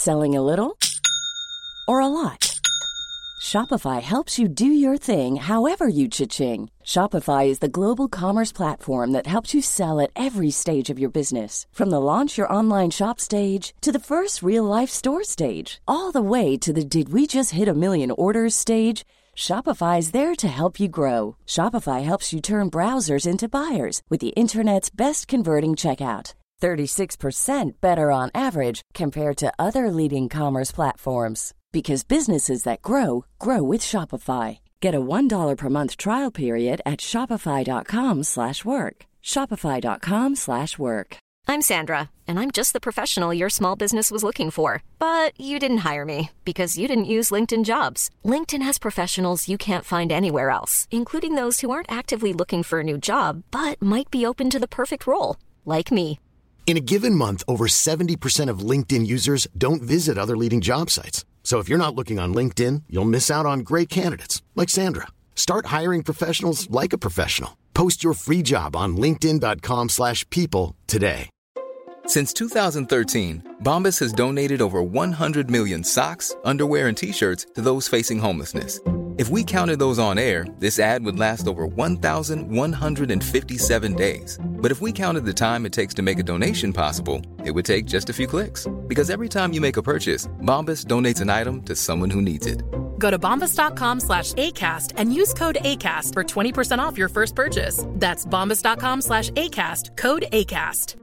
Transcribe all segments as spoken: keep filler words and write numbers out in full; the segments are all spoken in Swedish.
Selling a little or a lot? Shopify helps you do your thing however you cha-ching. Shopify is the global commerce platform that helps you sell at every stage of your business. From the launch your online shop stage to the first real-life store stage, all the way to the did we just hit a million orders stage. Shopify is there to help you grow. Shopify helps you turn browsers into buyers with the internet's best converting checkout. thirty-six percent better on average compared to other leading commerce platforms. Because businesses that grow, grow with Shopify. Get a one dollar per month trial period at shopify.com slash work. Shopify.com slash work. I'm Sandra, and I'm just the professional your small business was looking for. But you didn't hire me because you didn't use LinkedIn Jobs. LinkedIn has professionals you can't find anywhere else, including those who aren't actively looking for a new job, but might be open to the perfect role, like me. In a given month, over seventy percent of LinkedIn users don't visit other leading job sites. So if you're not looking on LinkedIn, you'll miss out on great candidates like Sandra. Start hiring professionals like a professional. Post your free job on linkedin.com slash people today. Since two thousand thirteen, Bombas has donated over one hundred million socks, underwear, and T-shirts to those facing homelessness. If we counted those on air, this ad would last over one thousand one hundred fifty-seven days. But if we counted the time it takes to make a donation possible, it would take just a few clicks. Because every time you make a purchase, Bombas donates an item to someone who needs it. Go to bombas.com slash ACAST and use code ACAST for twenty percent off your first purchase. That's bombas.com slash ACAST, code ACAST.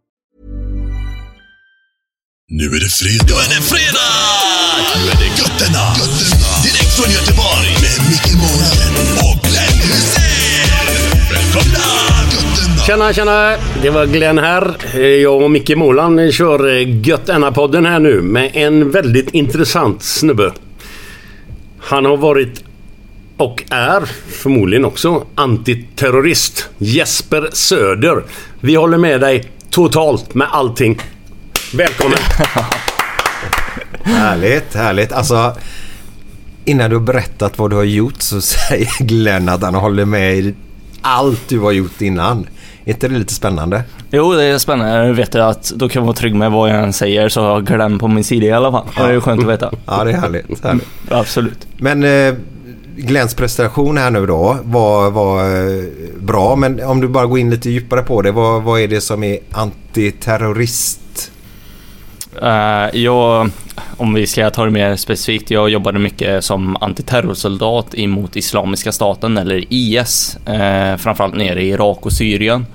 Nu är det fredag. Nu är det fredag! Nu är det Götterna. Götterna. Direkt från Göteborg. Med Micke Månaden och Glenn Hussein. Välkomna Götterna. Tjena, tjena. Det var Glenn här. Jag och Micke Månaden kör Götterna-podden här nu med en väldigt intressant snubbe. Han har varit och är förmodligen också antiterrorist. Jesper Söder. Vi håller med dig totalt med allting. Välkommen. Härligt, härligt. Alltså, innan du har berättat vad du har gjort så säger Glenn att han håller med i allt du har gjort innan. Är inte det lite spännande? Jo, det är spännande. Jag vet att då kan jag vara trygg med vad jag än säger, så har jag Glenn på min sida i alla fall. Ja. Det är skönt att veta. Ja, det är härligt. härligt. Absolut. Men eh, Glenns prestation här nu då var, var eh, bra. Men om du bara går in lite djupare på det, vad, vad är det som är antiterrorist? Uh, jag, om vi ska ta det mer specifikt, jag jobbade mycket som antiterrorsoldat emot Islamiska staten eller I S, uh, framförallt nere i Irak och Syrien.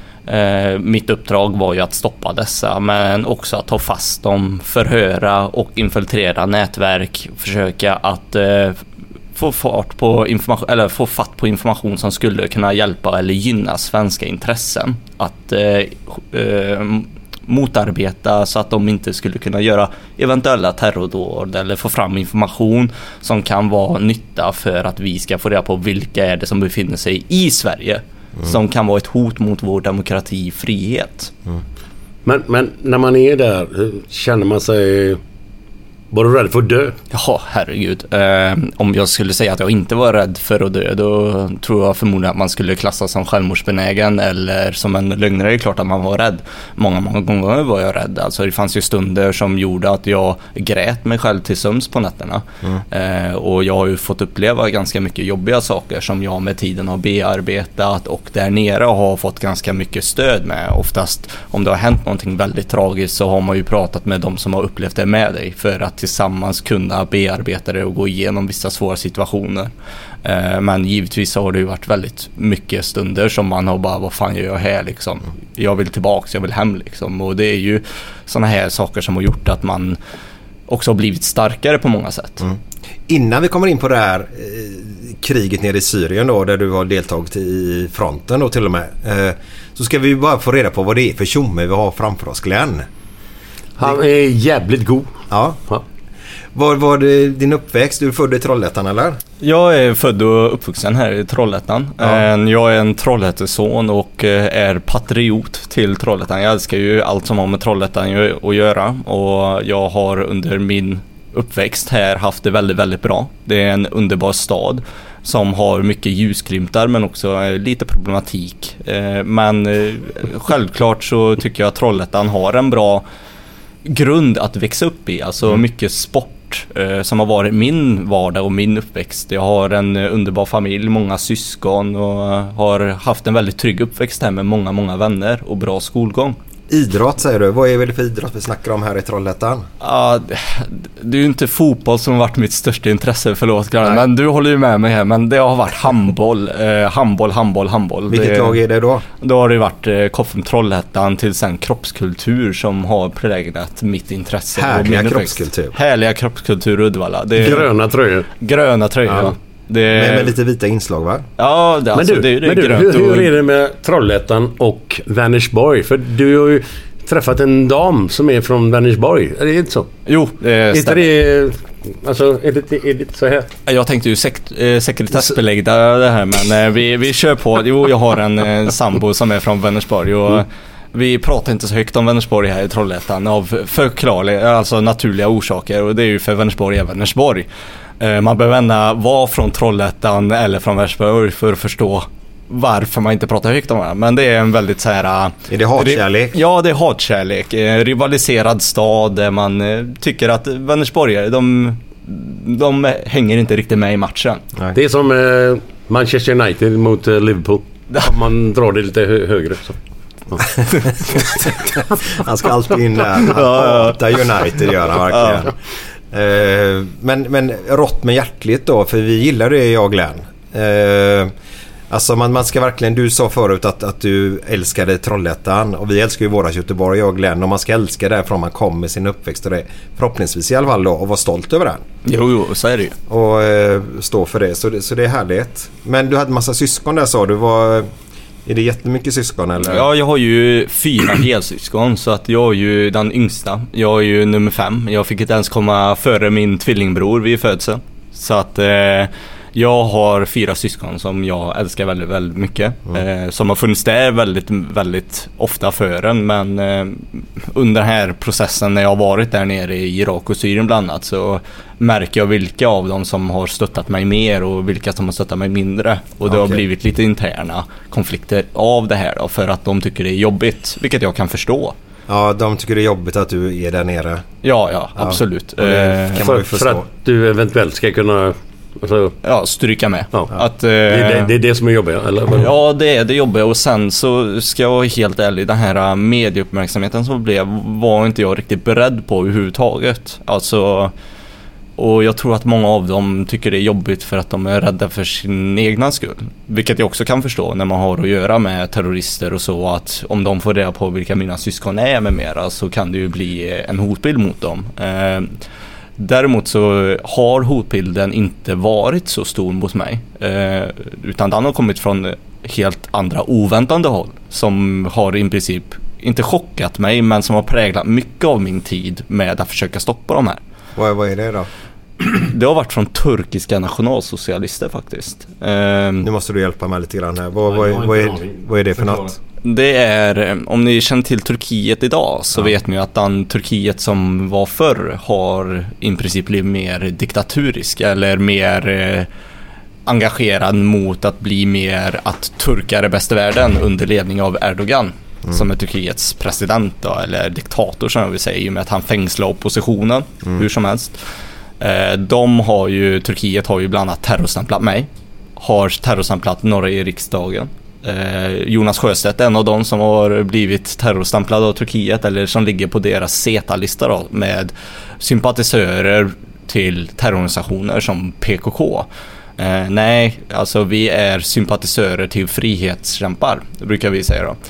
Uh, mitt uppdrag var ju att stoppa dessa, men också att ta fast dem, förhöra och infiltrera nätverk, försöka att uh, få fart på information, eller få fatt på information som skulle kunna hjälpa eller gynna svenska intressen, att uh, uh, motarbeta så att de inte skulle kunna göra eventuella terrordåd eller få fram information som kan vara nytta för att vi ska få reda på vilka är det som befinner sig i Sverige, mm. som kan vara ett hot mot vår demokrati och frihet. Mm. Men, men när man är där, känner man sig... Var du rädd för att dö? Ja, herregud. Eh, om jag skulle säga att jag inte var rädd för att dö, då tror jag förmodligen att man skulle klassas som självmordsbenägen eller som en lögnare. Det är klart att man var rädd. Många, många gånger var jag rädd. Alltså det fanns ju stunder som gjorde att jag grät mig själv till sömns på nätterna. Mm. Eh, och jag har ju fått uppleva ganska mycket jobbiga saker som jag med tiden har bearbetat, och där nere har fått ganska mycket stöd med. Oftast om det har hänt någonting väldigt tragiskt så har man ju pratat med de som har upplevt det med dig för att tillsammans kunna bearbeta det och gå igenom vissa svåra situationer. Eh, men givetvis har det ju varit väldigt mycket stunder som man har bara, vad fan gör jag här liksom? Jag vill tillbaka, jag vill hem liksom. Och det är ju såna här saker som har gjort att man också har blivit starkare på många sätt. Mm. Innan vi kommer in på det här eh, kriget nere i Syrien då, där du har deltagit i fronten då till och med, eh, så ska vi bara få reda på vad det är för tjomme vi har framför oss, Glenn. Han är jävligt god. Ja. ja. Var var det din uppväxt? Du är född i Trollhättan eller? Jag är född och uppvuxen här i Trollhättan. Ja. Jag är en Trollhätteson och är patriot till Trollhättan. Jag älskar ju allt som har med Trollhättan att göra, och jag har under min uppväxt här haft det väldigt, väldigt bra. Det är en underbar stad som har mycket ljusglimtar men också lite problematik. Men självklart så tycker jag att Trollhättan har en bra grund att växa upp i. Alltså mm. mycket sport eh, som har varit min vardag och min uppväxt. Jag har en underbar familj, många syskon och har haft en väldigt trygg uppväxt här med många, många vänner och bra skolgång. Idrott säger du. Vad är väl för idrott vi snackar om här i Trollhättan? Ja, det är ju inte fotboll som har varit mitt största intresse, förlåt Grann, men du håller ju med mig här, men det har varit handboll, eh, handboll, handboll, handboll. Vilket det, lag är det då? Då har det varit eh, Koffum Trollhättan till sen kroppskultur som har präglat mitt intresse. Härliga kroppskultur. Härliga kroppskultur Uddevalla. Det är, gröna tröjor. Gröna tröjor, ja. Det... Med, med lite vita inslag, va? Ja, det, alltså, men du, det, det är men du grönt. hur, hur och... är det med Trollhättan och Vänersborg? För du har ju träffat en dam som är från Vänersborg. Är det inte så? Jo, det är det, alltså, är det, är det så här? Jag tänkte ju sek- eh, sekretessbelägga det här, men eh, vi, vi kör på. Jo, jag har en eh, sambo som är från Vänersborg och mm. vi pratar inte så högt om Vänersborg här i Trollhättan av förklarliga, alltså naturliga orsaker, och det är ju för Vänersborg är Vänersborg. Eh, man behöver ändå vara från Trollhättan eller från Vänersborg för att förstå varför man inte pratar högt om det. Men det är en väldigt så här... Är det hatkärlek? Ja, det är hatkärlek. Rivaliserad stad där man tycker att Vänersborgare, de, de hänger inte riktigt med i matchen. Nej. Det är som eh, Manchester United mot eh, Liverpool. Om man drar det lite hö- högre så. Ja. Han ska alltid in där. Han hatar United, gör han verkligen. Ja. Uh, men, men rått med hjärtligt då, för vi gillar det, jag och Glenn. Uh, Alltså man, man ska verkligen, du sa förut att, att du älskade Trollhättan, och vi älskar ju våra Göteborg, jag och Glenn, och man ska älska därifrån man kommer med sin uppväxt och det, förhoppningsvis i alla fall då, och vara stolt över den. Jo, jo, så är det ju. Och eh, stå för det. Så, det, så det är härligt. Men du hade massa syskon där, sa du. Var, är det jättemycket syskon eller? Ja, jag har ju fyra helsyskon, så att jag är ju den yngsta. Jag är ju nummer fem. Jag fick inte ens komma före min tvillingbror vid födseln. Så att... Eh, jag har fyra syskon som jag älskar väldigt, väldigt mycket. Mm. Eh, som har funnits där väldigt, väldigt ofta för en. Men eh, under den här processen när jag har varit där nere i Irak och Syrien bland annat, så märker jag vilka av dem som har stöttat mig mer och vilka som har stöttat mig mindre. Och det okay. har blivit lite interna konflikter av det här då, för att de tycker det är jobbigt, vilket jag kan förstå. Ja, de tycker det är jobbigt att du är där nere. Ja, ja, absolut. Ja, det kan man ju för, för att du eventuellt ska kunna... Alltså, ja, stryka med. Ja. Att, det, är, det är det som är jobbigt, eller? Ja, det är det jobbiga. Och sen så ska jag vara helt ärlig, den här medieuppmärksamheten som blev var inte jag riktigt beredd på överhuvudtaget. Alltså, och jag tror att många av dem tycker det är jobbigt för att de är rädda för sin egna skull. Vilket jag också kan förstå när man har att göra med terrorister och så, att om de får reda på vilka mina syskon är med mera, så kan det ju bli en hotbild mot dem. Eh, Däremot så har hotbilden inte varit så stor mot mig, eh, utan den har kommit från helt andra oväntande håll som har i princip inte chockat mig, men som har präglat mycket av min tid med att försöka stoppa de här. Vad, vad är det då? Det har varit från turkiska nationalsocialister faktiskt. Eh, nu måste du hjälpa mig lite grann här. Vad, vad, vad, vad, är, vad är det för något? Det är, om ni känner till Turkiet idag, så ja. vet ni att den Turkiet som var förr har i princip blivit mer diktaturisk eller mer eh, engagerad mot att bli mer att turkar är bäst i världen under ledning av Erdogan, mm. som är Turkiets president då, eller diktator som jag vill säga, i och med att han fängslar oppositionen mm. hur som helst. Eh, de har ju, Turkiet har ju bland annat terrorstämplat mig, har terrorstämplat några i riksdagen. Jonas Sjöstedt, en av dem som har blivit terrorstämplad av Turkiet, eller som ligger på deras Z-lista då, med sympatisörer till terrororganisationer som P K K. Eh, nej, alltså vi är sympatisörer till frihetskämpar, brukar vi säga då.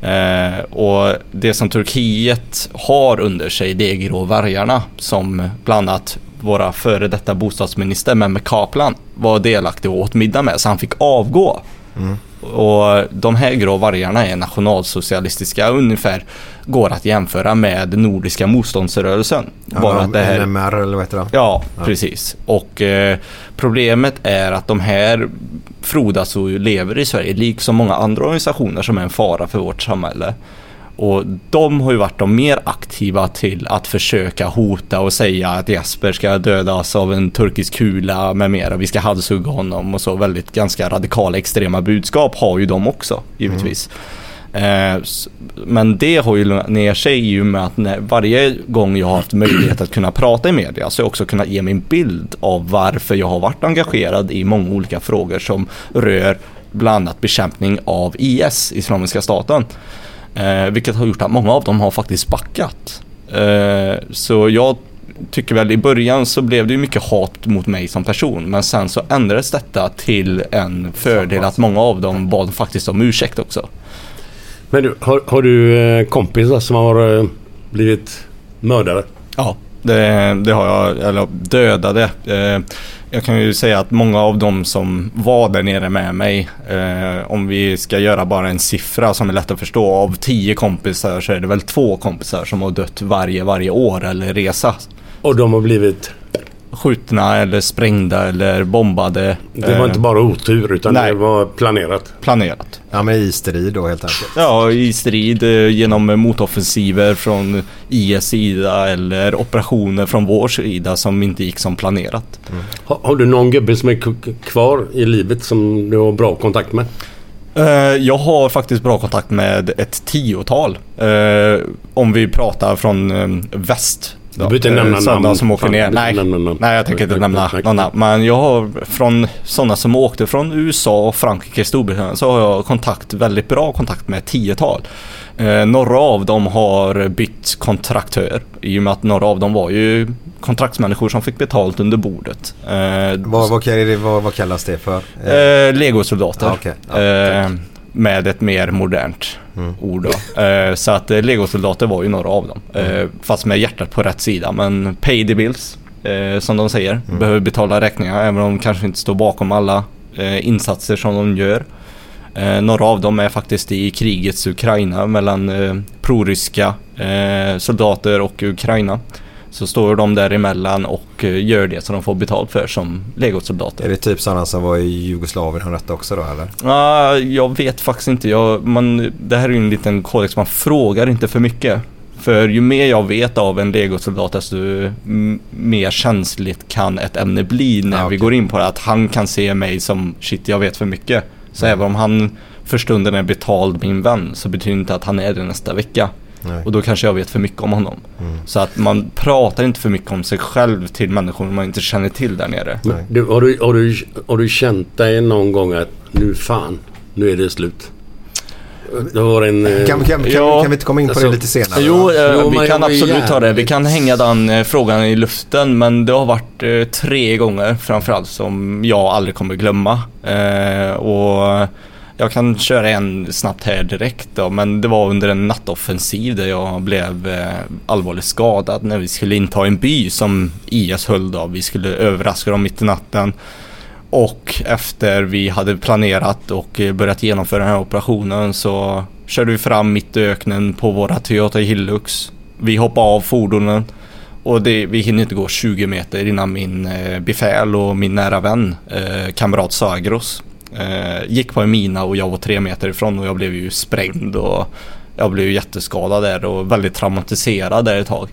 Eh, och det som Turkiet har under sig, det är grå vargarna, som bland annat våra före detta bostadsminister Mehmet Kaplan var delaktig och åt middag med, så han fick avgå. Mm. Och de här grå vargarna är nationalsocialistiska, ungefär går att jämföra med nordiska motståndsrörelsen. Ja, bara att det här, N M R eller vad heter det? Ja, ja, precis. Och eh, problemet är att de här frodas och lever i Sverige liksom många andra organisationer som är en fara för vårt samhälle. Och de har ju varit de mer aktiva till att försöka hota och säga att Jesper ska dödas av en turkisk kula med mera. Vi ska halshugga honom och så. Väldigt ganska radikala extrema budskap har ju de också, givetvis. Eh, men det har ju ner sig ju med att när, varje gång jag har haft möjlighet att kunna prata i media så har jag också kunnat ge min bild av varför jag har varit engagerad i många olika frågor som rör bland annat bekämpning av I S, Islamiska staten. Eh, vilket har gjort att många av dem har faktiskt backat. Eh, så jag tycker väl i början så blev det ju mycket hat mot mig som person, men sen så ändrades detta till en fördel att många av dem bad faktiskt om ursäkt också. Men du, har, har du eh, kompisar som har eh, blivit mördare? Ja, det, det har jag, eller dödade. Eh, jag kan ju säga att många av dem som var där nere med mig, eh, om vi ska göra bara en siffra som är lätt att förstå, av tio kompisar så är det väl två kompisar som har dött varje, varje år eller resa. Och de har blivit skjutna eller sprängda eller bombade. Det var inte bara otur utan Nej. det var planerat. Planerat. Ja, men i strid då helt enkelt. Ja, i strid genom motoffensiver från I S sida eller operationer från vår sida som inte gick som planerat. Mm. Har, har du någon gubbe som är k- kvar i livet som du har bra kontakt med? Uh, jag har faktiskt bra kontakt med ett tiotal. Uh, om vi pratar från um, väst. Du behöver inte nämna sådana som åker ner. Nej, nej, jag tänker inte nämna någon namn. Men jag har från sådana som åkte från U S A, Frankrike, Storbritannien så har jag kontakt, väldigt bra kontakt med tiotal. Eh, några av dem har bytt kontraktör i och med att några av dem var ju kontraktsmänniskor som fick betalt under bordet. Eh, vad, vad, vad, vad kallas det för? Eh, Legosoldater. Ah, okay. ah, okay. Eh, med ett mer modernt mm. ord då. Eh, så att eh, Legosoldater var ju några av dem. Eh, mm. Fast med hjärtat på rätt sida. Men pay the bills, eh, som de säger. Mm. Behöver betala räkningar, även om de kanske inte står bakom alla eh, insatser som de gör. Eh, några av dem är faktiskt i krigets Ukraina mellan eh, proryska eh, soldater och Ukraina. Så står de däremellan och gör det som de får betalt för som legosoldater. Är det typ sådana som var i Jugoslavien har rätt också då, eller? Ja, uh, jag vet faktiskt inte. Jag, man, det här är ju en liten kodex, man frågar inte för mycket. För ju mer jag vet av en legosoldat desto m- mer känsligt kan ett ämne bli när ah, okay. vi går in på det. Att han kan se mig som, shit, jag vet för mycket. Så mm. även om han för stunden är betald min vän så betyder det inte att han är det nästa vecka. Nej. Och då kanske jag vet för mycket om honom. Mm. Så att man pratar inte för mycket om sig själv till människor man inte känner till där nere. Du, har, du, har, du, har du känt dig någon gång att nu fan, nu är det slut? Det var en, kan, kan, kan, ja, kan vi inte komma in på alltså, det lite senare? Jo, jo vi kan absolut ta det. Vi kan hänga den eh, frågan i luften. Men det har varit eh, tre gånger framförallt som jag aldrig kommer glömma. Eh, och jag kan köra en snabbt här direkt då, men det var under en nattoffensiv där jag blev eh, allvarligt skadad när vi skulle inta en by som I S höll då. Vi skulle överraska dem mitt i natten. Och efter vi hade planerat och börjat genomföra den här operationen så körde vi fram mitt i öknen på våra Toyota Hilux. Vi hoppade av fordonen och det, vi hinner inte gå tjugo meter innan min eh, befäl och min nära vän, eh, kamrat Sagros, eh, gick på en mina och jag var tre meter ifrån och jag blev ju sprängd och jag blev ju jätteskadad där och väldigt traumatiserad där ett tag.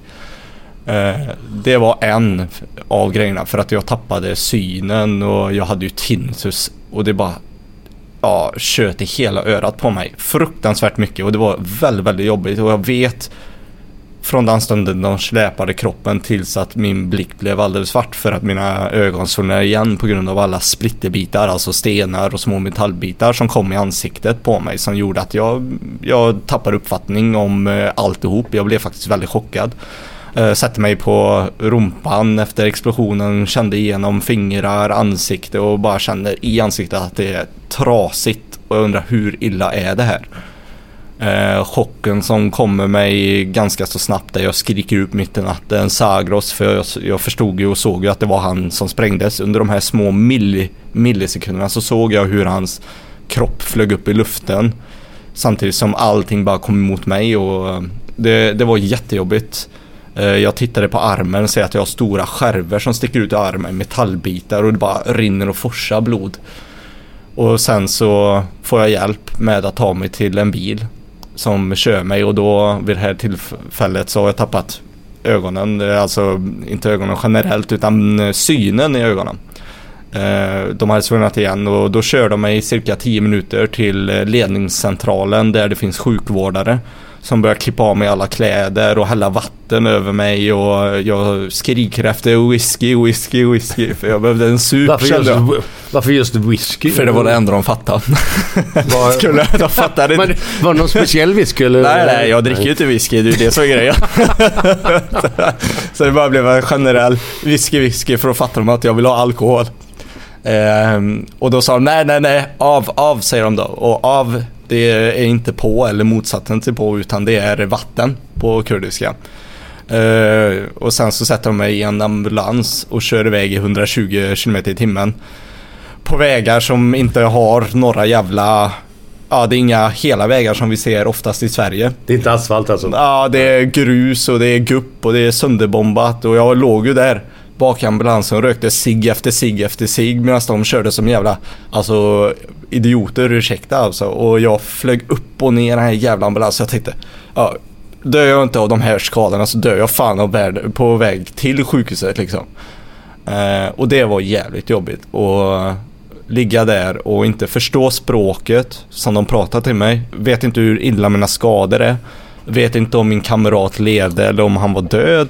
Det var en av grejerna för att jag tappade synen och jag hade ju tinnitus och det bara ja, tjöt i hela örat på mig fruktansvärt mycket och det var väldigt, väldigt jobbigt och jag vet från den stunden de släpade kroppen tills att min blick blev alldeles svart för att mina ögon svullnade igen på grund av alla splitterbitar, alltså stenar och små metallbitar som kom i ansiktet på mig som gjorde att jag, jag tappade uppfattning om alltihop. Jag blev faktiskt väldigt chockad. Uh, satte mig på rumpan efter explosionen, kände igenom fingrar, ansikte och bara kände i ansiktet att det är trasigt och jag undrar hur illa är det här. Uh, chocken som kommer mig ganska så snabbt där jag skriker ut mitt i natten, Sagros, för jag, jag förstod ju och såg ju att det var han som sprängdes. Under de här små milli, millisekunderna så såg jag hur hans kropp flög upp i luften samtidigt som allting bara kom emot mig och det, det var jättejobbigt. Jag tittade på armen och ser att jag har stora skärvor som sticker ut i armen, metallbitar och det bara rinner och forsar blod. Och sen så får jag hjälp med att ta mig till en bil som kör mig och då vid det här tillfället så har jag tappat ögonen, alltså inte ögonen generellt utan synen i ögonen. De hade svunnat igen och då kör de mig cirka tio minuter till ledningscentralen där det finns sjukvårdare som börjar klippa av mig alla kläder och hälla vatten över mig och jag skriker efter whisky, whisky, whisky för jag behövde en sup. Varför just, varför just whisky? För det var det enda de fattade. Var, Skulle de fattade men, var det någon speciell whisky? Eller? Nej, nej, jag dricker ju inte whisky, det är det som är grejen. Så det bara blev en generell whisky, whisky för att fatta dem att jag vill ha alkohol. Ehm, och då sa de, nej, nej, nej, av, av säger de då. Och av, det är inte på eller motsatsen till på, utan det är vatten på kurdiska. Ehm, och sen så sätter de mig i en ambulans och kör iväg i hundratjugo kilometer i timmen. På vägar som inte har några jävla... Ja, det är inga hela vägar som vi ser oftast i Sverige. Det är inte asfalt alltså? Ja, det är grus och det är gupp och det är sönderbombat. Och jag låg ju där bak ambulansen och rökte cigg efter cigg efter cigg medan de körde som jävla alltså idioter, ursäkta alltså. Och jag flög upp och ner den här jävla ambulansen. Jag tänkte, ja, dör jag inte av de här skadorna så dör jag fan av värld, på väg till sjukhuset liksom. Eh, och det var jävligt jobbigt. Och ligga där och inte förstå språket som de pratar till mig. Vet inte hur illa mina skador är. Vet inte om min kamrat levde eller om han var död.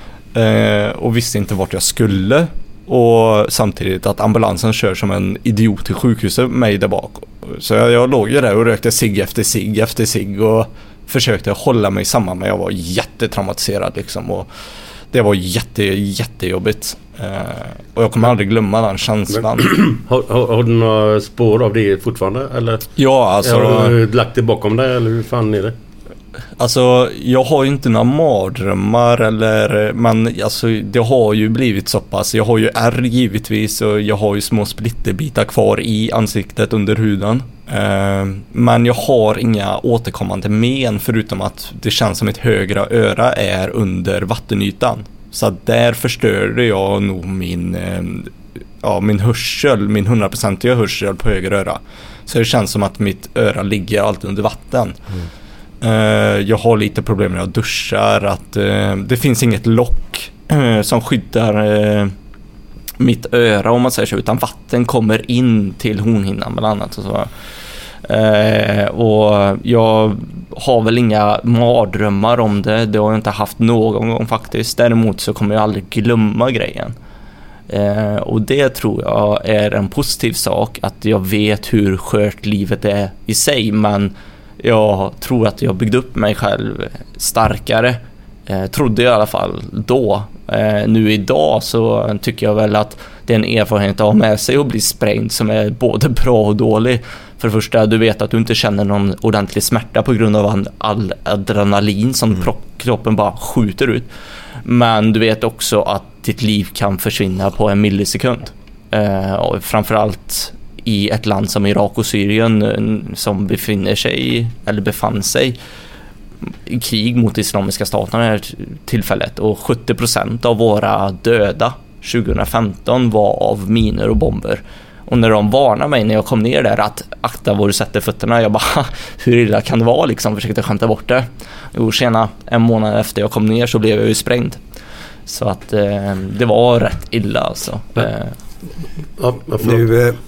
Eh, och visste inte vart jag skulle. Och samtidigt att ambulansen kör som en idiot till sjukhuset med mig där bak. Så jag, jag låg ju där och rökte cigg efter cigg efter cigg och försökte hålla mig samman, men jag var jättetraumatiserad liksom. Och det var jätte, jättejobbigt. Uh, och jag kommer aldrig glömma den känslan. har, har, har du några spår av det fortfarande? Eller? Ja, alltså... Har du lagt det bakom dig, eller hur fan är det? Alltså, jag har ju inte några mardrömmar eller... Men alltså, det har ju blivit så pass. Jag har ju ärr givetvis och jag har ju små splitterbitar kvar i ansiktet under huden. Uh, men jag har inga återkommande men förutom att det känns som ett högra öra är under vattenytan. Så där förstörde jag nog min, eh, ja, min hörsel, min hundraprocentiga hörsel på höger öra. Så det känns som att mitt öra ligger alltid under vatten. Mm. Eh, jag har lite problem när jag duschar. Att, eh, det finns inget lock eh, som skyddar eh, mitt öra om man säger så. Utan vatten kommer in till hornhinnan bland annat och så. Uh, och jag har väl inga mardrömmar om det. Det har jag inte haft någon gång faktiskt. Däremot så kommer jag aldrig glömma grejen. uh, Och det tror jag är en positiv sak. Att jag vet hur skört livet är i sig. Men jag tror att jag byggde upp mig själv starkare. uh, Trodde jag i alla fall då. uh, Nu idag så tycker jag väl att det är en erfarenhet att ha med sig och bli sprängd som är både bra och dålig. För det första, du vet att du inte känner någon ordentlig smärta på grund av all adrenalin som mm. kroppen bara skjuter ut. Men du vet också att ditt liv kan försvinna på en millisekund. Eh, och framförallt i ett land som Irak och Syrien som befinner sig eller befann sig i krig mot Islamiska staten i det här tillfället. Och sjuttio procent av våra döda tjugohundrafemton var av minor och bomber. Och när de varnade mig när jag kom ner där att akta var du sätter fötterna, jag bara, hur illa kan det vara liksom, försökte skämta bort det. Jo, sena en månad efter jag kom ner så blev jag ju sprängd. Så att eh, det var rätt illa alltså. Ja. Ja, nu, eh,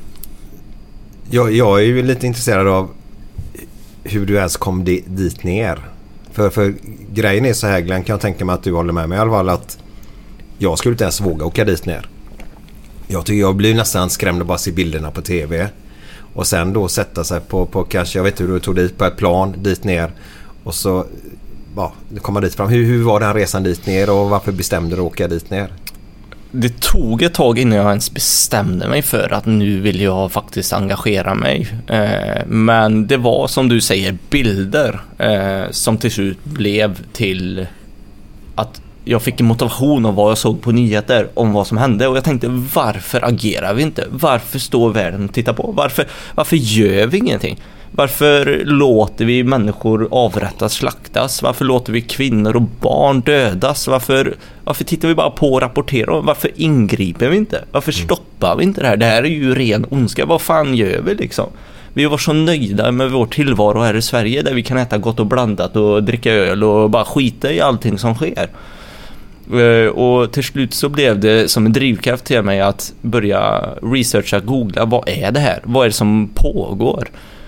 jag, jag är ju lite intresserad av hur du ens kom di- dit ner. För, för grejen är så här, Glenn, kan jag tänka mig att du håller med mig i alla fall, att jag skulle inte ens våga åka dit ner. Jag tycker jag blir nästan skrämd att bara se bilderna på tv. Och sen då sätta sig på, på kanske, jag vet inte hur du tog dit, på ett plan dit ner. Och så ja, komma dit fram. Hur, hur var den resan dit ner och varför bestämde du att åka dit ner? Det tog ett tag innan jag ens bestämde mig för att nu vill jag faktiskt engagera mig. Eh, men det var som du säger bilder eh, som till slut blev till att jag fick en motivation av vad jag såg på nyheter om vad som hände. Och jag tänkte, varför agerar vi inte? Varför står världen och tittar på? Varför, varför gör vi ingenting? Varför låter vi människor avrättas, slaktas? Varför låter vi kvinnor och barn dödas? Varför, varför tittar vi bara på och rapporterar? Varför ingriper vi inte? Varför stoppar vi inte det här? Det här är ju ren ondska. Vad fan gör vi liksom? Vi var så nöjda med vår tillvaro här i Sverige där vi kan äta gott och blandat och dricka öl och bara skita i allting som sker. Och till slut så blev det som en drivkraft till mig att börja researcha, googla, vad är det här? Vad är det som pågår?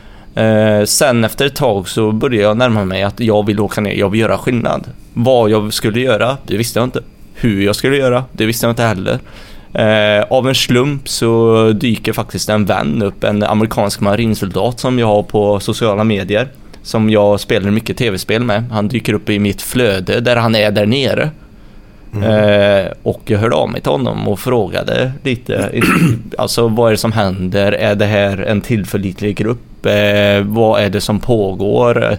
Eh, sen efter ett tag så började jag närma mig att jag vill åka ner, jag vill göra skillnad. Vad jag skulle göra, det visste jag inte. Hur jag skulle göra, det visste jag inte heller. Eh, av en slump så dyker faktiskt en vän upp, en amerikansk marinsoldat som jag har på sociala medier, som jag spelar mycket tv-spel med. Han dyker upp i mitt flöde där han är där nere. Mm. Eh, och jag hörde av mig till honom och frågade lite, alltså vad är det som händer? Är det här en tillförlitlig grupp? Eh, vad är det som pågår?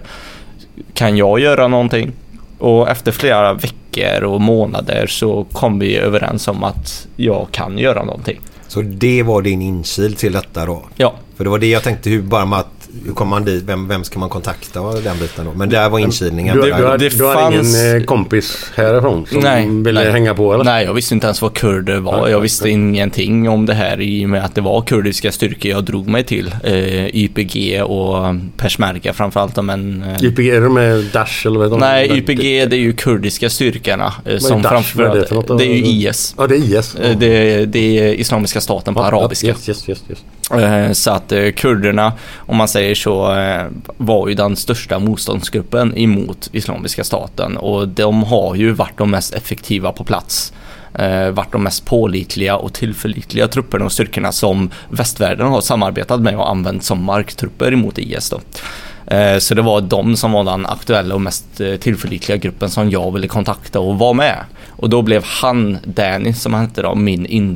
Kan jag göra någonting? Och efter flera veckor och månader så kom vi överens om att jag kan göra någonting. Så det var din inkil till detta då? Ja. För det var det jag tänkte, hur bara med att hur kommer man dit, vem, vem ska man kontakta och den biten då? Men där var inkilningen. Du, där. du, har, det du har fanns... ingen kompis härifrån som nej, ville nej. hänga på eller? Nej, jag visste inte ens vad kurder var. Jag visste ingenting om det här i och med att det var kurdiska styrkor jag drog mig till. Eh, Y P G och Peshmerga framförallt. Men, eh... Y P G, är de med Daesh eller vad de? Nej, Y P G det är ju kurdiska styrkorna. Eh, som Daesh, framförallt, det, är det är ju I S. Ja, det är I S. Eh, det, det är Islamiska staten på ja, arabiska. Yes, yes, yes, yes. Eh, så att eh, kurderna, om man säger så, eh, var ju den största motståndsgruppen emot Islamiska staten, och de har ju varit de mest effektiva på plats, eh, varit de mest pålitliga och tillförlitliga trupperna och styrkorna som västvärlden har samarbetat med och använt som marktrupper emot I S då. Eh, så det var de som var den aktuella och mest eh, tillförlitliga gruppen som jag ville kontakta och vara med, och då blev han, Danny som han hette då, min in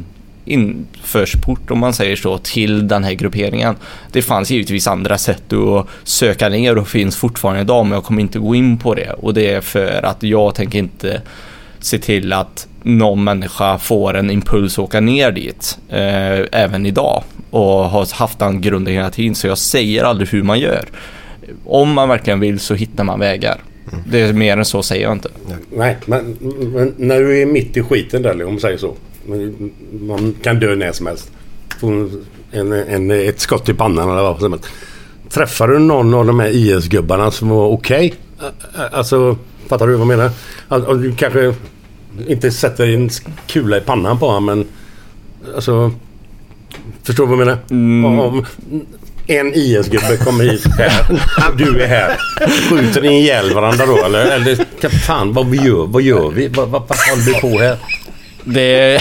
införsport om man säger så till den här grupperingen. Det fanns givetvis andra sätt att söka ner och finns fortfarande idag, men jag kommer inte gå in på det, och det är för att jag tänker inte se till att någon människa får en impuls att åka ner dit eh, även idag, och har haft den grunden hela tiden, så jag säger aldrig hur man gör. Om man verkligen vill så hittar man vägar. Mm. Det är mer än så säger jag inte. Nej, men, men när du är mitt i skiten där, om man säger så, man kan dö när som helst. Få en, en, ett skott i pannan eller vad som helst. Träffar du någon av de här I S-gubbarna som var okej? Okay? Alltså, fattar du vad jag menar? Alltså, du kanske inte sätter en kula i pannan på honom, men alltså, förstår du vad jag menar? Mm. Om en I S-gubbe kommer hit här, du är här, skjuter ni ihjäl varandra då? Eller, eller fan, vad vi gör, vad gör vi? Vad, vad, vad håller vi på här? Det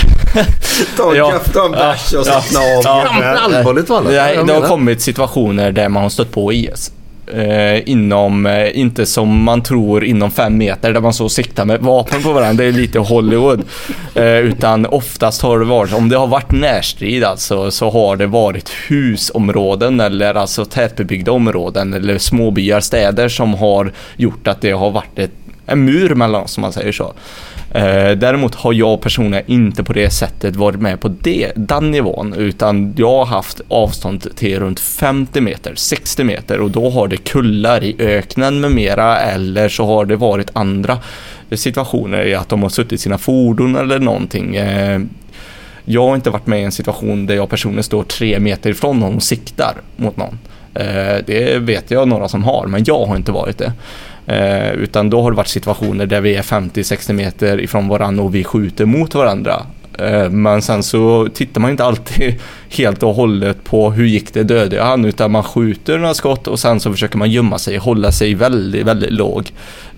ta en kraft om bärs och slappna av. Ja, allvarligt va? Det, det har kommit situationer där man har stött på I S eh, inom, eh, inte som man tror inom fem meter där man så siktar med vapen på varandra. Det är lite Hollywood, eh, utan oftast har det varit, om det har varit närstrid alltså, så har det varit husområden eller alltså tätbebyggda områden eller småbyar, städer som har gjort att det har varit ett, en mur mellan oss, som man säger så. Eh, däremot har jag personligen inte på det sättet varit med på det, den nivån, utan jag har haft avstånd till runt femtio meter, sextio meter, och då har det kullar i öknen med mera, eller så har det varit andra situationer i att de har suttit i sina fordon eller någonting. Eh, jag har inte varit med i en situation där jag personligen står tre meter ifrån någon och siktar mot någon. Eh, det vet jag några som har, men jag har inte varit det. Eh, utan då har det varit situationer där vi är femtio till sextio meter ifrån varandra och vi skjuter mot varandra. Eh, men sen så tittar man inte alltid helt och hållet på hur gick det, dödade han, utan man skjuter några skott och sen så försöker man gömma sig, hålla sig väldigt, väldigt låg.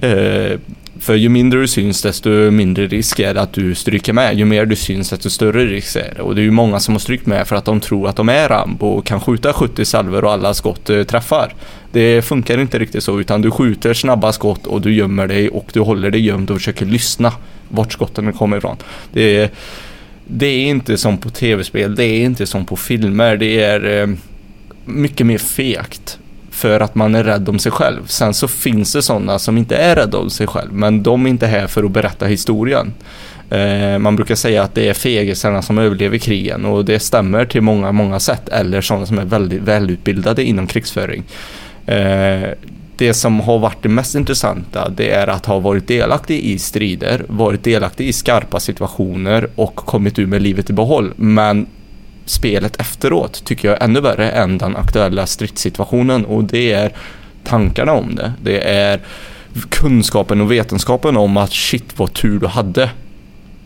Eh, för ju mindre du syns, desto mindre risk är det att du stryker med. Ju mer du syns, desto större risk är det. Och det är ju många som har strykt med för att de tror att de är Rambo och kan skjuta sjuttio salver och alla skott eh, träffar. Det funkar inte riktigt så, utan du skjuter snabba skott och du gömmer dig och du håller dig gömd och försöker lyssna vart skotten kommer ifrån. Det är, det är inte som på tv-spel, det är inte som på filmer. Det är eh, mycket mer fegt. För att man är rädd om sig själv. Sen så finns det sådana som inte är rädda om sig själv, men de är inte här för att berätta historien. Eh, man brukar säga att det är fegisarna som överlever krigen, och det stämmer till många, många sätt. Eller sådana som är väldigt välutbildade inom krigsföring. Eh, det som har varit det mest intressanta, det är att ha varit delaktig i strider, varit delaktig i skarpa situationer och kommit ur med livet i behåll. Men spelet efteråt tycker jag är ännu värre än den aktuella stridssituationen, och det är tankarna om det. Det är kunskapen och vetenskapen om att shit vad tur du hade.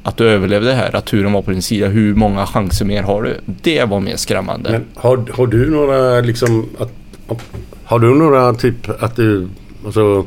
att du överlevde det här, att turen var på din sida, hur många chanser mer har du? Det var mer skrämmande. Men har, har du några liksom att, har du några typ att du alltså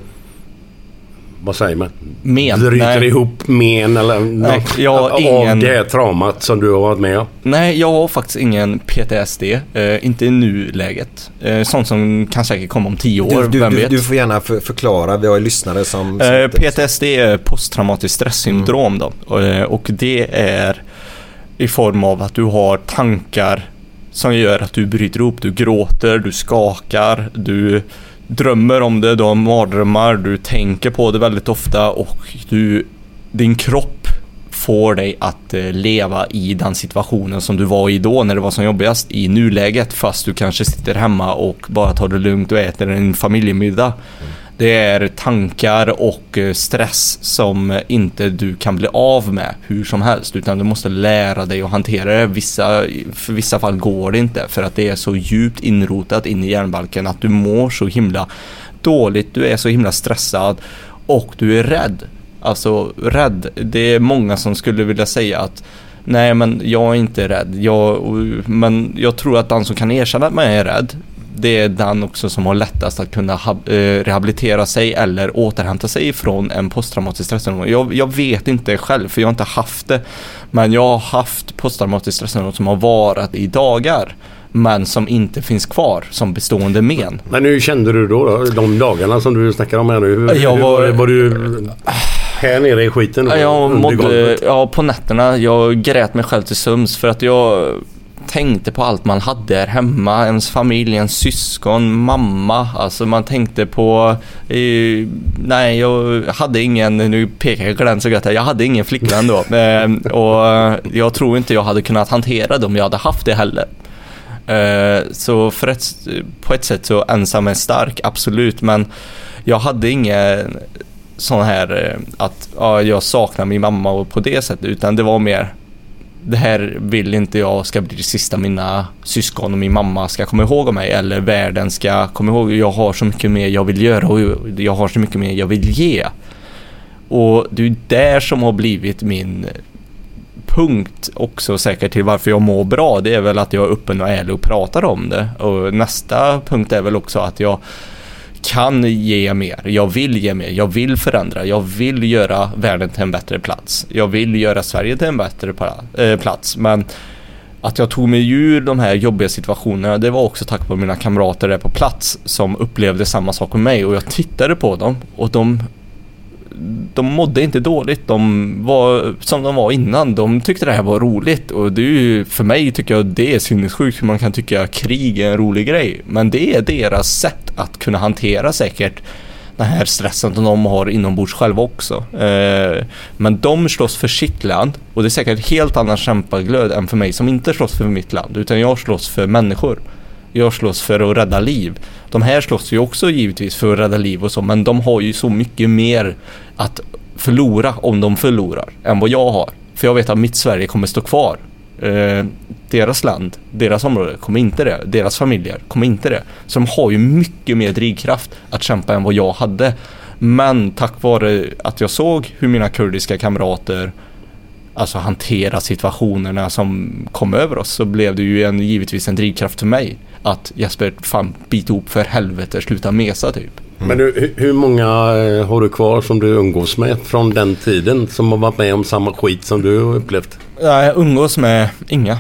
vad säger man? Men, bryter nej. ihop men eller nej, något jag har av ingen... det traumat som du har varit med om? Nej, jag har faktiskt ingen P T S D. Eh, inte i nuläget. Eh, sånt som kan säkert komma om tio år, du, du, vem du, vet? du får gärna för, förklara. Vi har ju lyssnare som... Eh, P T S D är posttraumatiskt stresssyndrom mm. då. Och, och det är i form av att du har tankar som gör att du bryter ihop. Du gråter, du skakar, du... drömmer om det, du har mardrömmar, du tänker på det väldigt ofta och du, din kropp får dig att eh, leva i den situationen som du var i då när det var som jobbigast i nuläget, fast du kanske sitter hemma och bara tar det lugnt och äter en familjemiddag. Mm. Det är tankar och eh, stress som inte du kan bli av med hur som helst, utan du måste lära dig att hantera det. Vissa, för vissa fall går det inte för att det är så djupt inrotat in i hjärnbalken att du mår så himla dåligt, du är så himla stressad och du är rädd. Alltså rädd, det är många som skulle vilja säga att nej men jag är inte rädd, jag, men jag tror att den som kan erkänna att man är rädd, det är den också som har lättast att kunna ha, eh, rehabilitera sig eller återhämta sig från en posttraumatisk stresssyndrom. Jag, jag vet inte själv, för jag har inte haft det, men jag har haft posttraumatisk stresssyndrom som har varit i dagar, men som inte finns kvar som bestående men. Men hur kände du då, då de dagarna som du snackar om här nu? Hur, jag var, hur, var du här nere i skiten? Då, jag mådde, ja, på nätterna, jag grät mig själv till sömns för att jag tänkte på allt man hade här hemma, ens familj, ens syskon, mamma, alltså man tänkte på eh, nej, jag hade ingen, nu pekar jag Glenn så gott här, jag hade ingen flickvän då eh, och jag tror inte jag hade kunnat hantera det om jag hade haft det heller. Eh, så för ett, på ett sätt så ensam är stark, absolut, men jag hade ingen sån här att ja, jag saknar min mamma och på det sättet, utan det var mer det här vill inte jag ska bli det sista mina syskon och min mamma ska komma ihåg mig, eller världen ska komma ihåg. Jag har så mycket mer jag vill göra och jag har så mycket mer jag vill ge. Och det är där som har blivit min punkt också säkert till varför jag mår bra. Det är väl att jag är öppen och ärlig och pratar om det. Och nästa punkt är väl också att jag kan ge mer, jag vill ge mer, jag vill förändra, jag vill göra världen till en bättre plats, jag vill göra Sverige till en bättre plats, men att jag tog mig ur de här jobbiga situationerna, det var också tack vare mina kamrater där på plats som upplevde samma sak med mig, och jag tittade på dem och de de mådde inte dåligt, de var som de var innan, de tyckte det här var roligt, och det är ju, för mig tycker jag det är sinnessjukt hur man kan tycka krig är en rolig grej, men det är deras sätt att kunna hantera säkert den här stressen som de har inombords själva också. Eh, men de slåss för sitt land, och det är säkert helt annan kämpaglöd än för mig som inte slåss för mitt land, utan jag slåss för människor. Jag slåss för att rädda liv. De här slåss ju också givetvis för att rädda liv och så, men de har ju så mycket mer att förlora om de förlorar än vad jag har. För jag vet att mitt Sverige kommer stå kvar. Eh, deras land, deras område kommer inte det. Deras familjer kommer inte det. Så de har ju mycket mer drivkraft att kämpa än vad jag hade. Men tack vare att jag såg hur mina kurdiska kamrater alltså hantera situationerna som kom över oss, så blev det ju en, givetvis en drivkraft för mig att Jesper, fan, bit ihop för helvete, sluta mesa typ. Mm. Men du, hur många har du kvar som du umgås med från den tiden som har varit med om samma skit som du har upplevt? Jag umgås med inga.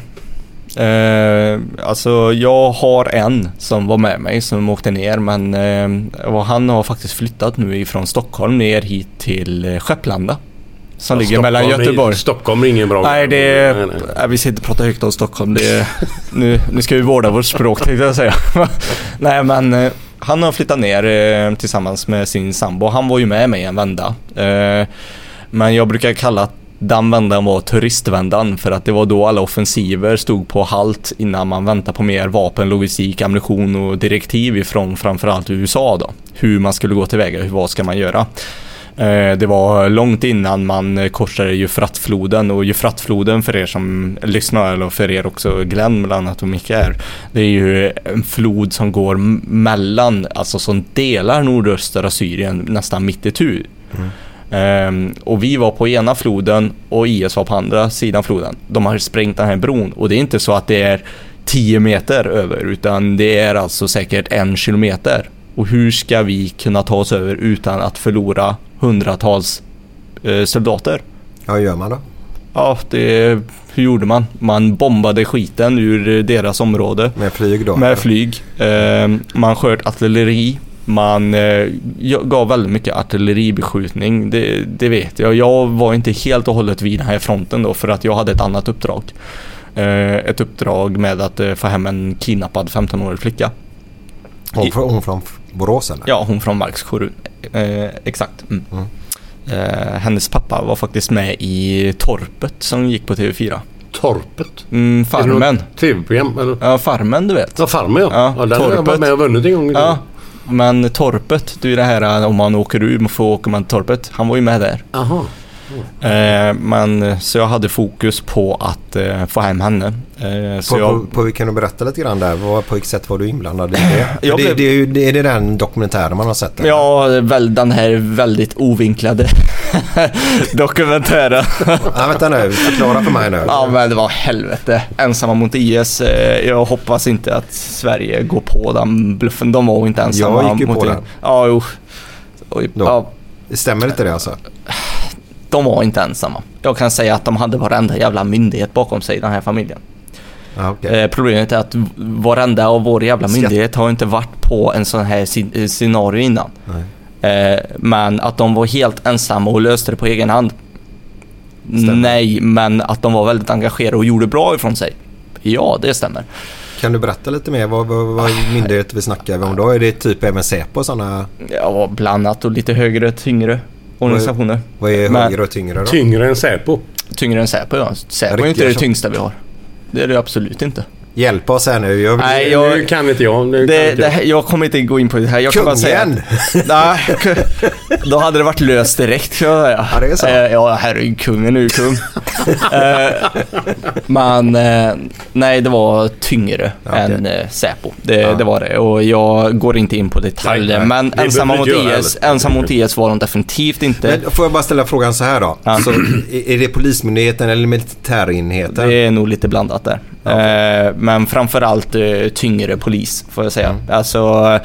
Eh, alltså jag har en som var med mig som åkte ner, men eh, han har faktiskt flyttat nu ifrån Stockholm ner hit till Skepplanda. Som ja, ligger Stockholm mellan Göteborg. Är, Stockholm är ingen bra. Nej, det är, nej, nej. Vi ska inte prata högt om Stockholm. Det är, nu, nu ska vi vårda vårt språk, tänkte jag säga. Nej, men eh, han har flyttat ner eh, tillsammans med sin sambo. Han var ju med mig en vända. Eh, men jag brukar kalla att den vändan var turistvändan, för att det var då alla offensiver stod på halt innan man väntade på mer vapen, logistik, ammunition och direktiv ifrån framförallt U S A då. Hur man skulle gå tillväga, hur, vad ska man göra? Det var långt innan man korsade Eufratfloden, och Eufratfloden, för er som lyssnar, eller för er också Glenn bland annat och Mikael, det är ju en flod som går mellan, alltså som delar nordöstra Syrien nästan mitt i tur. Mm. Um, och vi var på ena floden och I S var på andra sidan floden. De har sprängt den här bron och det är inte så att det är tio meter över, utan det är alltså säkert en kilometer. Och hur ska vi kunna ta oss över utan att förlora hundratals eh, soldater? Ja, hur gör man då? Ja, det, hur gjorde man? Man bombade skiten ur deras område. Med flyg då? Med flyg. Eh, man sköt artilleri. Man eh, gav väldigt mycket artilleribeskjutning. Det, det vet jag. Jag var inte helt och hållet vid den här fronten då, för att jag hade ett annat uppdrag. Eh, ett uppdrag med att eh, få hem en kidnappad femton-årig flicka. Hon, från, hon från Borås eller? Ja, hon från Marks kommun. Eh, exakt. Mm. Mm. Eh, hennes pappa var faktiskt med i Torpet som gick på T V fyra. Torpet? Mm, Farmen. T V-program? Eller? Ja, Farmen, du vet. Ja, Farmen, ja. Ja, ja den har jag varit med och vunnit en gång. Ja, men Torpet, det är det här om man åker ur, man får åka med Torpet. Han var ju med där. Aha. Eh, men så jag hade fokus på att eh, få hem henne. Eh, så på, jag... på, på, kan du berätta lite grann där? Vad, på vilket sätt var du inblandad i det? Jag det, blev... det, är ju, det är det den dokumentären man har sett? Där. Ja, väl, den här väldigt ovinklade dokumentären. Ja, vänta nu, förklara för mig nu. Ja, men det var helvete. Ensamma mot I S. Jag hoppas inte att Sverige går på den bluffen. De var inte ensamma. Jag gick ju mot på I S. den. Ja, jo. Ja. Stämmer inte det alltså? De var inte ensamma. Jag kan säga att de hade varenda jävla myndighet bakom sig, den här familjen. Ah, okay. eh, Problemet är att varenda av vår jävla myndighet har inte varit på en sån här sc- scenario innan. eh, Men att de var helt ensamma och löste det på egen hand. Stämmer. Nej, men att de var väldigt engagerade och gjorde bra ifrån sig. Ja, det stämmer. Kan du berätta lite mer? Vad, vad, vad myndigheter vi snackar om då? Är det typ även Säpo och sådana? Ja, blandat och lite högre, tyngre organisationer. Vad är, vad är högre och tyngre då? Tyngre än Säpo. Tyngre än Säpo, ja. Säpo är inte det tyngsta vi har. Det är det absolut inte. Hjälp oss här nu. Jag, Nej, jag, nu kan inte jag. Nu det, kan inte det, jag kommer inte gå in på det här. Jag kan bara säga att, nej, då hade det varit löst direkt. Ja, ja, det är så. Ja, herregud, kungen är ju kung. Men nej, det var tyngre okay. än Säpo. Det, ja. det var det. Och jag går inte in på detaljer. Nej, nej. Men ensamma mot, I S, ensam mot I S var de definitivt inte. Men får jag bara ställa frågan så här då? Ja. Så, är det polismyndigheten eller militärenheten? Det är nog lite blandat där. Okay. Men framförallt tyngre polis, får jag säga. Mm. Alltså,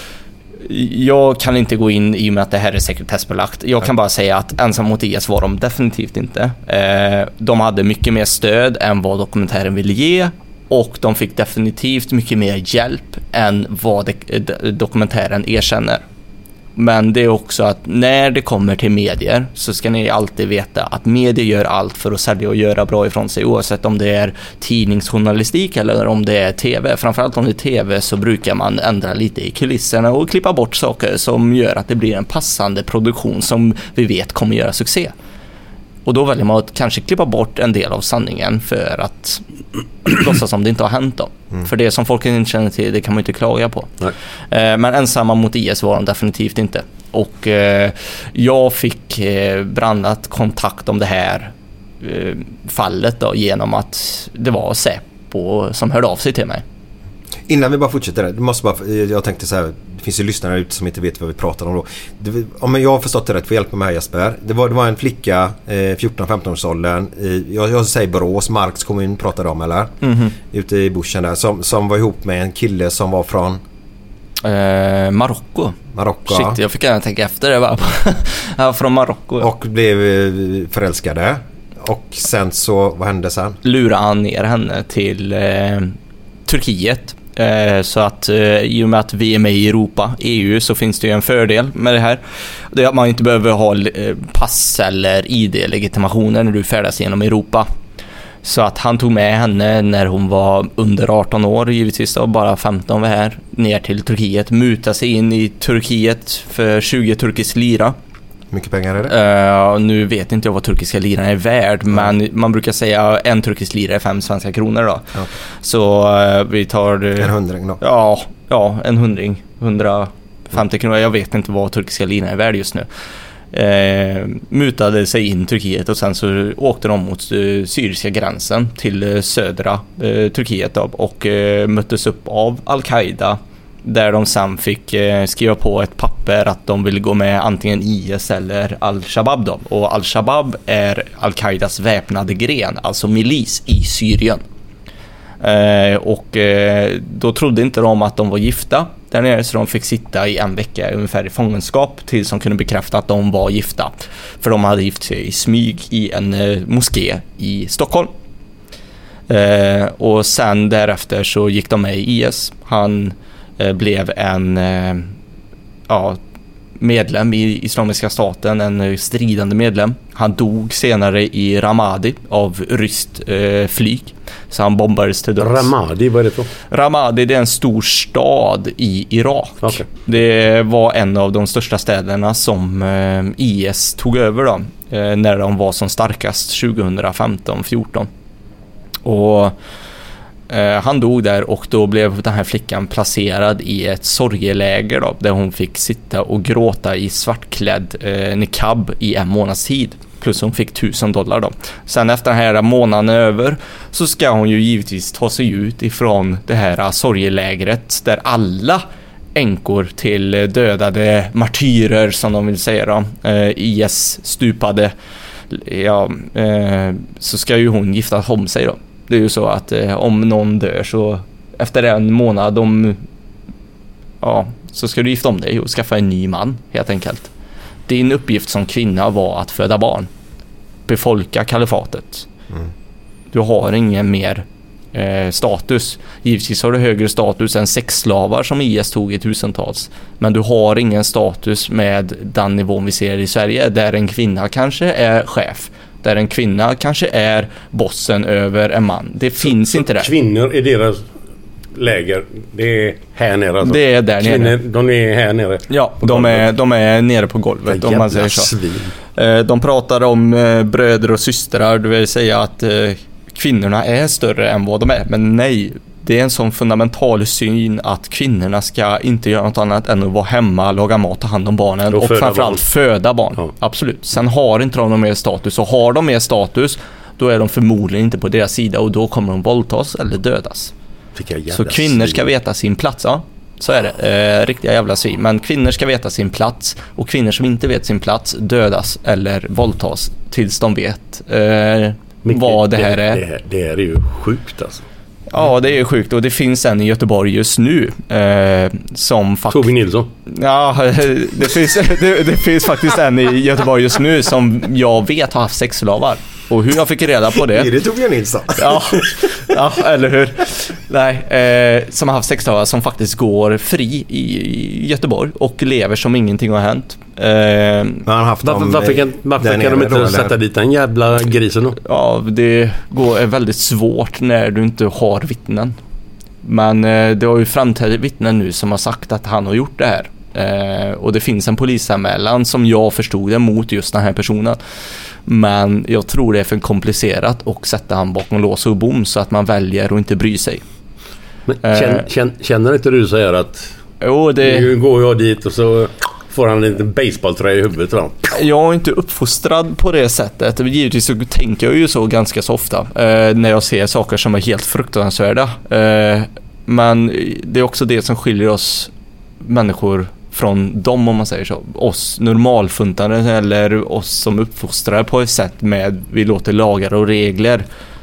jag kan inte gå in i och med att det här är sekretessbelagt. Jag kan bara säga att ensam mot I S var de definitivt inte. De hade mycket mer stöd än vad dokumentären ville ge. Och de fick definitivt mycket mer hjälp än vad dokumentären erkänner. Men det är också att när det kommer till medier så ska ni alltid veta att medier gör allt för att sälja och göra bra ifrån sig, oavsett om det är tidningsjournalistik eller om det är tv. Framförallt om det är tv så brukar man ändra lite i kulisserna och klippa bort saker som gör att det blir en passande produktion som vi vet kommer göra succé. Och då väljer man att kanske klippa bort en del av sanningen för att låtsas som det inte har hänt då. Mm. För det som folk inte känner till, det kan man inte klaga på. Nej. Men ensamma mot I S var de definitivt inte. Och eh, jag fick eh, brandat kontakt om det här eh, fallet då, genom att det var Säpo som hörde av sig till mig. Innan vi bara fortsätter där, måste bara, jag tänkte så här, det finns ju lyssnare ute som inte vet vad vi pratar om då. Det, om jag har förstått det rätt, för hjälp med mig Jesper. Det var, det var en flicka, eh, fjorton femton årsåldern, i, jag, jag säger Borås, Marks kommun pratade om, eller? Mm-hmm. Ute i bushen där, som, som var ihop med en kille som var från... Eh, Marocko. Marocko. Shit, jag fick gärna tänka efter det. Ja, från Marocko. Och blev förälskade. Och sen så, vad hände sen? Lurade han ner henne till eh, Turkiet. Eh, så att eh, i och med att vi är med i Europa, E U, så finns det ju en fördel med det här. Det är att man inte behöver ha eh, pass eller I D-legitimationer när du färdas genom Europa. Så att han tog med henne när hon var under arton år, givetvis då, bara femton var här, ner till Turkiet, muta sig in i Turkiet för tjugo turkisk lira. Hur mycket pengar är det? Uh, nu vet inte jag vad turkiska liran är värd, mm. men man brukar säga en turkisk lira är fem svenska kronor då. Ja. Så uh, vi tar... Uh, en hundring då? Ja, ja, en hundring. hundrafemtio mm. kronor. Jag vet inte vad turkiska liran är värd just nu. Eh, mutade sig in i Turkiet och sen så åkte de mot uh, syriska gränsen till uh, södra uh, Turkiet då, och uh, möttes upp av Al-Qaida Där de sen fick eh, skriva på ett papper att de ville gå med antingen I S eller Al-Shabaab då. Och Al-Shabaab är Al-Qaidas väpnade gren, alltså milis i Syrien. Eh, och eh, då trodde inte de att de var gifta där nere, så de fick sitta i en vecka ungefär i fångenskap tills de kunde bekräfta att de var gifta. För de hade gift sig i smyg i en eh, moské i Stockholm. Eh, och sen därefter så gick de med i I S. Han eh, blev en eh, ja, medlem i Islamiska staten, en stridande medlem. Han dog senare i Ramadi av ryskt eh, flyg. Så han bombades till döds. Ramadi, vad är det för? Ramadi, det är en stor stad i Irak. Okay. Det var en av de största städerna som eh, I S tog över då, eh, när de var som starkast tjugohundrafemton fjorton. Och eh, han dog där, och då blev den här flickan placerad i ett sorgeläger då, där hon fick sitta och gråta i svartklädd eh, niqab i en månads tid. Plus hon fick tusen dollar då. Sen efter den här månaden över så ska hon ju givetvis ta sig ut ifrån det här sorgelägret där alla änkor till dödade martyrer, som de vill säga då, eh, I S stupade, ja, eh, så ska ju hon gifta om sig då. Det är ju så att eh, om någon dör så efter en månad de, ja, så ska du gifta om dig och skaffa en ny man helt enkelt. Din uppgift som kvinna var att föda barn. Befolka kalifatet. Mm. Du har ingen mer eh, status. Givetvis har du högre status än sexslavar som I S tog i tusentals. Men du har ingen status med den nivån vi ser i Sverige, där en kvinna kanske är chef. Där en kvinna kanske är bossen över en man. Det så, finns så inte där. Kvinnor i deras läger, det är här nere alltså. Det är där Kvinnor, nere. De är här nere. Ja, de är, de är nere på golvet, om man säger så. Svin. De pratar om bröder och systrar, det vill säga att kvinnorna är större än vad de är. Men nej, det är en sån fundamental syn att kvinnorna ska inte göra något annat än att vara hemma, laga mat, ta hand om barnen och, och framförallt barn. föda barn. Ja. Absolut. Sen har inte de mer status, och har de mer status, då är de förmodligen inte på deras sida, och då kommer de våldtas eller dödas. Så kvinnor ska veta sin plats, ja. Så är det, eh, riktiga jävla svin. Men kvinnor ska veta sin plats, och kvinnor som inte vet sin plats dödas eller våldtas tills de vet eh, vad det här är. Det, det är ju sjukt alltså. Ja, det är sjukt, och det finns en i Göteborg just nu eh, som faktiskt... Tobbe Nilsson. Ja, det finns, det, det finns faktiskt en i Göteborg just nu som jag vet har haft sexslavar. Och hur jag fick reda på det... Är det Tobbe Nilsson? Ja, ja, eller hur? Nej, eh, som har haft sexslavar som faktiskt går fri i Göteborg och lever som ingenting har hänt. Eh, Men han haft varför varför kan, varför kan de inte då, sätta dit en jävla grisen då? Ja, det går, är väldigt svårt när du inte har vittnen. Men eh, det har ju framträtt vittnen nu som har sagt att han har gjort det här. Eh, och det finns en polisanmälan som jag förstod det mot just den här personen. Men jag tror det är för komplicerat och sätta han bakom lås och bom, så att man väljer att inte bry sig. Men känner, eh, känner, känner inte du så här att jo, det... nu går jag dit och så får han en liten baseballträ i huvudet, va? Jag är inte uppfostrad på det sättet. Givetvis så tänker jag ju så ganska så ofta eh, när jag ser saker som är helt fruktansvärda. Eh, men det är också det som skiljer oss människor från dem, om man säger så. Oss normalfuntade eller oss som uppfostrar på ett sätt med vi låter lagar och regler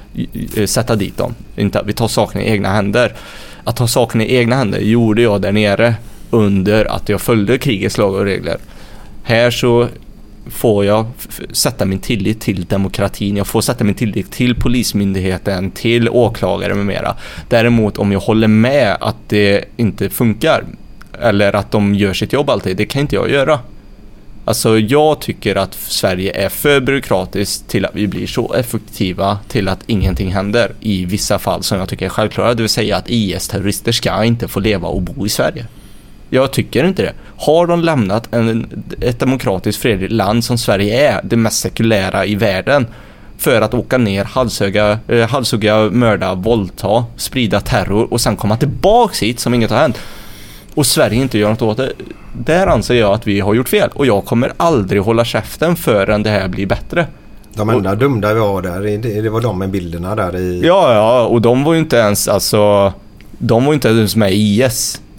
sätta dit dem. Inte att vi tar saken i egna händer. Att ta saken i egna händer gjorde jag där nere under att jag följde krigets lagar och regler. Här så får jag f- sätta min tillit till demokratin. Jag får sätta min tillit till polismyndigheten, till åklagare med mera. Däremot om jag håller med att det inte funkar eller att de gör sitt jobb alltid, det kan inte jag göra. Alltså jag tycker att Sverige är för byråkratiskt till att vi blir så effektiva till att ingenting händer i vissa fall som jag tycker är självklara. Det vill säga att I S-terrorister ska inte få leva och bo i Sverige. Jag tycker inte det. Har de lämnat en, ett demokratiskt fredligt land som Sverige är, det mest sekulära i världen, för att åka ner, halshugga, eh, halshugga, mörda, våldta, sprida terror och sen komma tillbaka hit som inget har hänt, och Sverige inte gör något åt det, där anser jag att vi har gjort fel. Och jag kommer aldrig hålla käften förrän det här blir bättre. De enda och, dumda vi var där, det, det var de med bilderna där i... Ja, ja, och de var ju inte ens, alltså, de var ju inte ens med i I S.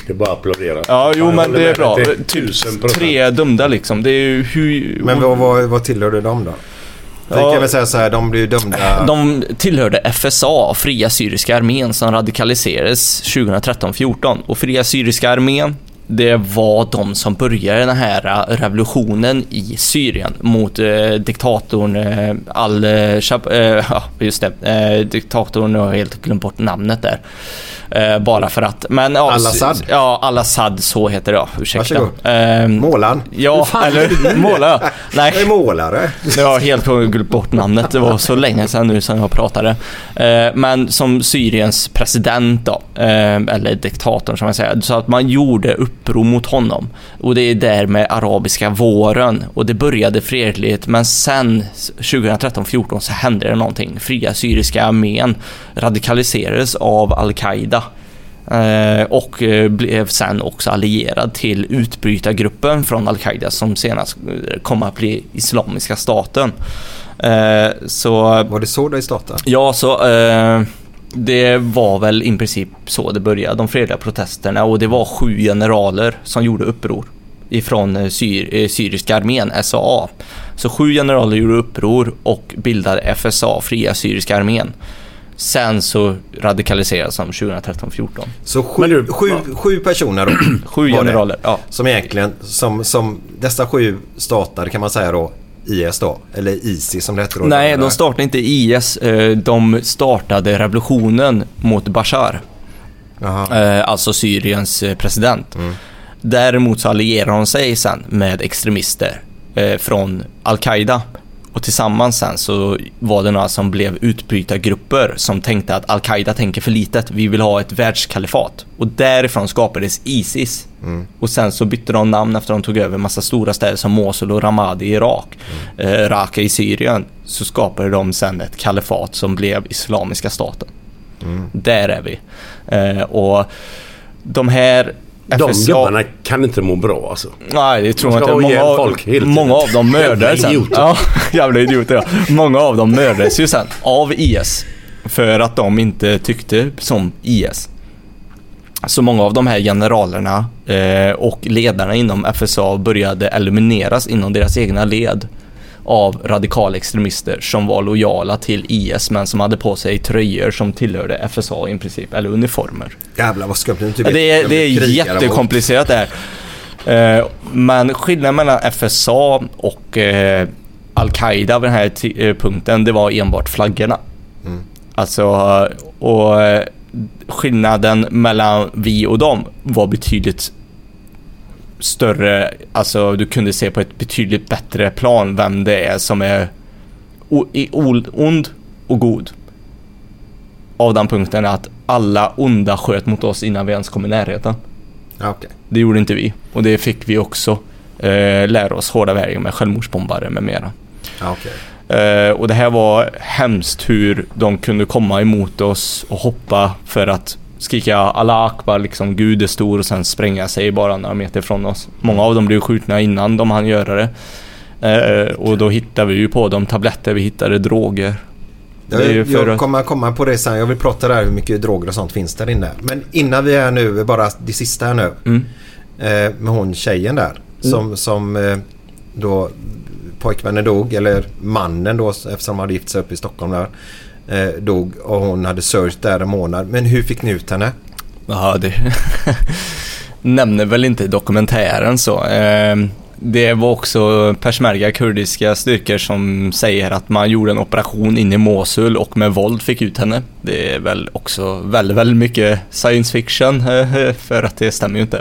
Det är bara att applådera. Ja, jo, men det är bra. Tusen Tre dömda liksom. Det är ju hur... Men vad, vad, vad tillhörde de då? Ja. Jag kan väl säga så här, de blev dömda... De tillhörde F S A, Fria Syriska Armén, som radikaliserades tjugohundratretton fjorton. Och Fria Syriska Armén, det var de som började den här revolutionen i Syrien mot eh, diktatorn eh, al-Shab... Eh, ja, just det. Eh, diktatorn, jag har helt glömt bort namnet där. Eh, bara för att... Men, ja, Al-Assad? Ja, Al-Assad, så heter det. Ja, ursäkta. Eh, Målan? Ja, eller måla. Nej. Jag är målare. Jag har helt glömt bort namnet. Det var så länge sedan nu som jag pratade. Eh, men som Syriens president då, eh, eller diktatorn som man säger, så att man gjorde uppror mot honom. Och det är där med arabiska våren. Och det började fredligt, men sen tjugohundratretton fjorton så hände det någonting. Fria Syriska Armén radikaliserades av Al-Qaida. Eh, och eh, blev sen också allierad till utbrytargruppen från Al-Qaida som senast kom att bli Islamiska staten. Eh, så, var det så det startade? Ja, så eh, det var väl i princip så det började, de fredliga protesterna, och det var sju generaler som gjorde uppror ifrån syr, syriska armén, S A A. Så sju generaler gjorde uppror och bildade F S A, Fria Syriska Armén. Sen så radikaliserades som tjugohundratretton fjorton. Så sju, du, sju, sju personer då, sju generaler, det, ja. Som egentligen, som, som dessa sju startade kan man säga då, I S då, eller ISIS som det heter då. Nej, de startade inte I S, de startade revolutionen mot Bashar. Aha. Alltså Syriens president. Mm. Däremot så allierade de sig sen med extremister från Al-Qaida. Och tillsammans sen så var det några som blev utbrytargrupper som tänkte att Al-Qaida tänker för litet. Vi vill ha ett världskalifat. Och därifrån skapades ISIS. Mm. Och sen så bytte de namn efter att de tog över massa stora städer som Mosul och Ramadi i Irak. Mm. Eh, Raqqa i Syrien. Så skapade de sen ett kalifat som blev Islamiska staten. Mm. Där är vi. Eh, och de här... De gubbarna kan inte må bra alltså. Nej, det tror jag inte. Många av, folk många av dem mördades sen. Idioter. Ja, jävla idioter. Ja. Många av dem mördades ju sen av I S för att de inte tyckte som I S. Så många av de här generalerna eh, och ledarna inom F S A började elimineras inom deras egna led av radikala extremister som var lojala till I S men som hade på sig tröjor som tillhörde F S A i princip, eller uniformer. Jävlar vad skumt. Det är, det är jättekomplicerat det här. Men skillnaden mellan F S A och Al-Qaida vid den här t- punkten, det var enbart flaggorna. Mm. Alltså, och skillnaden mellan vi och dem var betydligt större, alltså du kunde se på ett betydligt bättre plan vem det är som är o- o- ond och god. Av den punkten är att alla onda sköt mot oss innan vi ens kom i närheten. Okay. Det gjorde inte vi. Och det fick vi också eh, lära oss hårda vägar med självmordsbombare med mera. Okay. Eh, och det här var hemskt hur de kunde komma emot oss och hoppa för att skrika Allah Akbar, liksom Gud är stor, och sen spränga sig bara några meter från oss. Många av dem blev skjutna innan de hann göra det. Eh, och då hittade vi ju på de tabletter, vi hittade droger. Jag, jag kommer komma på det sen. Jag vill prata där hur mycket droger och sånt finns där inne. Men innan vi är nu, bara det sista här nu. Mm. Eh, med hon tjejen där. Mm. Som, som eh, då pojkvännen dog, eller mannen då, eftersom de hade gift sig upp i Stockholm där. Eh, dog, och hon hade sörjt där en månad. Men hur fick ni ut henne? Ja, det nämner väl inte i dokumentären så. Eh, det var också peshmerga kurdiska styrkor som säger att man gjorde en operation in i Mosul och med våld fick ut henne. Det är väl också väldigt, väldigt mycket science fiction, för att det stämmer ju inte.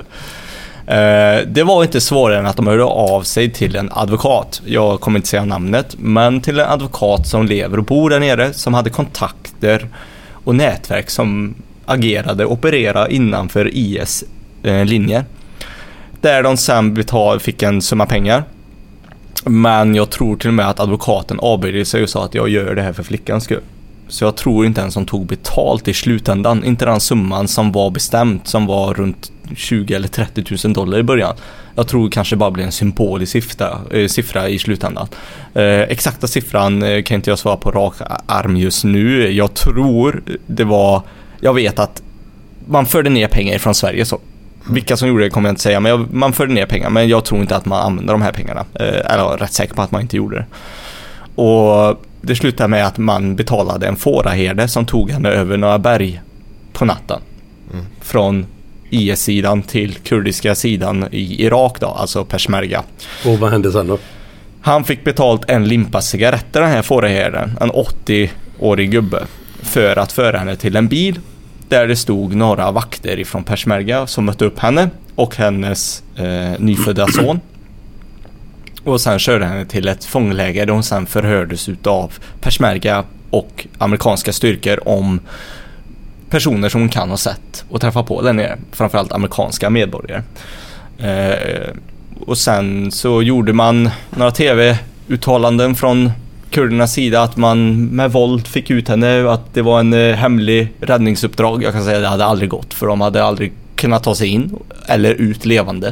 Det var inte svårare än att de hörde av sig till en advokat. Jag kommer inte säga namnet, men till en advokat som lever och bor där nere, som hade kontakter och nätverk som agerade och opererade innanför I S linjer. Där de sen betal, fick en summa pengar. Men jag tror till och med att advokaten avböjde sig och sa att jag gör det här för flickans skull. Så jag tror inte ens som tog betalt i slutändan. Inte den summan som var bestämt, som var runt tjugo eller trettio tusen dollar i början. Jag tror kanske bara blir en symbolisk siffra, äh, siffra i slutändan. Eh, exakta siffran eh, kan inte jag svara på rak arm just nu. Jag tror det var... Jag vet att man förde ner pengar från Sverige så. Vilka som gjorde det kommer jag inte säga, men jag, man förde ner pengar, men jag tror inte att man använde de här pengarna. Eh, eller jag är rätt säker på att man inte gjorde det. Och det slutade med att man betalade en fåraherde som tog henne över några berg på natten. Mm. Från I S-sidan till kurdiska sidan i Irak då, alltså Peshmerga. Och vad hände sen då? Han fick betalt en limpa cigaretter, den här fåraherden, en åttio-årig gubbe, för att föra henne till en bil där det stod några vakter ifrån Peshmerga som mötte upp henne och hennes eh, nyfödda son. Och sen körde henne till ett fångläger där hon sen förhördes utav Peshmerga och amerikanska styrkor om personer som hon kan ha sett och träffa på där nere, framförallt amerikanska medborgare. Eh, och sen så gjorde man några tv-uttalanden från kurdernas sida att man med våld fick ut henne, att det var en eh, hemlig räddningsuppdrag. Jag kan säga att det hade aldrig gått, för de hade aldrig kunnat ta sig in eller ut levande.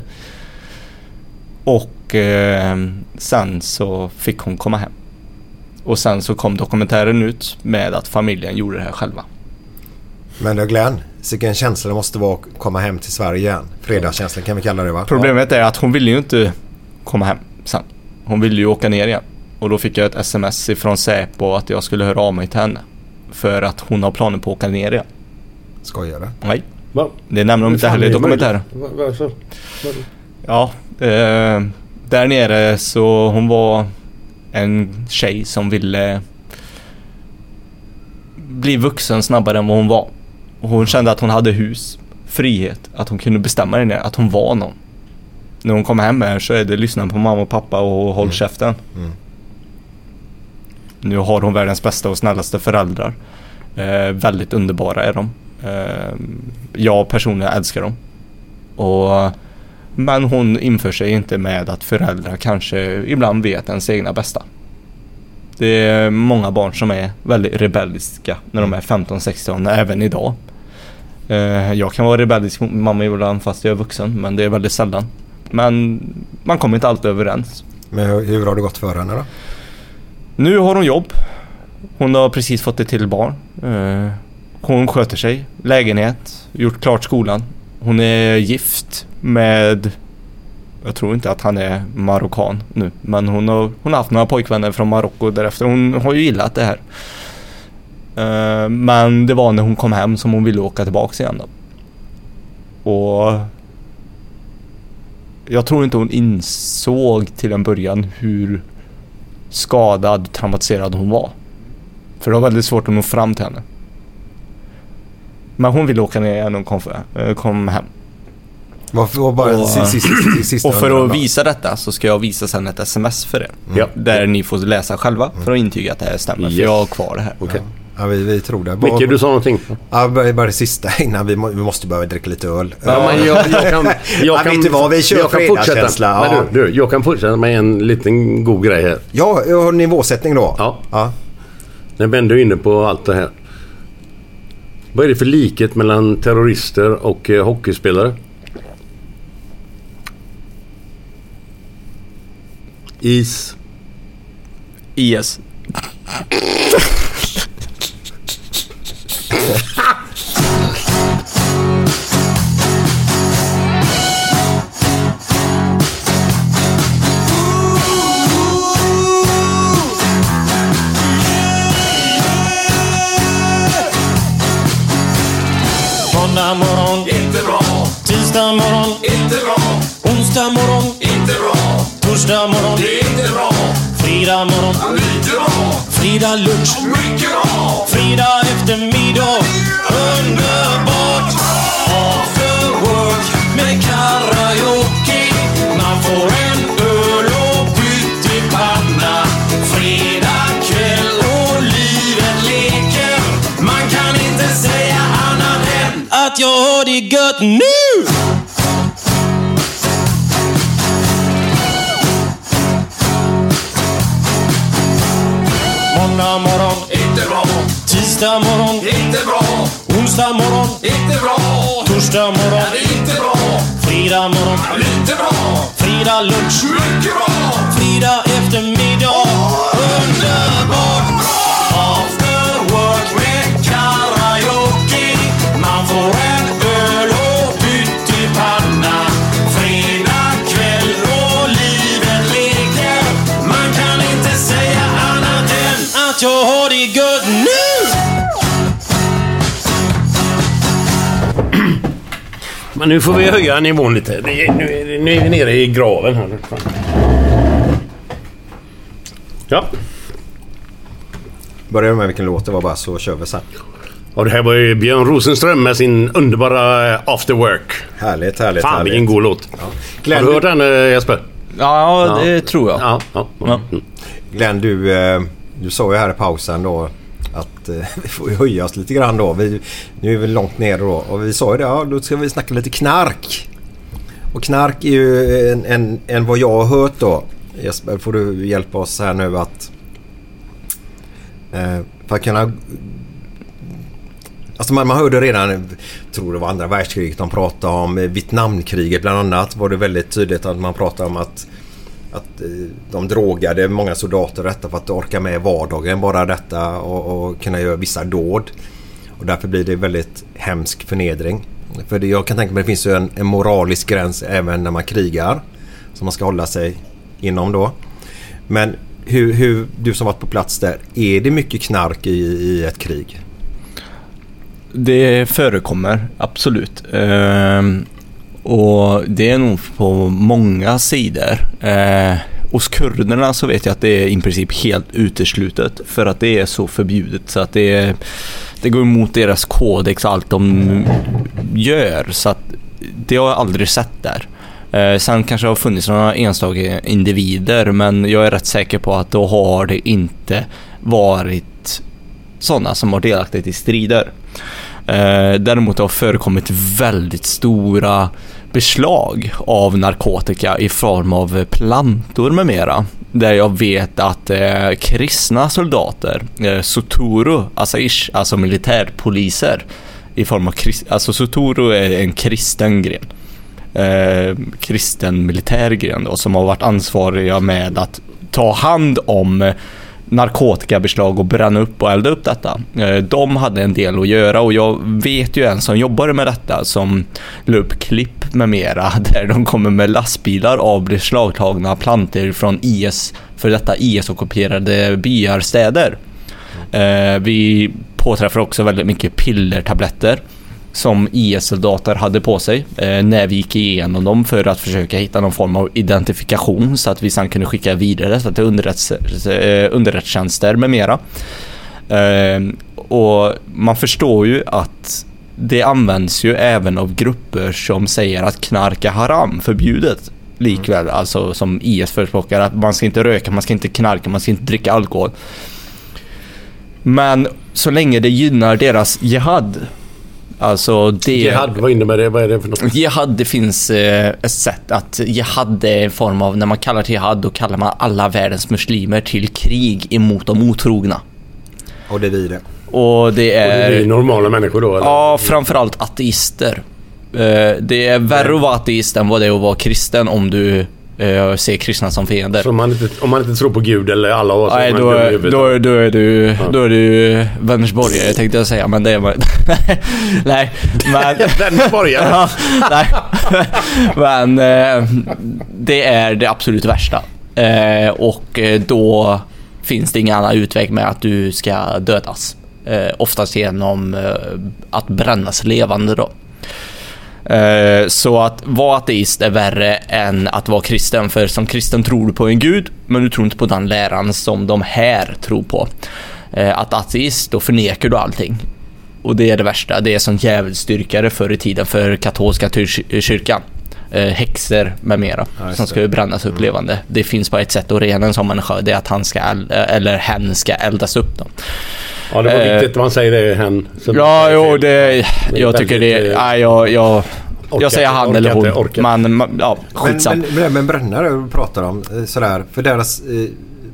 Och eh, sen så fick hon komma hem. Och sen så kom dokumentären ut med att familjen gjorde det här själva. Men då Glenn, vilken känsla det måste vara att komma hem till Sverige igen. Fredagskänslan kan vi kalla det, va? Problemet är att hon ville ju inte komma hem sen. Hon ville ju åka ner igen. Och då fick jag ett sms ifrån Säpo att jag skulle höra av mig till henne. För att hon har planer på att åka ner igen. Skojar du? Nej. Va? Det nämner de inte heller i dokumentären. Varför? Ja, eh, där nere så hon var en tjej som ville bli vuxen snabbare än vad hon var. Och hon kände att hon hade hus, frihet, att hon kunde bestämma det ner, att hon var någon. När hon kom hem här så är det lyssna på mamma och pappa och håll käften. Mm. Nu har hon världens bästa och snällaste föräldrar. Eh, väldigt underbara är de. Eh, jag personligen älskar dem. Och, men hon inför sig inte med att föräldrar kanske ibland vet ens egna bästa. Det är många barn som är väldigt rebelliska när de är femton sexton, även idag. Eh, jag kan vara rebellisk mot mamma ibland fast jag är vuxen, men det är väldigt sällan. Men man kommer inte alltid överens. Men hur, hur har det gått för henne då? Nu har hon jobb. Hon har precis fått ett till barn. Eh, hon sköter sig. Lägenhet. Gjort klart skolan. Hon är gift med... Jag tror inte att han är marockan nu. Men hon har, hon har haft några pojkvänner från Marocko därefter. Hon har ju gillat det här. Eh, men det var när hon kom hem som hon ville åka tillbaka igen då. Och... Jag tror inte hon insåg till en början hur skadad, traumatiserad hon var. För det var väldigt svårt att nå fram till henne. Men hon ville åka ner igen och kom, för, kom hem. Varför bara och, sista, sista, sista och för att visa detta så ska jag visa sen ett sms för er. Mm. Där ni får läsa själva för att intyga att det här stämmer. Yes. För jag har kvar det här. Okay. Ja, vi, vi tror det. Micke, du sa någonting. Ja, bara, bara det sista innan vi, må, vi måste börja dricka lite öl. Ja, men jag, jag kan, jag ja, kan, vet du vad, vi kör jag kan fortsätta. Ja. Men du, du, jag kan fortsätta med en liten god grej här. Ja, jag har nivåsättning då. Ja. Ja. När Ben är inne på allt det här. Vad är det för likhet mellan terrorister och eh, hockeyspelare? Is. I S. Måndag morgon, inte bra. Tisdag morgon, inte bra. Onsdag morgon, inte bra. Torsdag morgon, det är inte bra. Fredag morgon, lite bra. Fredag lunch, mycket bra. Fredag eftermiddag, underbart. After work med karaoke. Man får en öl och pyttipanna. Fredag kväll och livet leker. Man kan inte säga annat än att jag har det gött nu. Måndag morgon, inte bra. Tisdag morgon, inte bra. Onsdag morgon, inte bra. Torsdag morgon, inte bra. Fredag morgon, lite bra. Fredag lunch, mycket bra. Fredag eftermiddag, underbart bra. After work med karaoke. Man får en öl och pyttipanna. Men nu får vi höja nivån lite. Det, nu, nu är vi nere i graven här. Ja. Börjar med vilken låt det var bara så kör vi sen. Och det här var ju Björn Rosenström med sin underbara After Work. Härligt, härligt, Fan, härligt. vilken god låt. Ja. Glenn, har du hört den, Jesper? Ja, ja, det ja. tror jag. Ja, ja, ja. Ja. Glenn, du, du sa ju här i pausen då att eh, vi får ju höja oss lite grann då. Vi, nu är vi långt ner då. Och vi sa ju det, ja, då ska vi snacka lite knark. Och knark är ju en, en, en vad jag har hört då. Jesper, får du hjälpa oss här nu att eh, för att kunna... Alltså man, man hörde redan, jag tror det var andra världskriget, de pratade om Vietnamkriget bland annat. Var det väldigt tydligt att man pratade om att, att de drogade många soldater detta för att orka med vardagen, bara detta och, och kunna göra vissa dåd. Och därför blir det väldigt hemsk förnedring. För det, jag kan tänka mig att det finns ju en, en moralisk gräns även när man krigar som man ska hålla sig inom då. Men hur, hur du som varit på plats där, är det mycket knark i, i ett krig? Det förekommer, absolut. Ehm, och det är nog på många sidor. Ehm, hos kurderna så vet jag att det är i princip helt uteslutet för att det är så förbjudet så att det, är, det går emot deras kodex allt de gör, så att det har jag aldrig sett där. Ehm, sen kanske det har funnits några enstaka individer, men jag är rätt säker på att då har det inte varit sådana som har delaktigt i strider. Eh, däremot har förekommit väldigt stora beslag av narkotika i form av plantor med mera. Där jag vet att eh, kristna soldater, eh, Soturu, alltså, ish, alltså militärpoliser i form av krist, alltså Soturu är en kristen gren. Eh, kristen militärgren då, som har varit ansvariga med att ta hand om narkotikabeslag och bränna upp och elda upp detta. De hade en del att göra och jag vet ju en som jobbar med detta som la upp klipp med mera där de kommer med lastbilar av beslagtagna plantor från I S, för detta I S-ockuperade byar, städer. Vi påträffar också väldigt mycket pillertabletter som I S-soldater hade på sig eh, när vi gick igenom dem för att försöka hitta någon form av identifikation så att vi sedan kunde skicka vidare så att det underrätts, eh, underrättstjänster med mera. Eh, och man förstår ju att det används ju även av grupper som säger att knark är haram, förbjudet. Likväl, alltså som I S-förespråkar att man ska inte röka, man ska inte knarka, man ska inte dricka alkohol. Men så länge det gynnar deras jihad. Alltså det, jihad, vad innebär det? Vad är det för något? Jihad, det finns eh, ett sätt att jihad är en form av, när man kallar till jihad, då kallar man alla världens muslimer till krig emot de otrogna. Och det är vi det. Och det är, och det är normala människor då? Eller? Ja, framförallt ateister. Eh, det är värre att vara ateist än vad det är att vara kristen om du Uh, se kristna som fiender. Så om man inte, om man inte tror på Gud eller alla år, nej, då, är, då, då är du ja. då är du Vänersborgare, tänkte jag säga, men det är man nej, men Vänersborgare. Ja, nej. Men uh, det är det absolut värsta. Uh, och uh, då finns det ingen annan utväg med att du ska dödas. Uh, oftast genom uh, att brännas levande då. Uh, så att vara ateist är värre än att vara kristen, för som kristen tror du på en gud, men du tror inte på den läran som de här tror på. Uh, att ateist, då förnekar du allting. Och det är det värsta. Det är som djävulsdyrkare förr i tiden för katolska tyr- kyrkan. Uh, häxor med mera ja, som ska ju brännas upp levande. Det finns bara ett sätt att rena en sån människa, det är att han ska el- eller hen ska eldas upp då. Ja, det var viktigt att man säger det, hen. Ja, jo, det, jag tycker det, nej, jag, jag, jag säger han eller hon. Man, man, ja, skitsam. Men, men, men brännare pratar om sådär, för deras eh,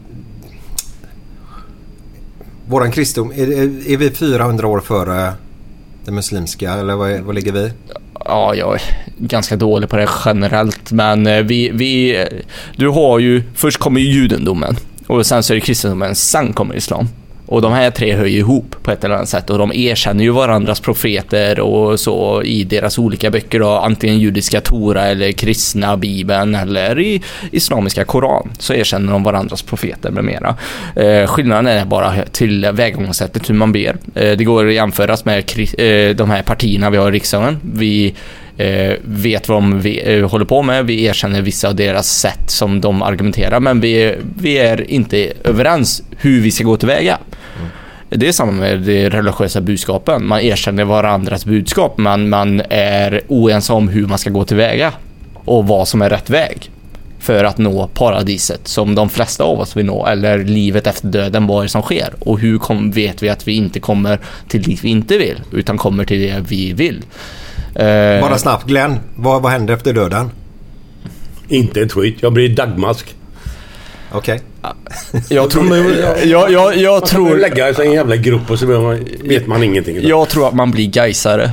våran kristendom, är, är vi fyrahundra år före det muslimska, eller vad, vad ligger vi? Ja, jag är ganska dålig på det generellt, men vi, vi du har ju, först kommer ju judendomen och sen så är det kristendomen, sen kommer islam. Och de här tre hör ju ihop på ett eller annat sätt, och de erkänner ju varandras profeter och så i deras olika böcker då, antingen judiska Tora eller kristna Bibeln eller i islamiska Koran, så erkänner de varandras profeter med mera. Eh, skillnaden är bara till vägångssättet hur man ber. Eh, det går att jämföras med kri- eh, de här partierna vi har i riksdagen. Vi eh, vet vad de vi, eh, håller på med. Vi erkänner vissa av deras sätt som de argumenterar, men vi, vi är inte överens hur vi ska gå tillväga. Mm. Det är samma med de religiösa budskapen. Man erkänner varandras budskap, men man är oense om hur man ska gå tillväga och vad som är rätt väg för att nå paradiset som de flesta av oss vill nå, eller livet efter döden, vad är det som sker och hur kom, vet vi att vi inte kommer till dit vi inte vill utan kommer till det vi vill. eh, Bara snabbt, Glenn, vad, vad händer efter döden? Inte ett skit, jag blir dagmask. Okej. Okay. Jag tror jag, jag, jag, jag tror man lägga sig i en jävla grupp och så vet man ingenting. Jag tror att man blir gaisare.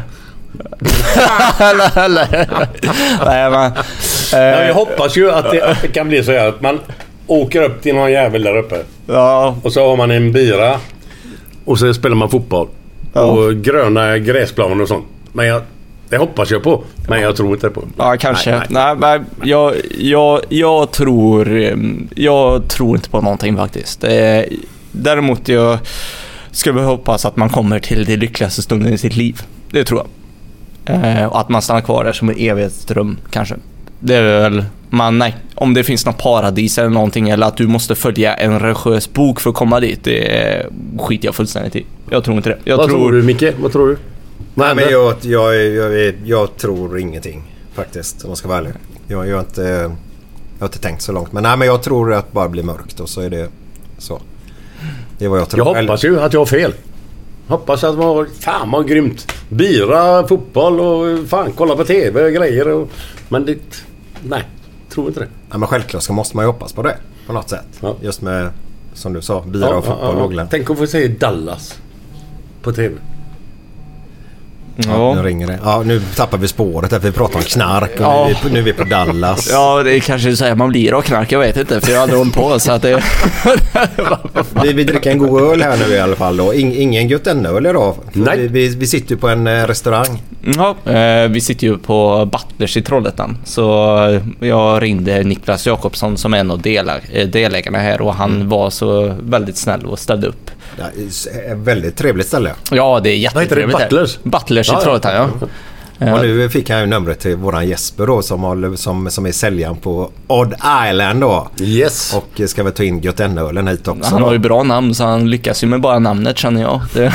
eller, eller. Nej, men, eh. Jag hoppas ju att det, att det kan bli så här att man åker upp till någon jävel där uppe. Ja. Och så har man en bira och så spelar man fotboll. Ja. Och gröna gräsplaner och sånt. Men jag, det hoppas jag på, men jag tror inte på. Ja, kanske. Nej, nej. nej men jag, jag, jag tror jag tror inte på någonting faktiskt. Eh, däremot jag skulle hoppas att man kommer till det lyckligaste stunden i sitt liv. Det tror jag. Eh, och att man stannar kvar där som en evighetsdröm kanske. Det är väl man, nej, om det finns något paradis eller någonting, eller att du måste följa en religiös bok för att komma dit, det skiter jag fullständigt i. Jag tror inte det. Jag Vad tror... tror du, Micke? Vad tror du? Nej, men jag, jag, jag, jag, jag tror ingenting faktiskt, om man ska vara ärlig. Jag, jag, har inte, jag har inte tänkt så långt. Men nej, men jag tror att det bara blir mörkt och så är det så. Det är vad jag tror. Jag hoppas ju att jag har fel. Hoppas att det var fan vad grymt. Bira, fotboll och fan kolla på tv och grejer. Och, men det, nej, tror inte det. Ja, men självklart så måste man ju hoppas på det på något sätt. Ja. Just med, som du sa, bira ja, och fotboll. Ja, och ja. Tänk att få se Dallas på tv. Ja, ja. Nu ringer det. Ja, nu tappar vi spåret där, för vi pratar om knark och ja. nu, är vi på, nu är vi på Dallas. Ja, det är kanske så här man blir av knark, jag vet inte, för jag hade hållit på så att det... vi, vi dricker en god öl här nu i alla fall då. In, ingen gött än öl idag. Nej. Vi, vi, vi sitter ju på en eh, restaurang. Ja, eh, vi sitter ju på Butlers i Trollhättan. Så jag ringde Niklas Jakobsson som är en av deläg- delägarna här, och han mm. var så väldigt snäll och ställde upp. Ja, väldigt trevligt ställe. Ja, det är jättetrevligt. Vad heter det? Butlers? Butlers i ja, Trollhättan, ja. ja. Och nu fick han ju numret till våran Jesper då, som, har, som, som är säljaren på Odd Island då. Yes. Och ska väl ta in Götennölen hit också. Han har ju bra namn, så han lyckas ju med bara namnet, känner jag. Det...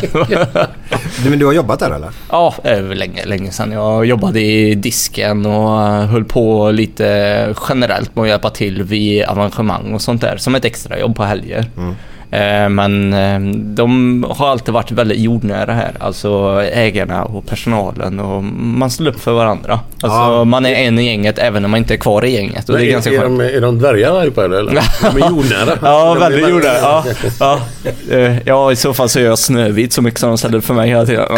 du, men du har jobbat där eller? Ja, länge, länge sedan. Jag jobbade i disken och höll på lite generellt med att hjälpa till vid arrangemang och sånt där, som ett extra jobb på helger. Mm. Men de har alltid varit väldigt jordnära här, alltså ägarna och personalen, och man står upp för varandra. Alltså ja. Man är en i gänget även om man inte är kvar i gänget, och det är, är ganska är de, är de dvärgar här uppe eller? De är jordnära. Ja, de väldigt jordnära. Ja, ja. Ja, i så fall så är jag Snövit så mycket som de ställer upp för mig hela tiden.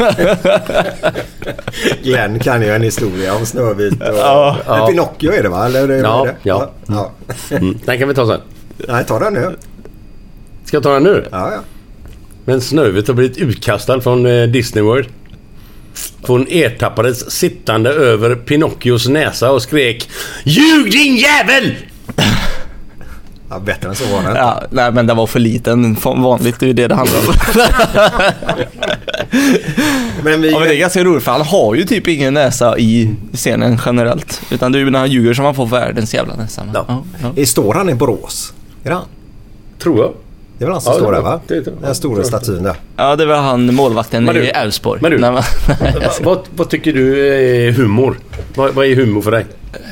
Glenn kan ju en historia om Snövit och ja. Ja. Pinocchio är det va? Eller är det, ja, det? ja. ja. Mm. Den kan vi ta sen. Nej, ta den nu. Ska jag ta den nu? Ja, ja. Men Snövit har blivit utkastad från eh, Disney World. Hon ertappades sittande över Pinocchios näsa och skrek: "Ljug din jävel!" Ja, bättre än så var det. Ja, nej, men det var för liten. Vanligt, det är det det handlar om. men, vi... ja, men det är ganska roligt, för han har ju typ ingen näsa i scenen generellt. Utan det är ju när han ljuger som han får världens jävla näsa. Ja. Ja, ja. Står han i Borås? Är han? Tror jag. Det är väl han som ja, står där va? Det, det, den stora statyn där. Ja, det var han, målvakten du, i Älvsborg. Men du, Nej, men... vad, vad tycker du är humor? Vad, vad är humor för dig?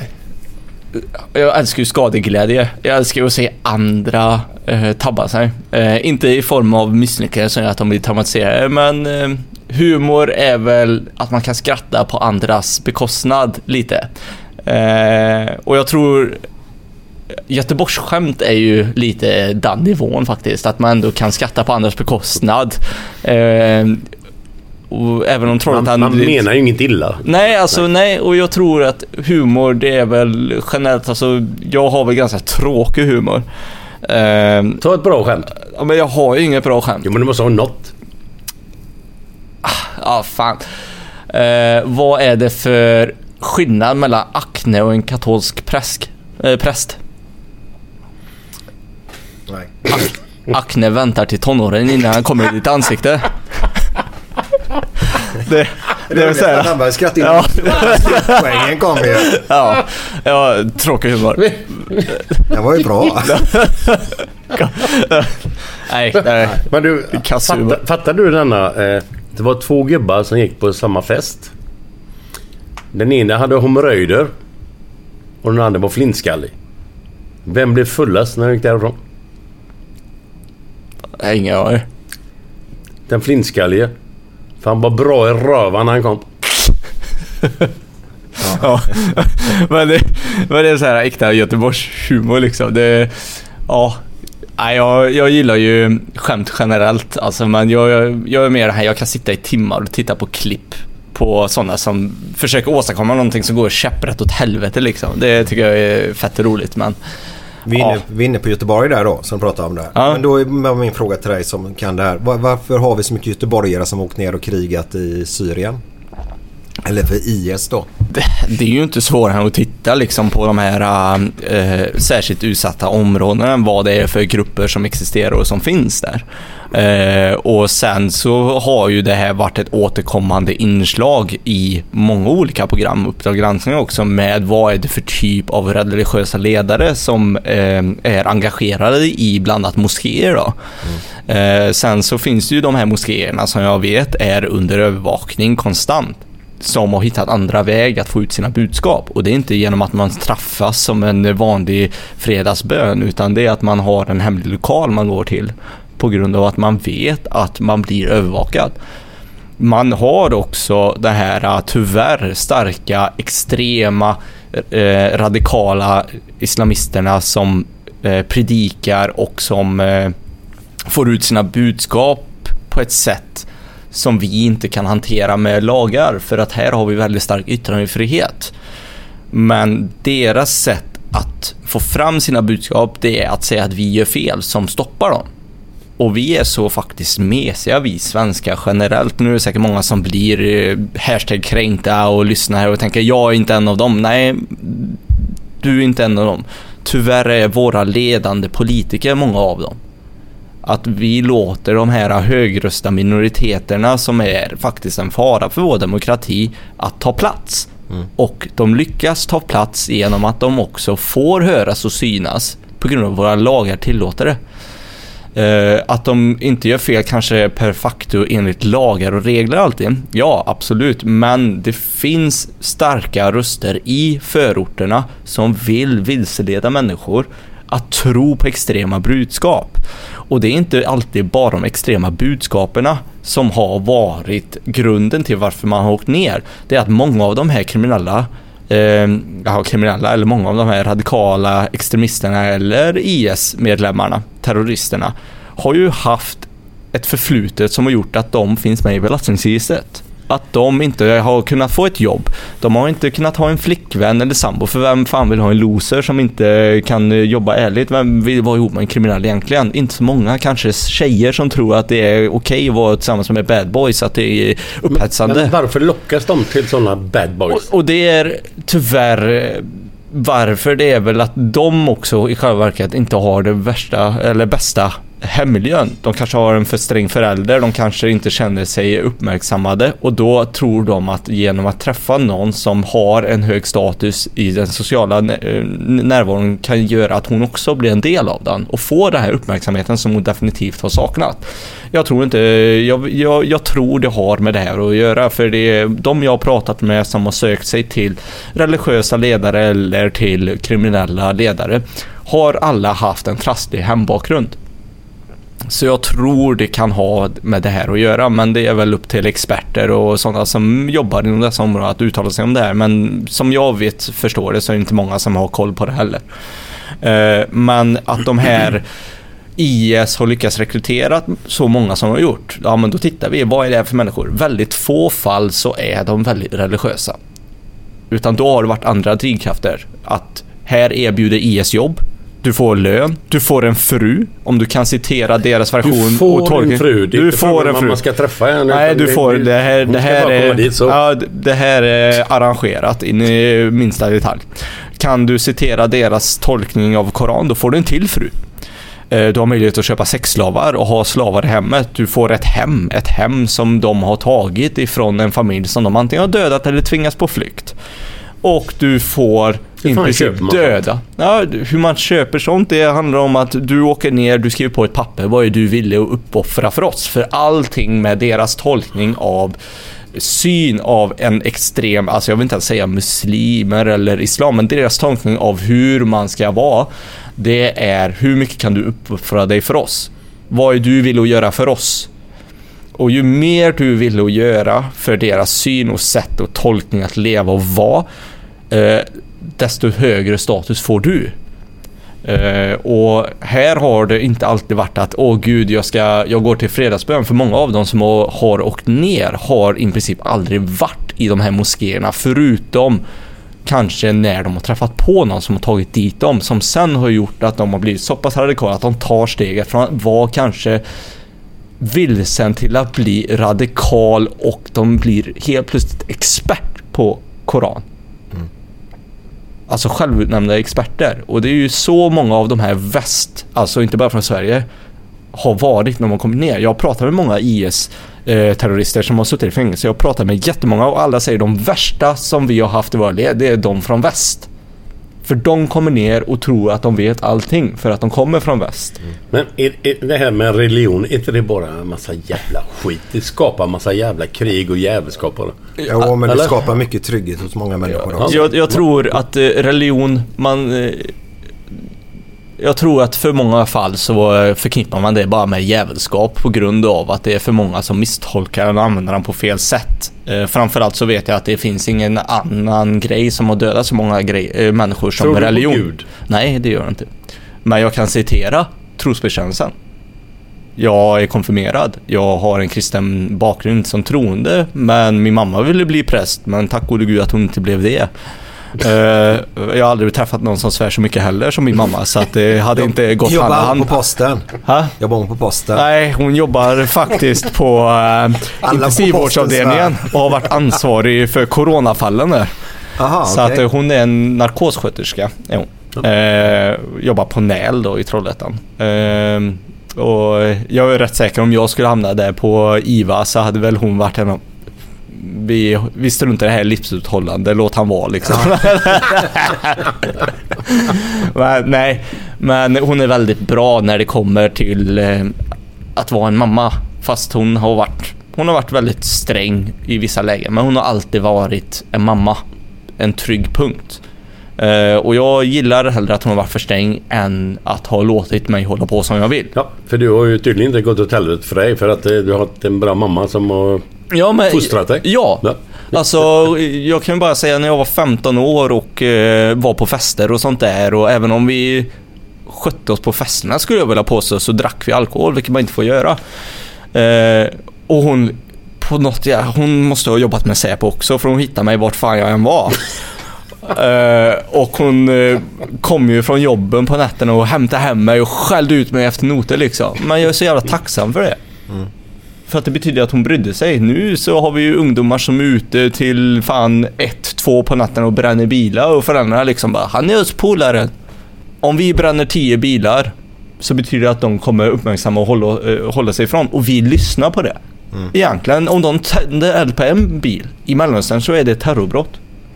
Jag älskar ju skadeglädje. Jag älskar att se andra eh, tabba sig. Eh, inte i form av misslyckande som gör att de blir traumatiserade, men eh, humor är väl att man kan skratta på andras bekostnad lite. Eh, och jag tror Göteborgsskämt är ju lite den nivån faktiskt, att man ändå kan skratta på andras bekostnad. Eh, och även om man, man menar ju inget illa. Nej, alltså nej. nej, och jag tror att humor, det är väl generellt, alltså jag har väl ganska tråkig humor. Eh, Ta ett bra skämt. Ja, men jag har ju inget bra skämt. Jo, men du måste ha något. Ja, ah, fan. Eh, vad är det för skillnad mellan akne och en katolsk präsk, eh, präst? Nej. Ak- akne väntar till tonåren innan han kommer i ditt ansikte. Det, Det är så här. Han bara skrattar in. Ja. Poängen kom ju. Ja, ja, tråkig humor. Det var ju bra. nej, nej. Men du, fattar, fattar du denna? Eh, det var två gubbar som gick på samma fest. Den ena hade hemorrojder och den andra var flintskallig. Vem blev fullast när han gick därifrån? Nej, ingen aning. Den flintskallige. För han var bra i rövan när han kom. Ja. men, det, men det är så här äkta Göteborgs humor liksom. Det, ja. Nej, jag, jag gillar ju skämt generellt. Alltså, men jag, jag, jag är mer här. Jag kan sitta i timmar och titta på klipp på sådana som försöker åstadkomma någonting som går käpprätt åt helvete liksom. Det tycker jag är fett roligt, men vi är, inne, ja. vi är inne på Göteborg där då, som pratar om det. Ja. Men då är min fråga till dig som kan det här. Var, varför har vi så mycket göteborgare som åkt ner och krigat i Syrien? Eller för I S då? Det, det är ju inte svårare att titta liksom på de här äh, särskilt utsatta områdena, vad det är för grupper som existerar och som finns där. Eh, och sen så har ju det här varit ett återkommande inslag i många olika program, Uppdrag granskning också, med vad är det för typ av religiösa ledare som eh, är engagerade i bland annat moskéer då. Mm. Eh, sen så finns det ju de här moskéerna som jag vet är under övervakning konstant, som har hittat andra väg att få ut sina budskap. Och det är inte genom att man straffas som en vanlig fredagsbön, utan det är att man har en hemlig lokal man går till på grund av att man vet att man blir övervakad. Man har också det här tyvärr starka, extrema, eh, radikala islamisterna som eh, predikar och som eh, får ut sina budskap på ett sätt som vi inte kan hantera med lagar, för att här har vi väldigt stark yttrandefrihet. Men deras sätt att få fram sina budskap, det är att säga att vi gör fel som stoppar dem. Och vi är så faktiskt mesiga, vi svenskar generellt. Nu är det säkert många som blir hashtag kränkta och lyssnar här och tänker jag är inte en av dem. Nej, du är inte en av dem. Tyvärr är våra ledande politiker många av dem. Att vi låter de här högrösta minoriteterna som är faktiskt en fara för vår demokrati att ta plats. Mm. Och de lyckas ta plats genom att de också får höras och synas på grund av våra lagar tillåter det. Uh, att de inte gör fel kanske per facto enligt lagar och regler alltid. Ja, absolut. Men det finns starka röster i förorterna som vill vilseleda människor att tro på extrema budskap. Och det är inte alltid bara de extrema budskaperna som har varit grunden till varför man har åkt ner. Det är att många av de här kriminella eh, ja, kriminella eller många av de här radikala extremisterna eller I S-medlemmarna, terroristerna, har ju haft ett förflutet som har gjort att de finns med i belastningsregistret. Att de inte har kunnat få ett jobb. De har inte kunnat ha en flickvän eller sambo. För vem fan vill ha en loser som inte kan jobba ärligt? Vem vill vara ihop med en kriminell egentligen? Inte så många, kanske tjejer som tror att det är okej att vara tillsammans med bad boys, att det är upphetsande. Men, men varför lockas de till sådana bad boys? Och, och det är tyvärr varför det är väl att de också i själva verket inte har det värsta eller bästa hemmiljön. De kanske har en för sträng förälder, de kanske inte känner sig uppmärksammade, och då tror de att genom att träffa någon som har en hög status i den sociala närvaron kan göra att hon också blir en del av den och får den här uppmärksamheten som hon definitivt har saknat. Jag tror inte, jag, jag, jag tror det har med det här att göra, för det är de jag har pratat med som har sökt sig till religiösa ledare eller till kriminella ledare har alla haft en trasslig hembakgrund. Så jag tror det kan ha med det här att göra, men det är väl upp till experter och sådana som jobbar inom dessa områden att uttala sig om det här. Men som jag vet, förstår det, så är det inte många som har koll på det heller. Eh, men att de här I S har lyckats rekrytera så många som de har gjort, ja men då tittar vi, vad är det här för människor? Väldigt få fall så är de väldigt religiösa. Utan då har det varit andra drivkrafter. Att här erbjuder I S jobb, du får lön, du får en fru, om du kan citera deras version. Du får och tolka. en fru, det är du inte får en fru. Man ska träffa henne. Nej, du får, det här, det här är, dit, ja, det här är arrangerat in i minsta detalj. Kan du citera deras tolkning av Koran, då får du en till fru. Du har möjlighet att köpa sexslavar och ha slavar i hemmet. Du får ett hem, ett hem som de har tagit ifrån en familj som de antingen har dödat eller tvingats på flykt. Och du får i princip döda. Ja, hur man köper sånt, det handlar om att du åker ner, du skriver på ett papper vad är du villig att uppoffra för oss. För allting med deras tolkning av syn av en extrem, alltså jag vill inte ens säga muslimer eller islam, men deras tolkning av hur man ska vara, det är hur mycket kan du uppoffra dig för oss? Vad är du villig att göra för oss? Och ju mer du vill att göra för deras syn och sätt och tolkning att leva och vara, eh, desto högre status får du. Eh, och här har det inte alltid varit att åh gud, jag, ska, jag går till fredagsbön. För många av dem som har åkt ner har i princip aldrig varit i de här moskéerna, förutom kanske när de har träffat på någon som har tagit dit dem, som sen har gjort att de har blivit så pass radikala att de tar steget från att vara kanske vilsen till att bli radikal, och de blir helt plötsligt expert på Koran. Mm. Alltså självutnämnda experter. Och det är ju så många av de här väst, alltså inte bara från Sverige, har varit när man kommer ner. Jag pratar med många I S-terrorister som har suttit i fängelse. Jag pratar med jättemånga och alla säger de värsta som vi har haft i vår led, det är de från väst. För de kommer ner och tror att de vet allting för att de kommer från väst. Mm. Men är, är det här med religion, är inte det bara en massa jävla skit? Det skapar en massa jävla krig och jävelskap. Ja, men det Eller? skapar mycket trygghet hos många människor. Ja. Jag, jag tror att eh, religion, man... Eh, jag tror att för många fall så förknippar man det bara med jävelskap på grund av att det är för många som misstolkar och använder den på fel sätt. Eh, framförallt så vet jag att det finns ingen annan grej som har dödat så många grej, eh, människor som tror religion. Du på Gud? Nej, det gör jag inte. Men jag kan citera trosbekännelsen. Jag är konfirmerad. Jag har en kristen bakgrund som troende, men min mamma ville bli präst, men tack gode Gud att hon inte blev det. Uh, jag har aldrig träffat någon som svär så mycket heller som min mamma, så att det hade inte gått hand i hand. Jobbar hon på posten? Ha? Jobbar hon på posten? Nej, hon jobbar faktiskt på uh, intensivvårdsavdelningen och har varit ansvarig för coronafallen där. Aha, så okay. att uh, hon är en narkossköterska. Jo. Uh, jobbar på Näl då i Trollhättan. Uh, och jag är rätt säker, om jag skulle hamna där på I V A så hade väl hon varit en av Vi visste inte det här livsuthållande, låt han vara liksom. men, nej, men hon är väldigt bra när det kommer till eh, att vara en mamma, fast hon har varit hon har varit väldigt sträng i vissa lägen, men hon har alltid varit en mamma, en trygg punkt. Uh, och jag gillar hellre att hon har varit för sträng än att ha låtit mig hålla på som jag vill. Ja, för du har ju tydligen inte gått åt helvete för dig, för att uh, du har haft en bra mamma som har ja, men, fostrat dig. Ja, ja. Alltså jag kan bara säga när jag var femton år och uh, var på fester och sånt där, och även om vi skötte oss på festerna skulle jag vilja påstå, så drack vi alkohol, vilket man inte får göra. Uh, och hon på något, ja, hon måste ha jobbat med Säpo också, för hon hittade mig vart fan jag än var. Uh, och hon uh, kom ju från jobben på natten och hämtade hem mig och skällde ut mig efter noter liksom. Men jag är så jävla tacksam för det. Mm. För att det betyder att hon brydde sig. Nu så har vi ju ungdomar som är ute till fan ett, två på natten och bränner bilar, och föräldrarna liksom bara, han är oss polaren. Om vi bränner tio bilar så betyder det att de kommer uppmärksamma och hålla, uh, hålla sig ifrån, och vi lyssnar på det. Mm. Egentligen om de tänder eld på en bil i Mellanöstern så är det terrorbrott.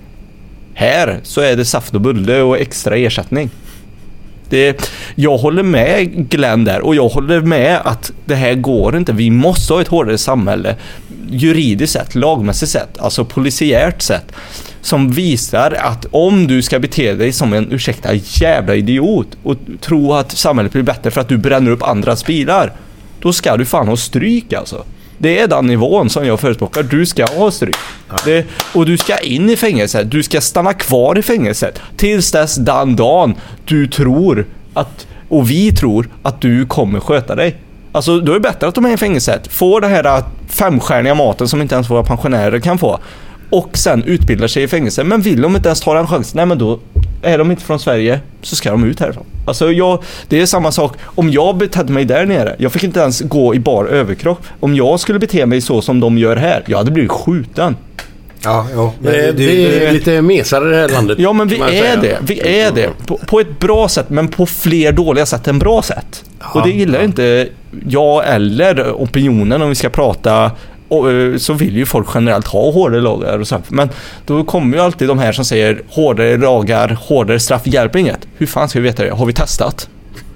Här så är det saft och bulle och extra ersättning. Det, jag håller med Glenn där, och jag håller med att det här går inte. Vi måste ha ett hårdare samhälle, juridiskt sett, lagmässigt sett, alltså polisiärt sett, som visar att om du ska bete dig som en, ursäkta, jävla idiot och tro att samhället blir bättre för att du bränner upp andras bilar, då ska du fan ha stryk alltså. Det är den nivån som jag förespråkar. Du ska ha stryk. Det, och du ska in i fängelset. Du ska stanna kvar i fängelset tills dess den dagen du tror att, och vi tror att du kommer sköta dig. Alltså då är det bättre att de är i fängelset, får det här femstjärniga maten som inte ens våra pensionärer kan få, och sen utbildar sig i fängelse. Men vill de inte ens ta den chansen, nej men då är de inte från Sverige, så ska de ut härifrån. Alltså jag, det är samma sak om jag betedde mig där nere. Jag fick inte ens gå i bar överkropp. Om jag skulle bete mig så som de gör här, jag hade blivit skjuten. Ja, ja. Men det, det, det är lite mesare i det här landet. Ja, men vi är det. Vi är det. På, på ett bra sätt, men på fler dåliga sätt än bra sätt. Ja, och det gillar ja. inte jag eller opinionen om vi ska prata. Och, så vill ju folk generellt ha hårdare lagar och så. Men då kommer ju alltid de här som säger hårdare lagar, hårdare straff hjälper inget. Hur fan ska vi veta det? Har vi testat?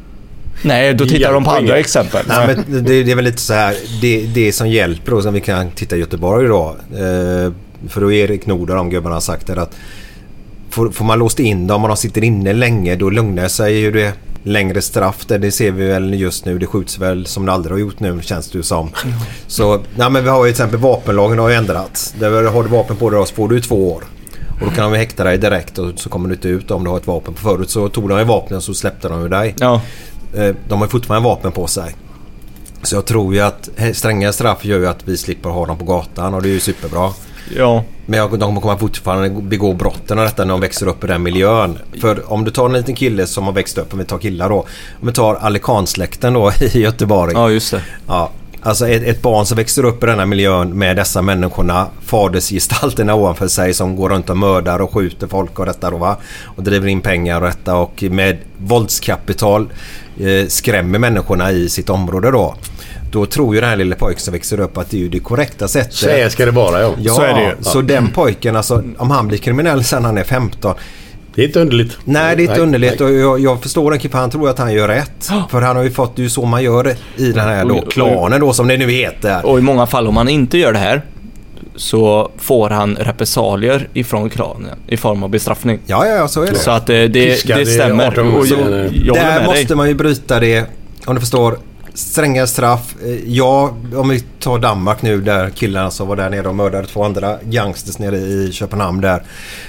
Nej, då tittar de på andra inget. exempel. Nej, men det, det är väl lite så här, det, det som hjälper då, som vi kan titta i Göteborg då, eh, för då Erik Nord och de gubbarna har sagt det, att får, får man låst in dem och de sitter inne länge, då lugnar sig ju det. Längre straff, där det ser vi väl just nu, det skjuts väl som det aldrig har gjort nu, känns det ju som. Mm. Så, ja, men vi har ju till exempel vapenlagen har ju ändrats. Där har du vapen på dig så får du två år. Och då kan de häkta dig direkt och så kommer du inte ut om du har ett vapen på. Förut så tog de ju vapnen så släppte de ju dig. Ja. De har fortfarande vapen på sig. Så jag tror ju att stränga straff gör ju att vi slipper ha dem på gatan och det är ju superbra. Ja. Men de kommer fortfarande begå brotten och detta när de växer upp i den miljön. För om du tar en liten kille som har växt upp, om vi tar killar då, om vi tar Alikansläkten då i Göteborg. Ja, just det. Ja, alltså ett, ett barn som växer upp i den här miljön med dessa människorna, fadersgestalterna ovanför sig som går runt och mördar och skjuter folk och detta då, va? Och driver in pengar och detta och med våldskapital eh, skrämmer människorna i sitt område då. Då tror ju den här lilla pojken som växer upp att det är ju det korrekta sättet. Så är ska det vara, ja. Ja, så är det ju. Så den pojken, alltså, om han blir kriminell sen han är femton. Det är inte underligt. Nej, det är inte nej, underligt. Nej. Och jag, jag förstår den, för han tror att han gör rätt. För han har ju fått, det är ju så man gör i den här då, klanen då, som det nu heter. Och i många fall, om man inte gör det här, så får han repressalier ifrån klanen i form av bestraffning. Ja, ja, så är det. Så att det, det, det stämmer. Och jag, jag där måste dig. man ju bryta det, om du förstår. Strängare straff. Ja, om vi tar Danmark nu, där killarna som var där nere och mördade två andra gangsters nere i Köpenhamn där.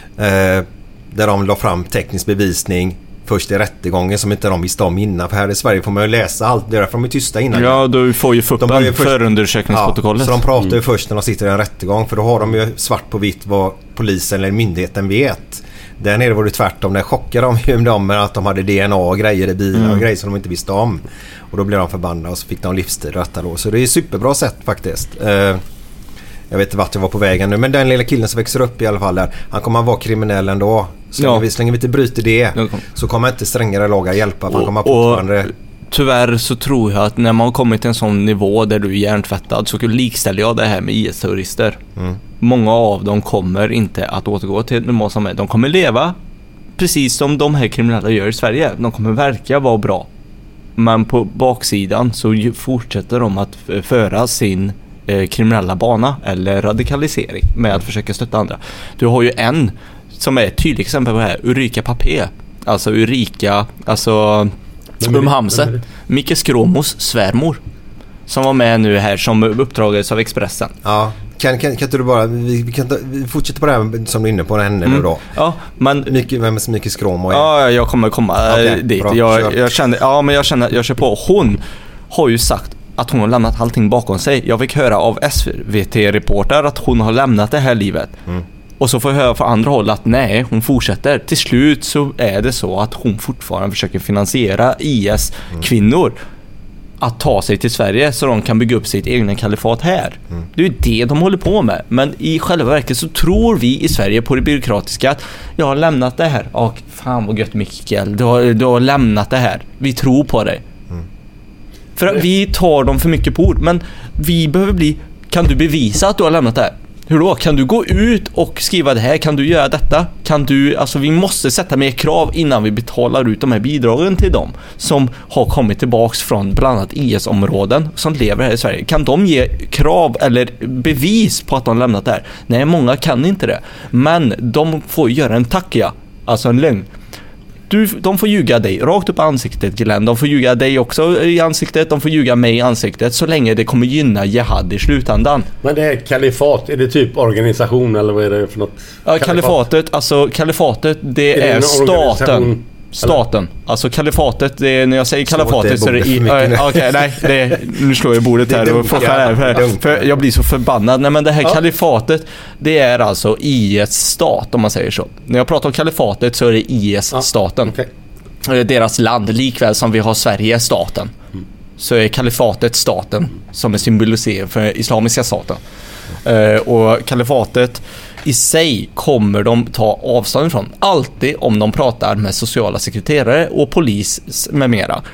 Eh, där de la fram teknisk bevisning först i rättegången som inte de visste om innan. För här i Sverige får man ju läsa allt. Det är därför de är tysta innan. Ja, då får ju fuppen förundersökningsprotokollet. Ja, så de pratar ju först när de sitter i en rättegång. För då har de ju svart på vitt vad polisen eller myndigheten vet. Där nere var det tvärtom. Där chockade de ju dem med att de hade D N A och grejer i bilar mm. och grejer som de inte visste om. Och då blev de förbannade och så fick de livstid och detta då. Så det är ett superbra sätt faktiskt. Eh, jag vet inte vart jag var på vägen nu. Men den lilla killen som växer upp i alla fall där, han kommer att vara kriminell ändå. Så länge, ja. vi, så länge vi inte bryter det så kommer inte strängare lagar hjälpa. Och, han kommer fortfarande... Tyvärr så tror jag att när man har kommit till en sån nivå där du är hjärntvättad, så likställer jag det här med I S-terrorister. Mm. Många av dem kommer inte att återgå till normalt samhälle. De kommer leva precis som de här kriminella gör i Sverige. De kommer verka vara bra. Men på baksidan så fortsätter de att föra sin eh, kriminella bana eller radikalisering med att försöka stötta andra. Du har ju en som är ett tydligt exempel på det här, Ulrika Papé. Alltså Ulrika, alltså Umhamse, Micke Skråmos svärmor, som var med nu här som uppdragades av Expressen. Ja. Kan, kan, kan inte du bara vi, vi kan ta, vi fortsätter på det här som du är inne på henne mm. nu då. Ja, men mycket vem är mycket skråm och ja, jag kommer komma okay, dit. Bra, jag, jag kände ja, men jag känner jag kör på. Hon har ju sagt att hon har lämnat allting bakom sig. Jag fick höra av S V T-reporter att hon har lämnat det här livet. Mm. Och så får jag höra från andra håll att nej, hon fortsätter. Till slut så är det så att hon fortfarande försöker finansiera I S-kvinnor mm. att ta sig till Sverige så de kan bygga upp sitt egna kalifat här. Mm. Det är ju det de håller på med. Men i själva verket så tror vi i Sverige på det byråkratiska att jag har lämnat det här. Och fan vad gött, Mikael. Du har, du har lämnat det här. Vi tror på dig. Mm. För att vi tar dem för mycket på ord. Men vi behöver bli... Kan du bevisa att du har lämnat det här? Hur då? Kan du gå ut och skriva det här? Kan du göra detta? Kan du, alltså vi måste sätta mer krav innan vi betalar ut de här bidragen till dem som har kommit tillbaks från bland annat I S-områden som lever här i Sverige. Kan de ge krav eller bevis på att de lämnat det här? Nej, många kan inte det. Men de får göra en tacka, alltså en lögn. Du, de får ljuga dig rakt upp i ansiktet, Glenn. De får ljuga dig också i ansiktet. De får ljuga mig i ansiktet så länge det kommer gynna jihad i slutändan. Men det här kalifat, är det typ organisation eller vad är det för något? Ja, kalifatet, alltså kalifatet det är, är det staten. Staten. Alltså kalifatet, det är, när jag säger kalifatet så är det i... Okej, okay, nej, det är, nu slår jag bordet här och får här, för, för jag blir så förbannad. Nej, men det här ja. kalifatet, det är alltså I S-stat om man säger så. När jag pratar om kalifatet så är det I S-staten. Ja, okay. Deras land, likväl som vi har Sverige, staten. Mm. Så är kalifatet staten mm. som är symboliserad för islamiska staten. Uh, och kalifatet i sig kommer de ta avstånd ifrån. Alltid om de pratar med sociala sekreterare och polis med mera.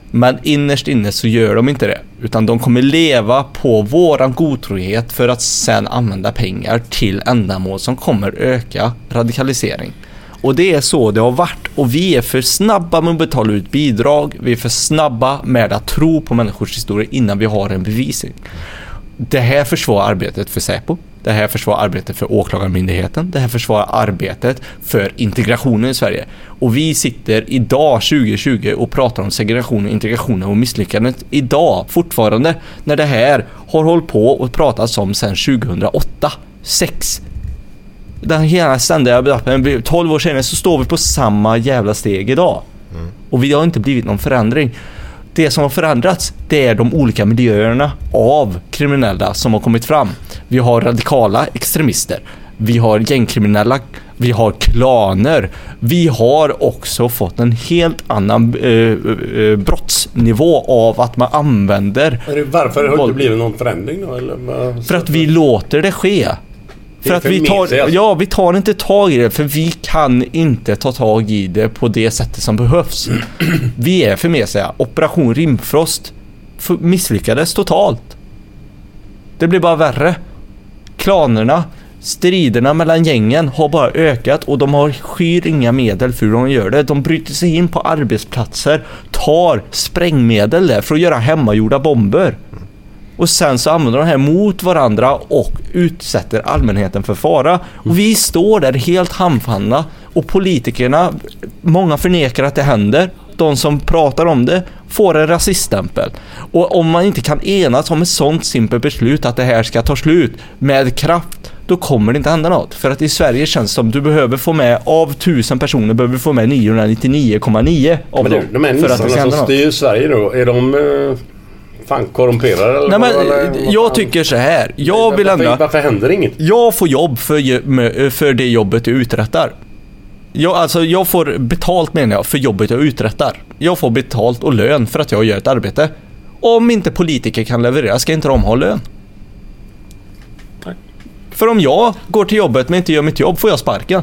Men innerst inne så gör de inte det. Utan de kommer leva på våran godtrohet för att sen använda pengar till ändamål som kommer öka radikalisering. Och det är så det har varit. Och vi är för snabba med att betala ut bidrag. Vi är för snabba med att tro på människors historia innan vi har en bevisning. Det här försvarar arbetet för Säpo. Det här försvarar arbetet för åklagarmyndigheten. Det här försvarar arbetet för integrationen i Sverige. Och vi sitter idag tjugo tjugo och pratar om segregation, integration och misslyckandet idag fortfarande, när det här har hållit på och pratats om sedan tjugohundraåtta sex. Den hela ständiga debatten, tolv år senare så står vi på samma jävla steg idag. Mm. Och vi har inte blivit någon förändring. Det som har förändrats, det är de olika miljöerna av kriminella som har kommit fram. Vi har radikala extremister, vi har gängkriminella, vi har klaner. Vi har också fått en helt annan eh, eh, brottsnivå av att man använder... Varför har det inte blivit någon förändring då? Eller? För att vi låter det ske. För att vi tar, ja, vi tar inte tag i det, för vi kan inte ta tag i det på det sättet som behövs. Vi är för med sig. Operation Rimfrost misslyckades totalt. Det blir bara värre. Klanerna, striderna mellan gängen har bara ökat och de har skyr inga medel för hur de gör det. De bryter sig in på arbetsplatser, tar sprängmedel där för att göra hemmagjorda bomber. Och sen så använder de här mot varandra och utsätter allmänheten för fara. Och vi står där helt handfallna. Och politikerna, många förnekar att det händer. De som pratar om det får en rasiststämpel. Och om man inte kan enas om ett sånt simpelt beslut att det här ska ta slut med kraft, då kommer det inte hända något. För att i Sverige känns det som du behöver få med, av tusen personer behöver du få med niohundranittionio komma nio av men dem. De är för att det ska hända som styr Sverige då, är de... Uh... fan korrumperade eller? Nej, men eller, jag tycker så här. Jag vill ändra. Varför, varför händer inget? Jag får jobb för, för det jobbet jag uträttar. Jag, alltså, jag får betalt, menar jag, för jobbet jag uträttar. Jag får betalt och lön för att jag gör ett arbete. Om inte politiker kan leverera, ska inte de ha lön? Nej. För om jag går till jobbet men inte gör mitt jobb, får jag sparken.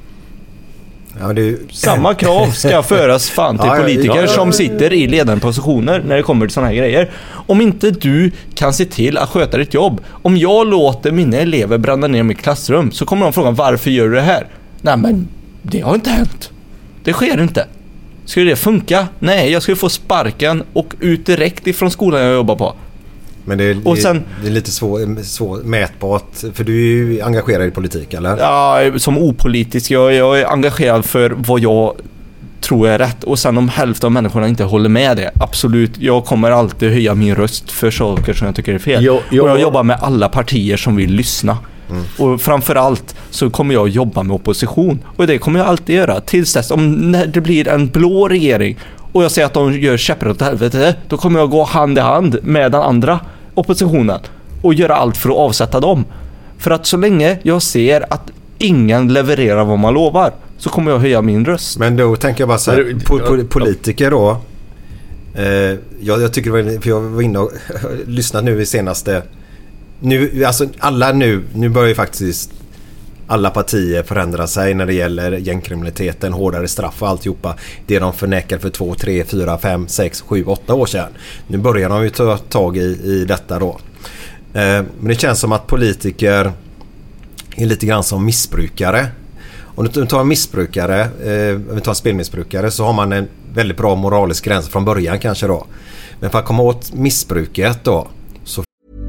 Ja, det är... Samma krav ska föras fan till ja, politiker ja, ja, ja. som sitter i ledande positioner när det kommer till såna här grejer. Om inte du kan se till att sköta ditt jobb. Om jag låter mina elever bränna ner mitt klassrum, så kommer de fråga, varför gör du det här? Nej, men det har inte hänt. Det sker inte. Skulle det funka? Nej, jag skulle få sparken och ut direkt ifrån skolan jag jobbar på. Men det är, och sen, det är lite svårt svår, mätbart, för du är ju engagerad i politik, eller? Ja, som opolitisk. Jag, jag är engagerad för vad jag tror är rätt. Och sen om hälften av människorna inte håller med det, absolut, jag kommer alltid höja min röst för saker som jag tycker är fel. Jag, jag, och jag jobbar med alla partier som vill lyssna. Mm. Och framförallt så kommer jag jobba med opposition. Och det kommer jag alltid göra. Tills dess, om när det blir en blå regering och jag säger att de gör käppar åt helvete, då kommer jag gå hand i hand med den andra oppositionen och göra allt för att avsätta dem. För att så länge jag ser att ingen levererar vad man lovar, så kommer jag höja min röst. Men då tänker jag bara så här, po- po- politiker då, eh, jag, jag tycker det var, för jag var inne och lyssnade nu i senaste nu, alltså alla nu, nu börjar ju faktiskt alla partier förändra sig när det gäller gängkriminaliteten, hårdare straff och alltihopa. Det de förnekar för två, tre, fyra, fem, sex, sju, åtta år sedan. Nu börjar de ju ta tag i, i detta då. Eh, men det känns som att politiker är lite grann som missbrukare. Om du tar en missbrukare, eh, om vi tar en spelmissbrukare, så har man en väldigt bra moralisk gräns från början kanske då. Men för att komma åt missbruket då, så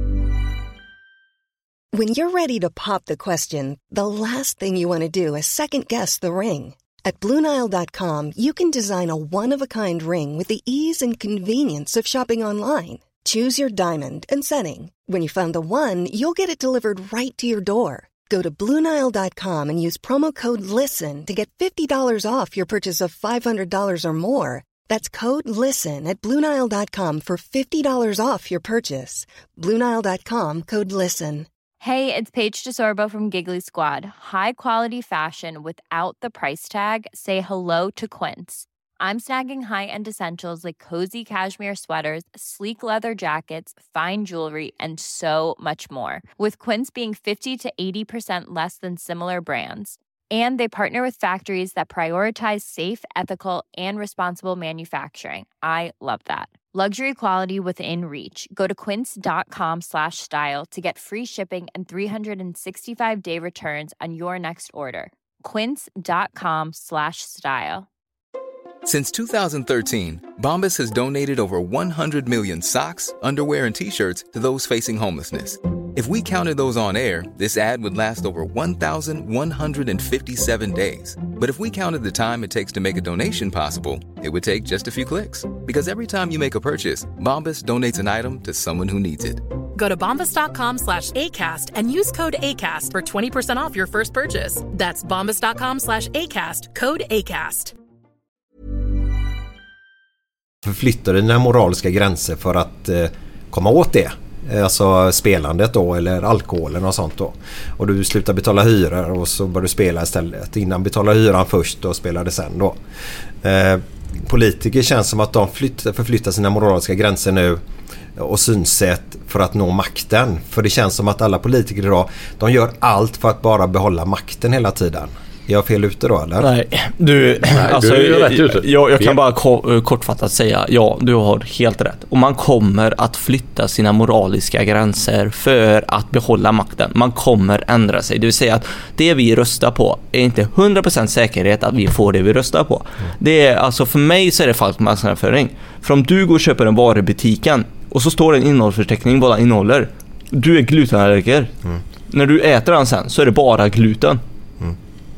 When you're ready to pop the question, the last thing you want to do is second-guess the ring. At Blue Nile dot com, you can design a one-of-a-kind ring with the ease and convenience of shopping online. Choose your diamond and setting. When you find the one, you'll get it delivered right to your door. Go to Blue Nile dot com and use promo code LISTEN to get fifty dollars off your purchase of five hundred dollars or more. That's code LISTEN at Blue Nile dot com for fifty dollars off your purchase. Blue Nile dot com, code LISTEN. Hey, it's Paige DeSorbo from Giggly Squad. High quality fashion without the price tag. Say hello to Quince. I'm snagging high-end essentials like cozy cashmere sweaters, sleek leather jackets, fine jewelry, and so much more. With Quince being fifty to eighty percent less than similar brands. And they partner with factories that prioritize safe, ethical, and responsible manufacturing. I love that. Luxury quality within reach. Go to quince.com slash style to get free shipping and three sixty-five day returns on your next order. Quince.com slash style. Since two thousand thirteen, Bombas has donated over one hundred million socks, underwear, and T-shirts to those facing homelessness. If we counted those on air, this ad would last over one thousand one hundred fifty-seven days. But if we counted the time it takes to make a donation possible, it would take just a few clicks. Because every time you make a purchase, Bombas donates an item to someone who needs it. Go to bombas.com slash ACAST and use code ACAST for twenty percent off your first purchase. That's bombas.com slash ACAST, code ACAST. Förflyttar dina moraliska gränser för att eh, komma åt det. Alltså spelandet då, eller alkoholen och sånt då. Och du slutar betala hyror och så börjar du spela istället. Innan betala hyran först och spelar det sen då. Eh, politiker känns som att de flyttar, förflyttar sina moraliska gränser nu och synsätt för att nå makten. För det känns som att alla politiker idag, de gör allt för att bara behålla makten hela tiden. Är jag fel ute då, eller? Nej, du, Nej, alltså, du är rätt ute. Jag, jag kan bara ko- kortfattat säga, ja, du har helt rätt. Och man kommer att flytta sina moraliska gränser för att behålla makten. Man kommer ändra sig. Det vill säga att det vi röstar på är inte hundra procent säkerhet att vi får det vi röstar på. Mm. Det är, alltså för mig så är det falsk marknadsföring. För om du går och köper en vara i butiken och så står det en innehållsförteckning vad den innehåller. Du är glutenallergiker. Mm. När du äter den sen så är det bara gluten. Mm.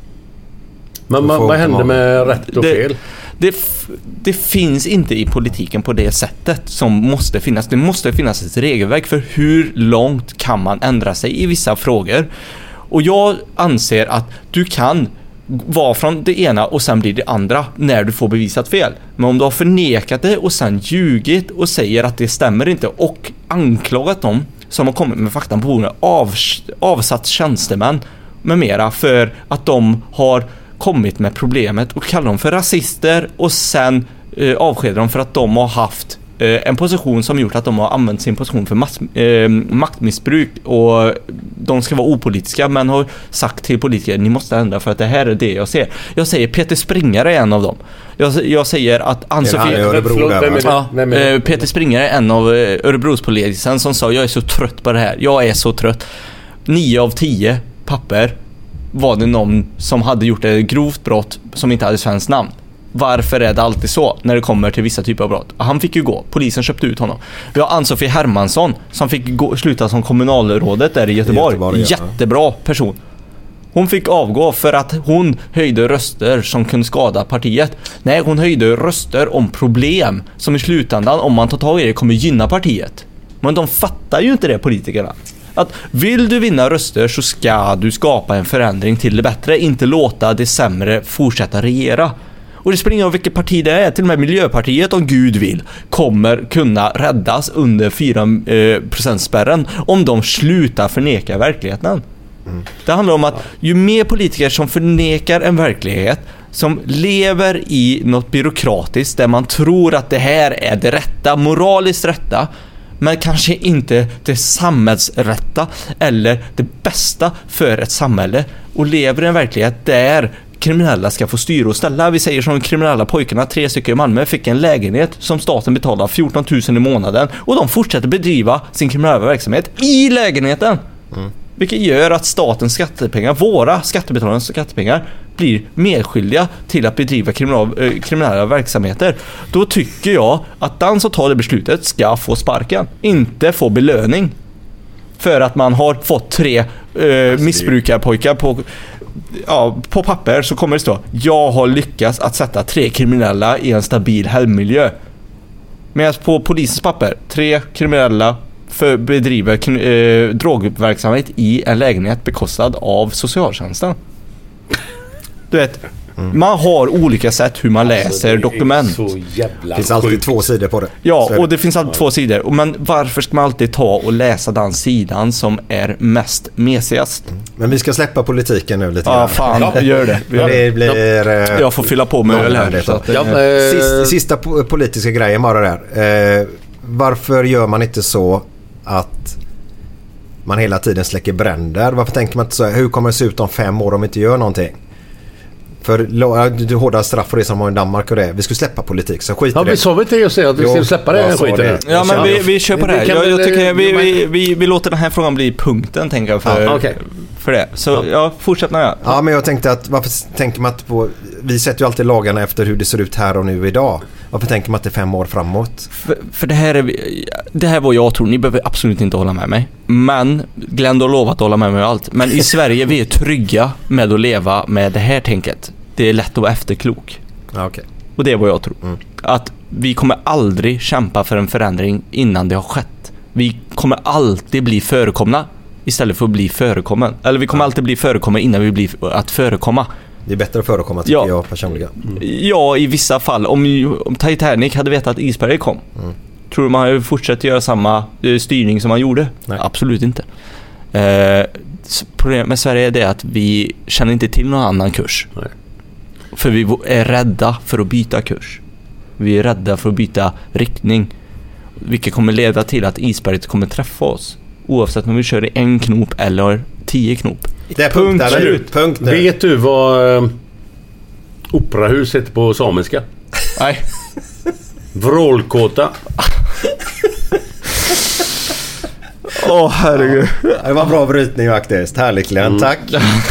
Men man, vad händer med rätt och det, fel? Det, det finns inte i politiken på det sättet som måste finnas. Det måste finnas ett regelverk för hur långt kan man ändra sig i vissa frågor. Och jag anser att du kan vara från det ena och sen blir det andra när du får bevisat fel. Men om du har förnekat det och sen ljugit och säger att det stämmer inte och anklagat dem som har kommit med fakta på bordet, av, avsatt tjänstemän med mera för att de har kommit med problemet och kallar dem för rasister och sen eh, avskedar dem för att de har haft eh, en position som gjort att de har använt sin position för mass, eh, maktmissbruk och de ska vara opolitiska men har sagt till politiker ni måste ändra för att det här är det jag ser. Jag säger Peter Springare är en av dem. Jag, jag säger att Ann-Sofie Örebro, ja, eh, Peter Springare är en av eh, Örebrospolisen som sa jag är så trött på det här. Jag är så trött. Nio av tio papper var det någon som hade gjort ett grovt brott som inte hade svenskt namn. Varför är det alltid så när det kommer till vissa typer av brott? Han fick ju gå. Polisen köpte ut honom. Vi har Ann-Sofie Hermansson som fick gå, sluta som kommunalrådet där i Göteborg. Göteborg ja. Jättebra person. Hon fick avgå för att hon höjde röster som kunde skada partiet. Nej, hon höjde röster om problem som i slutändan, om man tar tag i det, kommer gynna partiet. Men de fattar ju inte det, politikerna. Att vill du vinna röster så ska du skapa en förändring till det bättre, inte låta det sämre fortsätta regera. Och det spelar ingen roll vilket parti det är, till och med Miljöpartiet om Gud vill kommer kunna räddas under fyra procent spärren om de slutar förneka verkligheten. Mm. Det handlar om att ju mer politiker som förnekar en verklighet, som lever i något byråkratiskt där man tror att det här är det rätta, moraliskt rätta, men kanske inte det samhällsrätta eller det bästa för ett samhälle, och lever i en verklighet där kriminella ska få styra och ställa. Vi säger som kriminella pojkarna, tre stycken i Malmö, fick en lägenhet som staten betalar fjorton tusen i månaden och de fortsätter bedriva sin kriminella verksamhet i lägenheten. Mm. Vilket gör att statens skattepengar, våra skattebetalarnas skattepengar, blir medskyldiga till att bedriva kriminal, äh, kriminella verksamheter. Då tycker jag att den som tar det beslutet ska få sparken, inte få belöning för att man har fått tre äh, missbrukarpojkar på, ja, på papper. Så kommer det stå: jag har lyckats att sätta tre kriminella i en stabil hemmiljö. Medan på polisens papper, tre kriminella för bedriver eh, drogverksamhet i en lägenhet bekostad av socialtjänsten. Du vet, mm. man har olika sätt hur man läser alltså, dokument. Det finns alltid två sidor på det. Ja, och det finns alltid ja. två sidor. Men varför ska man alltid ta och läsa den sidan som är mest mesigast? Mm. Men vi ska släppa politiken nu lite. Ja, fan, ja. gör det. Gör det. det blir, ja. Jag får fylla på med öl här. Så att, ja, äh, sista, sista politiska grejen bara där. Eh, varför gör man inte så att man hela tiden släcker bränder? Varför tänker man inte så här, hur kommer det se ut om fem år om vi inte gör någonting? För ja, du hårda straff för det som har i Danmark och det. Vi skulle släppa politik, så skit i Ja, det. vi sa väl till just det att vi skulle släppa det skiten. Ja, men vi, vi kör på det här. kan Jag, jag väl- tycker vi, men- vi, vi, vi låter den här frågan bli punkten, tänker jag, för, Ja, okej. för det. Så ja, fortsätt när jag. Ja, men jag tänkte att varför tänker man att på, vi sätter ju alltid lagarna efter hur det ser ut här och nu idag. Varför tänker man att det är fem år framåt? För, för det här är det här är vad jag tror. Ni behöver absolut inte hålla med mig. Men Glenn har lovat att hålla med mig och allt. Men i Sverige vi är trygga med att leva med det här tänket. Det är lätt att vara efterklok. Ja, okej. Och det är vad jag tror. Mm. Att vi kommer aldrig kämpa för en förändring innan det har skett. Vi kommer alltid bli förekomna istället för att bli förekommen. Eller vi kommer alltid bli förekomna innan vi blir att förekomma. Det är bättre att förekomma, tycker Ja. jag personligen. Ja, i vissa fall. Om, om Titanic hade vetat att isberget kom, Mm. tror du man hade fortsatt göra samma eh, styrning som man gjorde? Nej. Absolut inte. Eh, s- problemet med Sverige är det att vi känner inte till någon annan kurs. Nej. För vi är rädda för att byta kurs. Vi är rädda för att byta riktning. Vilket kommer leda till att isberget kommer träffa oss. Oavsett om vi kör i en knop eller tio knop. Det är punkt där. slut. Punkt nu. Vet du vad eh, operahus heter på samiska? Nej. Vrålkåta. Åh, oh, herregud. Det var bra brytning faktiskt. Härligt, Glenn. Mm. Tack.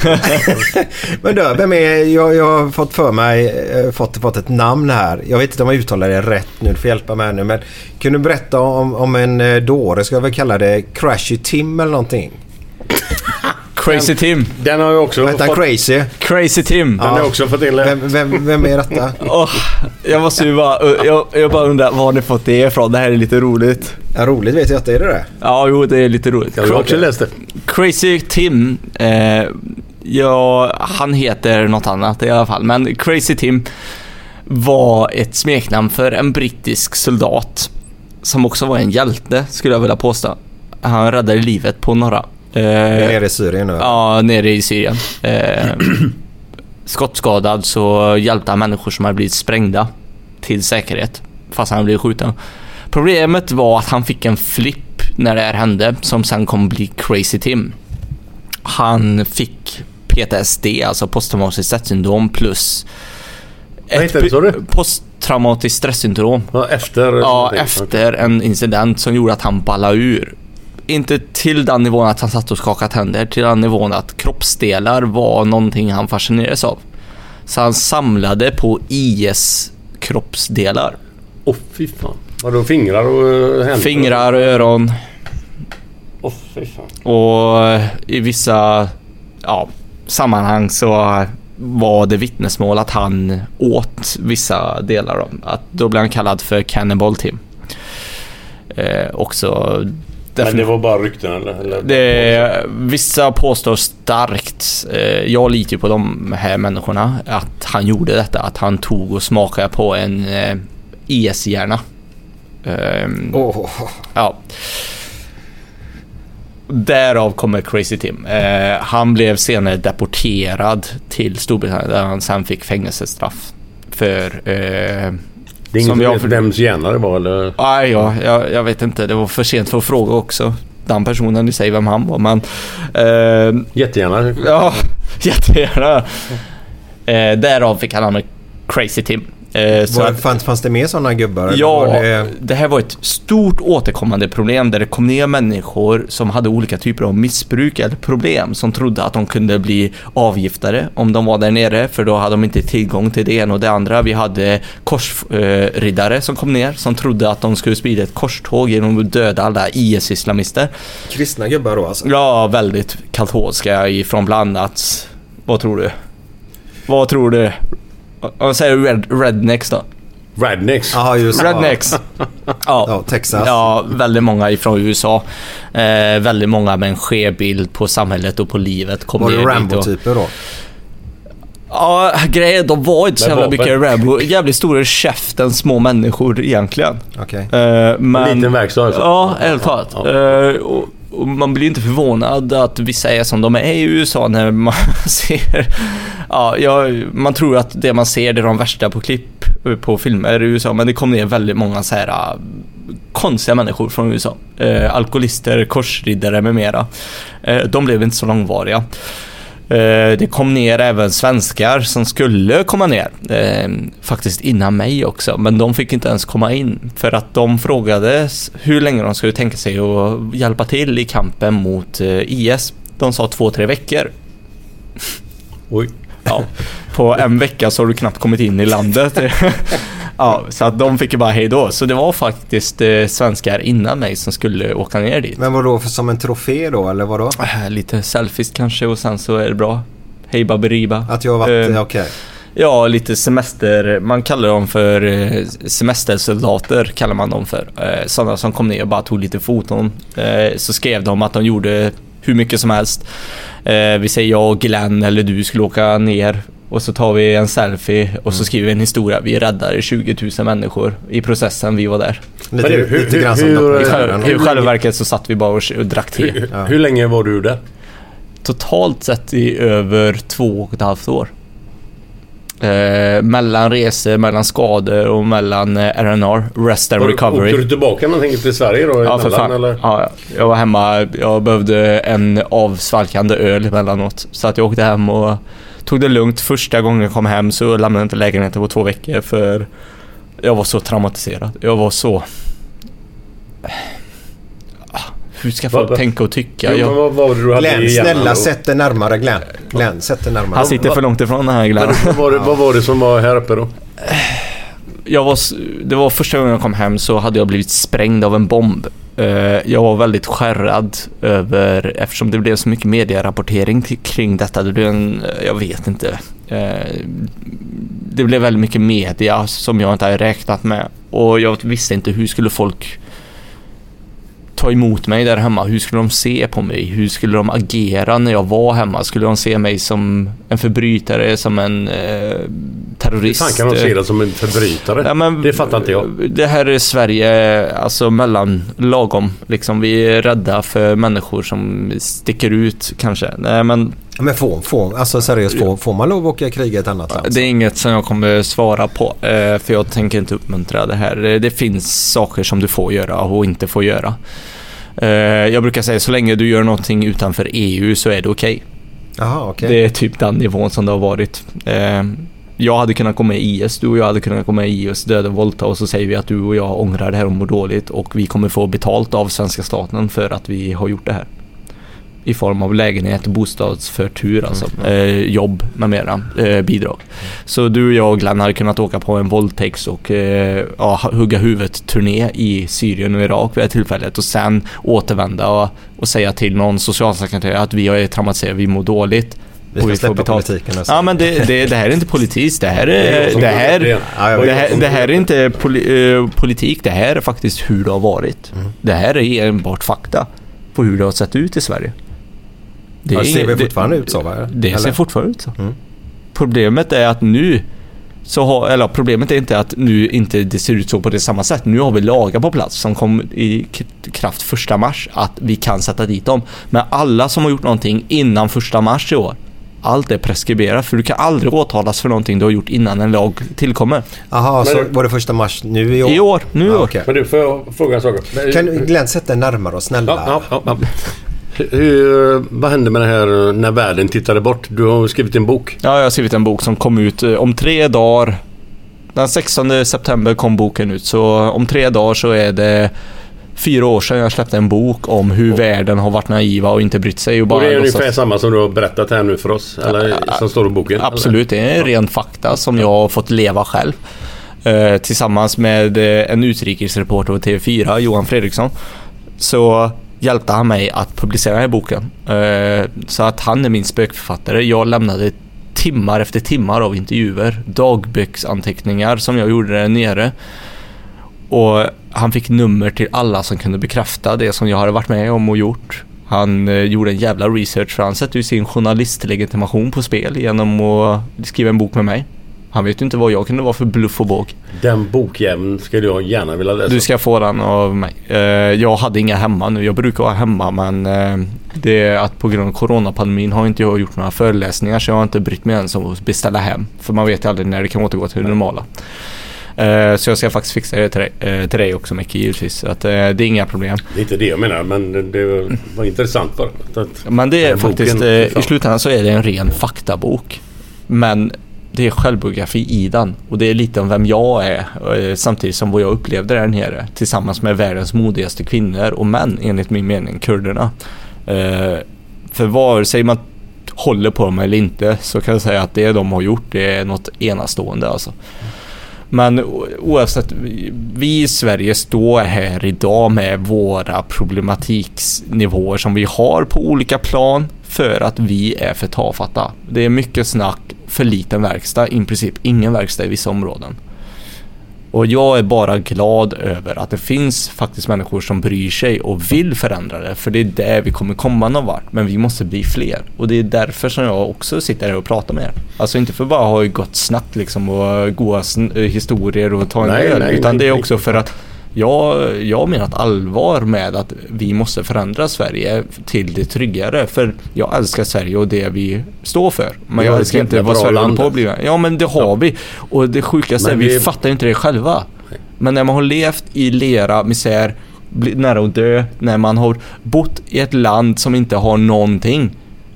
Men då, vem är... Jag, jag har fått för mig... eh, Fått, fått ett namn här. Jag vet inte om jag uttalar det rätt nu. Du får hjälpa mig nu. Men kan du berätta om, om en eh, dåre? Ska jag väl kalla det Crashy Tim eller någonting? Crazy Tim. Den har jag också Vänta, fått, Crazy. Crazy Tim. den har jag också fått till. Vem, vem, vem är detta? Oh, jag måste ju bara, jag, jag bara undrar var ni fått det ifrån. Det här är lite roligt. Ja, roligt vet jag att det är det där. Ja, jo, det är lite roligt. Jag har också läst det. Crazy Tim, eh, ja, han heter något annat i alla fall. Men Crazy Tim var ett smeknamn för en brittisk soldat som också var en hjälte, skulle jag vilja påstå. Han räddade livet på några. Eh, Nere i Syrien nu. Ja, nere i Syrien. Eh, skottskadad så hjälpte han människor som hade blivit sprängda till säkerhet, fast han blev skjuten. Problemet var att han fick en flipp när det här hände, som sen kom bli Crazy Tim. Han fick P T S D, alltså posttraumatiskt stresssyndrom, plus Vad heter det, sa du? posttraumatiskt stresssyndrom. Ja, efter... Ja, efter en incident som gjorde att han ballade ur. Inte till den nivån att han satt och skakade tänder, till den nivån att kroppsdelar var någonting han fascinerades av. Så han samlade på I S kroppsdelar. Åh, oh, fy fan. Vadå, fingrar och uh, händer? Fingrar, öron. Åh, oh, fy fan. Och i vissa ja, sammanhang så var det vittnesmål att han åt vissa delar av. Att då blev han kallad för Cannibal Tim. Eh, också... Men det var bara rykten eller? eller? Det, vissa påstår starkt, eh, jag litar ju på de här människorna, att han gjorde detta, att han tog och smakade på en eh, I S-hjärna. Um, Oh. Ja. Därav kommer Crazy Tim. Eh, han blev senare deporterad till Storbritannien där han sen fick fängelsestraff för... Eh, det är ingen som jag vet vems hjärna det var eller? Nej, ja, jag, jag vet inte. Det var för sent för att fråga också. Den personen, ni säger vem han var. Men, eh, jättegärna. Ja, jättegärna. Eh, därav fick han namnet Crazy Tim. Eh, så Var, att, fanns, fanns det mer sådana gubbar? eller ja, var det... det här var ett stort återkommande problem där det kom ner människor som hade olika typer av missbruk eller problem, som trodde att de kunde bli avgiftade om de var där nere, för då hade de inte tillgång till det ena och det andra. Vi hade korsriddare som kom ner som trodde att de skulle sprida ett korståg genom att döda alla I S-islamister. Kristna gubbar då alltså? Ja, väldigt katolska ifrån blandat. Vad tror du? Vad tror du? Vad säger du? Red, rednecks då? Rednecks. Aha, just, Rednecks. Ja. Ja, Texas. Ja, väldigt många ifrån U S A. Eh, väldigt många med en skev bild på samhället och på livet. Kom var det ner dit och- Rambo-typer då? Ja, grejer, de var inte så Med jävla vapen. mycket Rambo. Jävligt stora käften, små människor egentligen. Okej. Eh, men, Liten verkstad alltså. Ja, helt talat. Ja. Eh, och, och man blir inte förvånad att vissa är som de är i U S A när man ser... Ja, ja, man tror att det man ser det är de värsta på klipp på filmer i U S A, men det kom ner väldigt många så här uh, konstiga människor från U S A. Eh, alkoholister, korsriddare med mera. Eh, de blev inte så långvariga. Det kom ner även svenskar som skulle komma ner, faktiskt innan mig också, men de fick inte ens komma in för att de frågade hur länge de skulle tänka sig att hjälpa till i kampen mot I S. De sa två, tre veckor. Oj. Ja, på en vecka så har du knappt kommit in i landet. Ja, så att de fick ju bara hej då. Så det var faktiskt eh, svenskar innan mig som skulle åka ner dit. Men vadå, för som en trofé då, eller vadå? Äh, lite selfies kanske, och sen så är det bra. Hej baberiba. Att jag har varit, eh, okej. Okay. Ja, lite semester. Man kallar dem för eh, semestersoldater, kallar man dem för. Eh, sådana som kom ner och bara tog lite foton. Eh, så skrev de att de gjorde hur mycket som helst. Eh, vi säger jag, Glenn eller du skulle åka ner. Och så tar vi en selfie och så skriver vi en historia. Vi räddar tjugo tusen människor i processen vi var där. Lite, hur, hur, lite grann som hur, hur, själva verket så satt vi bara och, och drack te. Hur, ja. hur länge var du där? Totalt sett i över två och ett halvt år. Eh, mellan resor, mellan skador och mellan eh, R N R, Rest and Recovery. Åkte du tillbaka någonting till Sverige då? Ja, för fan. Eller? Ja, jag var hemma. Jag behövde en avsvalkande öl emellanåt. Så att jag åkte hem och tog det lugnt. Första gången jag kom hem så lämnade jag inte lägenheten på två veckor för jag var så traumatiserad. Jag var så... Hur ska folk va, tänka och tycka? Jo, vad, vad du hade Glenn, snälla, sätt det närmare Glenn. Glenn, sätt det närmare. Han sitter för långt ifrån den här Glenn. Vad var, det, vad var det som var här uppe då? Jag var, det var första gången jag kom hem så hade jag blivit sprängd av en bomb. Jag var väldigt skärrad över, eftersom det blev så mycket medierapportering till, kring detta. Det blev en, jag vet inte. Det blev väldigt mycket media som jag inte hade räknat med. Och jag visste inte hur skulle folk ta emot mig där hemma. Hur skulle de se på mig? Hur skulle de agera när jag var hemma? Skulle de se mig som en förbrytare, som en eh, terrorist? Hur kan de se det som en förbrytare? Ja, men, det fattar inte jag. Det här är Sverige, alltså mellan lagom. Liksom, vi är rädda för människor som sticker ut kanske. Nej, men Men får, får, alltså seriöst, får, får man lov att åka kriga i ett annat land? Det är inget som jag kommer svara på, för jag tänker inte uppmuntra det här. Det finns saker som du får göra och inte får göra. Jag brukar säga, så länge du gör någonting utanför E U så är det okej. Aha, okay. Det är typ den nivån som det har varit. Jag hade kunnat komma i I S, du och jag hade kunnat komma i I S, döda och våldta, och så säger vi att du och jag ångrar det här och mår dåligt, och vi kommer få betalt av svenska staten för att vi har gjort det här. I form av lägenhet, bostadsförtur, alltså, mm. eh, jobb med mera, eh, bidrag. Så du och jag och Glenn hade kunnat åka på en våldtäkts och eh, ja, hugga huvudet turné i Syrien och Irak vid ett tillfället, och sen återvända och, och säga till någon socialsekreterare att vi är traumatiserade, vi mår dåligt. Vi ska släppa politiken. Alltså. Ja, men det, det, det här är inte politik. Det här är, det här, det här, det här är inte poli, uh, politik. Det här är faktiskt hur det har varit. Mm. Det här är enbart fakta på hur det har sett ut i Sverige. Det, ja, ser vi fortfarande det, ut så, va? Det eller? Ser fortfarande ut så. Mm. Problemet är att nu så har, eller problemet är inte att nu inte det ser ut så på det samma sätt. Nu har vi lagar på plats som kom i kraft första mars att vi kan sätta dit dem. Men alla som har gjort någonting innan första mars i år, allt är preskriberat, för du kan aldrig åtalas för någonting du har gjort innan en lag tillkommer. Aha, så var det första mars nu i år? I år, nu i ah, år. Okay. Men du, får jag fråga en sak? Kan du Glenn sätta närmare och snälla? Ja, ja, ja. Hur, vad hände med det här när världen tittade bort? Du har skrivit en bok. Ja, jag har skrivit en bok som kom ut om tre dagar. Den sextonde september kom boken ut. Så om tre dagar så är det fyra år sedan jag släppte en bok om hur oh. världen har varit naiva och inte brytt sig. Och, bara och det är ungefär samma som du har berättat här nu för oss? Eller ja, som står i boken? Absolut, eller? Det är ren fakta som jag har fått leva själv. Eh, tillsammans med en utrikesreporter på T V fyra, Johan Fredriksson. Så hjälpte han mig att publicera den här boken. Eh, så att han är min spökförfattare. Jag lämnade timmar efter timmar av intervjuer, dagböcksanteckningar som jag gjorde där nere. Och han fick nummer till alla som kunde bekräfta det som jag hade varit med om och gjort. Han eh, gjorde en jävla research, för han sätter ju sin journalistlegitimation på spel genom att skriva en bok med mig. Han vet ju inte vad jag kunde vara för bluff och båg. Den bokjäveln skulle jag gärna vilja läsa. Du ska få den av mig. Uh, jag hade inga hemma nu. Jag brukar vara hemma, men uh, det är att på grund av coronapandemin har inte jag gjort några föreläsningar, så jag har inte brytt mig ens om att beställa hem. För man vet ju aldrig när det kan återgå till det normala. Uh, så jag ska faktiskt fixa det till dig, uh, till dig också, Micke, givetvis. Så att, uh, det är inga problem. Det är inte det jag menar, men det, det var, var intressant för att, Men det är faktiskt, boken, uh, i slutändan så är det en ren faktabok. Men det är självbiografi i den. Och det är lite om vem jag är, uh, samtidigt som vad jag upplevde där nere. Tillsammans med världens modigaste kvinnor och män, enligt min mening, kurderna. Uh, för vare sig man håller på dem eller inte, så kan jag säga att det de har gjort, det är något enastående alltså. Men oavsett, vi i Sverige står här idag med våra problematiknivåer som vi har på olika plan för att vi är för tafatta. Det är mycket snack, för liten verkstad, i princip ingen verkstad i vissa områden. Och jag är bara glad över att det finns faktiskt människor som bryr sig och vill förändra det. För det är där vi kommer komma någon vart. Men vi måste bli fler. Och det är därför som jag också sitter här och pratar med er. Alltså inte för bara ha gott snack liksom, och goda sn- historier och ta en nej, öl. nej, utan nej, det är nej. också för att jag, jag menar att allvar med att vi måste förändra Sverige till det tryggare. För jag älskar Sverige och det vi står för. Men jag älskar inte vad Sverige håller på att bli. Ja, men det har ja. vi. Och det sjukaste är att vi det... fattar inte det själva. Nej. Men när man har levt i lera, misär, nära att dö, när man har bott i ett land som inte har någonting,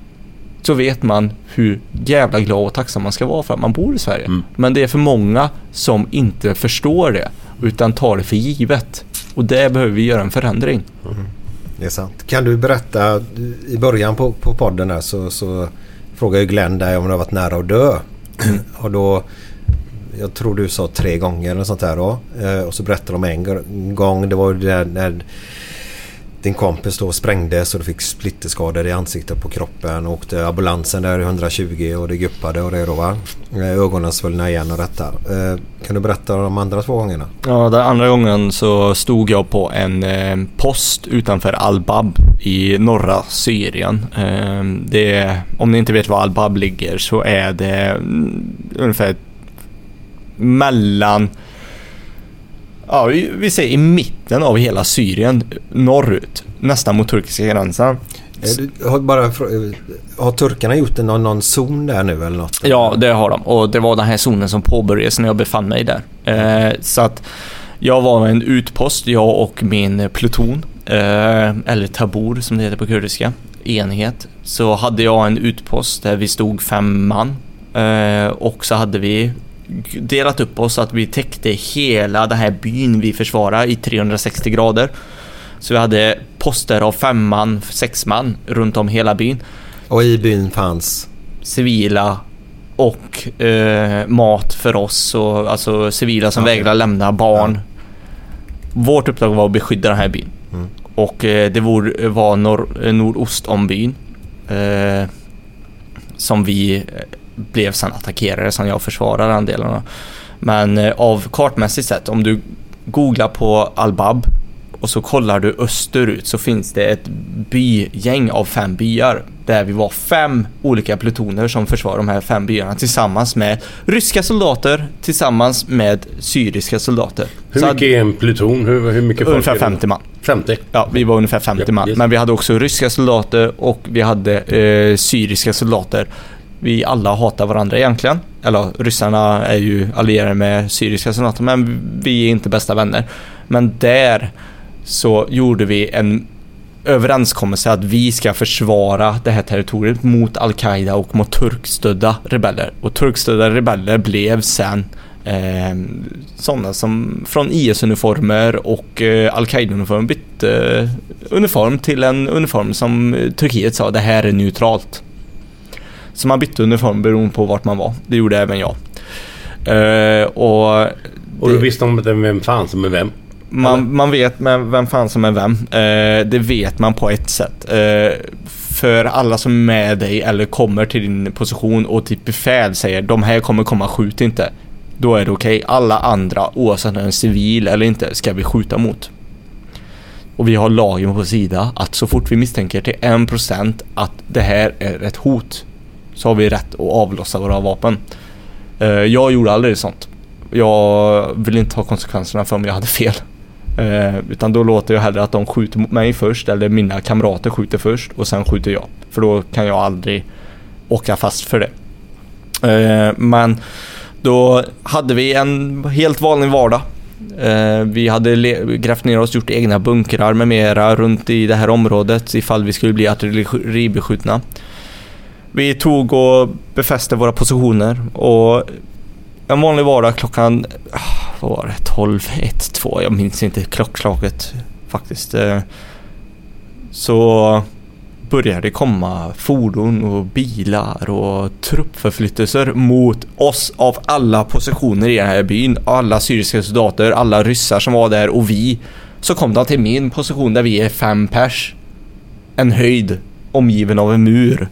så vet man hur jävla glad och tacksam man ska vara för att man bor i Sverige. Mm. Men det är för många som inte förstår det, utan tar det för givet. Och där behöver vi göra en förändring. Mm. Det är sant. Kan du berätta, i början på, på podden här så, så frågade ju Glenn dig om du har varit nära att dö. Mm. Och då, jag tror du sa tre gånger eller sånt där då. Och så berättade de en gång, det var ju där när din kompis då sprängde så du fick splitterskador i ansiktet på kroppen och åkte ambulansen där i hundratjugo och det guppade och det då, va? Ögonen svullna igen och detta. Kan du berätta om de andra två gångerna? Ja, den andra gången så stod jag på en eh, post utanför Al-Bab i norra Syrien. Eh, det är, om ni inte vet var Al-Bab ligger, så är det mm, ungefär mellan, ja, vi, vi säger i mitten av hela Syrien norrut, nästan mot turkiska gränsen. Har, bara, har turkarna gjort någon, någon zon där nu eller något? Ja, det har de. Och det var den här zonen som påbörjades när jag befann mig där. Eh, så att jag var en utpost, jag och min pluton, eh, eller tabor som det heter på kurdiska, enhet. Så hade jag en utpost där vi stod fem man. Eh, och så hade vi delat upp oss så att vi täckte hela den här byn vi försvarar i trehundrasextio grader. Så vi hade poster av fem man, sex man runt om hela byn. Och i byn fanns civila och eh, mat för oss, och alltså civila som okay. vägrar lämna barn. Ja. Vårt uppdrag var att beskydda den här byn. Mm. Och eh, det var, var nor- nordost om byn eh, som vi blev sedan attackerade, som jag försvarade den delen. Men eh, av kartmässigt sett, om du googlar på Al-Bab och så kollar du österut, så finns det ett bygäng av fem byar där vi var fem olika plutoner som försvarar de här fem byarna tillsammans med ryska soldater, tillsammans med syriska soldater. Hur så mycket är en pluton? Hur, hur mycket folk? Ungefär femtio man. femtio? Ja, vi var ungefär femtio ja, man. Men vi hade också ryska soldater och vi hade eh, syriska soldater. Vi alla hatar varandra egentligen. Eller ryssarna är ju allierade med syriska soldater, men vi är inte bästa vänner. Men där så gjorde vi en överenskommelse att vi ska försvara det här territoriet mot Al-Qaida och mot turkstödda rebeller. Och turkstödda rebeller blev sen eh, sådana som från I S-uniformer och eh, Al-Qaida-uniformer bytte eh, uniform till en uniform som Turkiet sa, det här är neutralt. Så man bytte uniform beroende på vart man var. Det gjorde även jag. Eh, och och du visste om vem fan som är vem? Man, man vet med vem fan som är vem. Eh, det vet man på ett sätt. Eh, för alla som är med dig eller kommer till din position och typ befäl säger de här kommer komma, skjut inte. Då är det okej. Okay. Alla andra, oavsett om det är en civil eller inte, ska vi skjuta mot. Och vi har lagen på sida att så fort vi misstänker till en procent att det här är ett hot, så har vi rätt att avlossa våra vapen. Eh, jag gjorde aldrig sånt. Jag vill inte ta konsekvenserna för om jag hade fel. Eh, utan då låter jag hellre att de skjuter mot mig först, eller mina kamrater skjuter först och sen skjuter jag. För då kan jag aldrig åka fast för det. Eh, men Då hade vi en helt vanlig vardag. Eh, vi hade le- grävt ner oss, gjort egna bunkrar med mera runt i det här området ifall vi skulle bli artilleribeskjutna. Vi tog och befäste våra positioner och en vanlig vardag klockan, vad var det, tolv, ett, två, jag minns inte klockslaget faktiskt. Eh, så började det komma fordon och bilar och truppförflyttelser mot oss av alla positioner i den här byn. Alla syriska soldater, alla ryssar som var där och vi. Så kom de till min position där vi är fem pers. En höjd omgiven av en mur.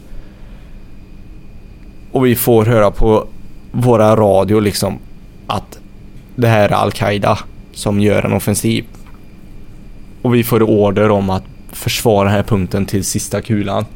Och vi får höra på våra radio liksom att det här är Al-Qaida som gör en offensiv. Och vi får order om att försvara den här punkten till sista kulan.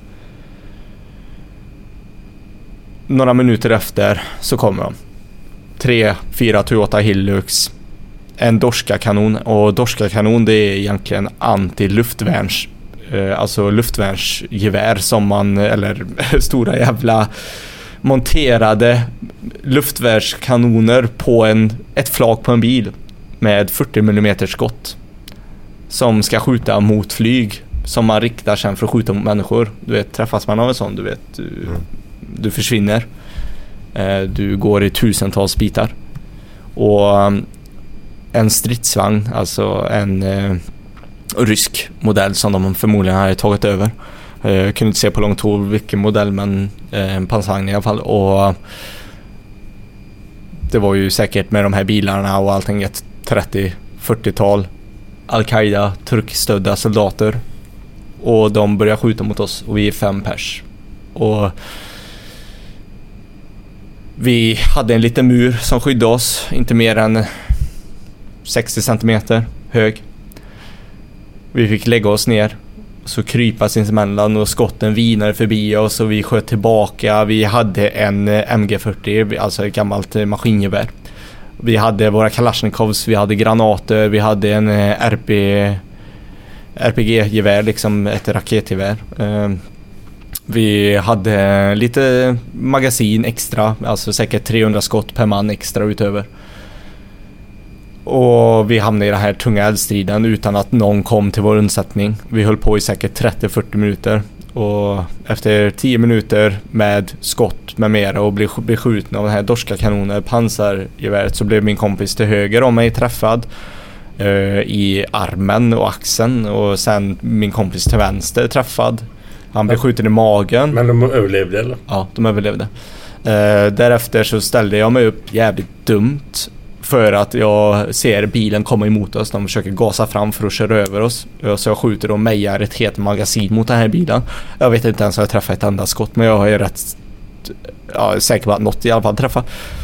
Några minuter efter så kommer de. Tre, fyra Toyota Hilux, en Dorska-kanon. Och Dorska-kanon, det är egentligen anti-luftvärns, eh, alltså luftvärnsgevär som man, eller stora jävla monterade luftvärnskanoner på en, ett flak på en bil med fyrtio millimeter skott som ska skjuta mot flyg som man riktar sen för att skjuta mot människor. Du vet, träffas man av en sån, du vet, du, mm. du försvinner. Eh, du går i tusentals bitar. Och um, en stridsvagn, alltså en eh, rysk modell som de förmodligen har tagit över. Eh, jag kunde inte se på långt håll vilken modell, men eh, en pansarvagn i alla fall. Och det var ju säkert med de här bilarna och allting ett trettio-fyrtiotal Al-Qaida turkstödda soldater. Och de börjar skjuta mot oss och vi är fem pers. Och vi hade en liten mur som skyddade oss, inte mer än sextio centimeter hög. Vi fick lägga oss ner, så krypa sinsemellan och skotten vinade förbi oss och vi sköt tillbaka. Vi hade en M G fyrtio, alltså ett gammalt maskingevär. Vi hade våra Kalashnikovs, vi hade granater, vi hade en R P R P G-gevär, liksom ett raketgevär. Vi hade lite magasin extra, alltså säkert trehundra skott per man extra utöver. Och vi hamnade i den här tunga eldstriden utan att någon kom till vår undsättning. Vi höll på i säkert trettio till fyrtio minuter. Och efter tio minuter med skott med mera och blev beskjuten av den här dorska kanoner, pansargeväret, så blev min kompis till höger om mig träffad uh, i armen och axeln. Och sen min kompis till vänster träffad. Han blev skjuten i magen. Men de överlevde eller? Ja, de överlevde. Uh, därefter så ställde jag mig upp jävligt dumt. För att jag ser bilen komma emot oss. De försöker gasa fram för att köra över oss. Så jag skjuter och mejar ett helt magasin mot den här bilen. Jag vet inte ens om jag träffar ett enda skott. Men jag är rätt ja, säker på att något i alla fall träffar.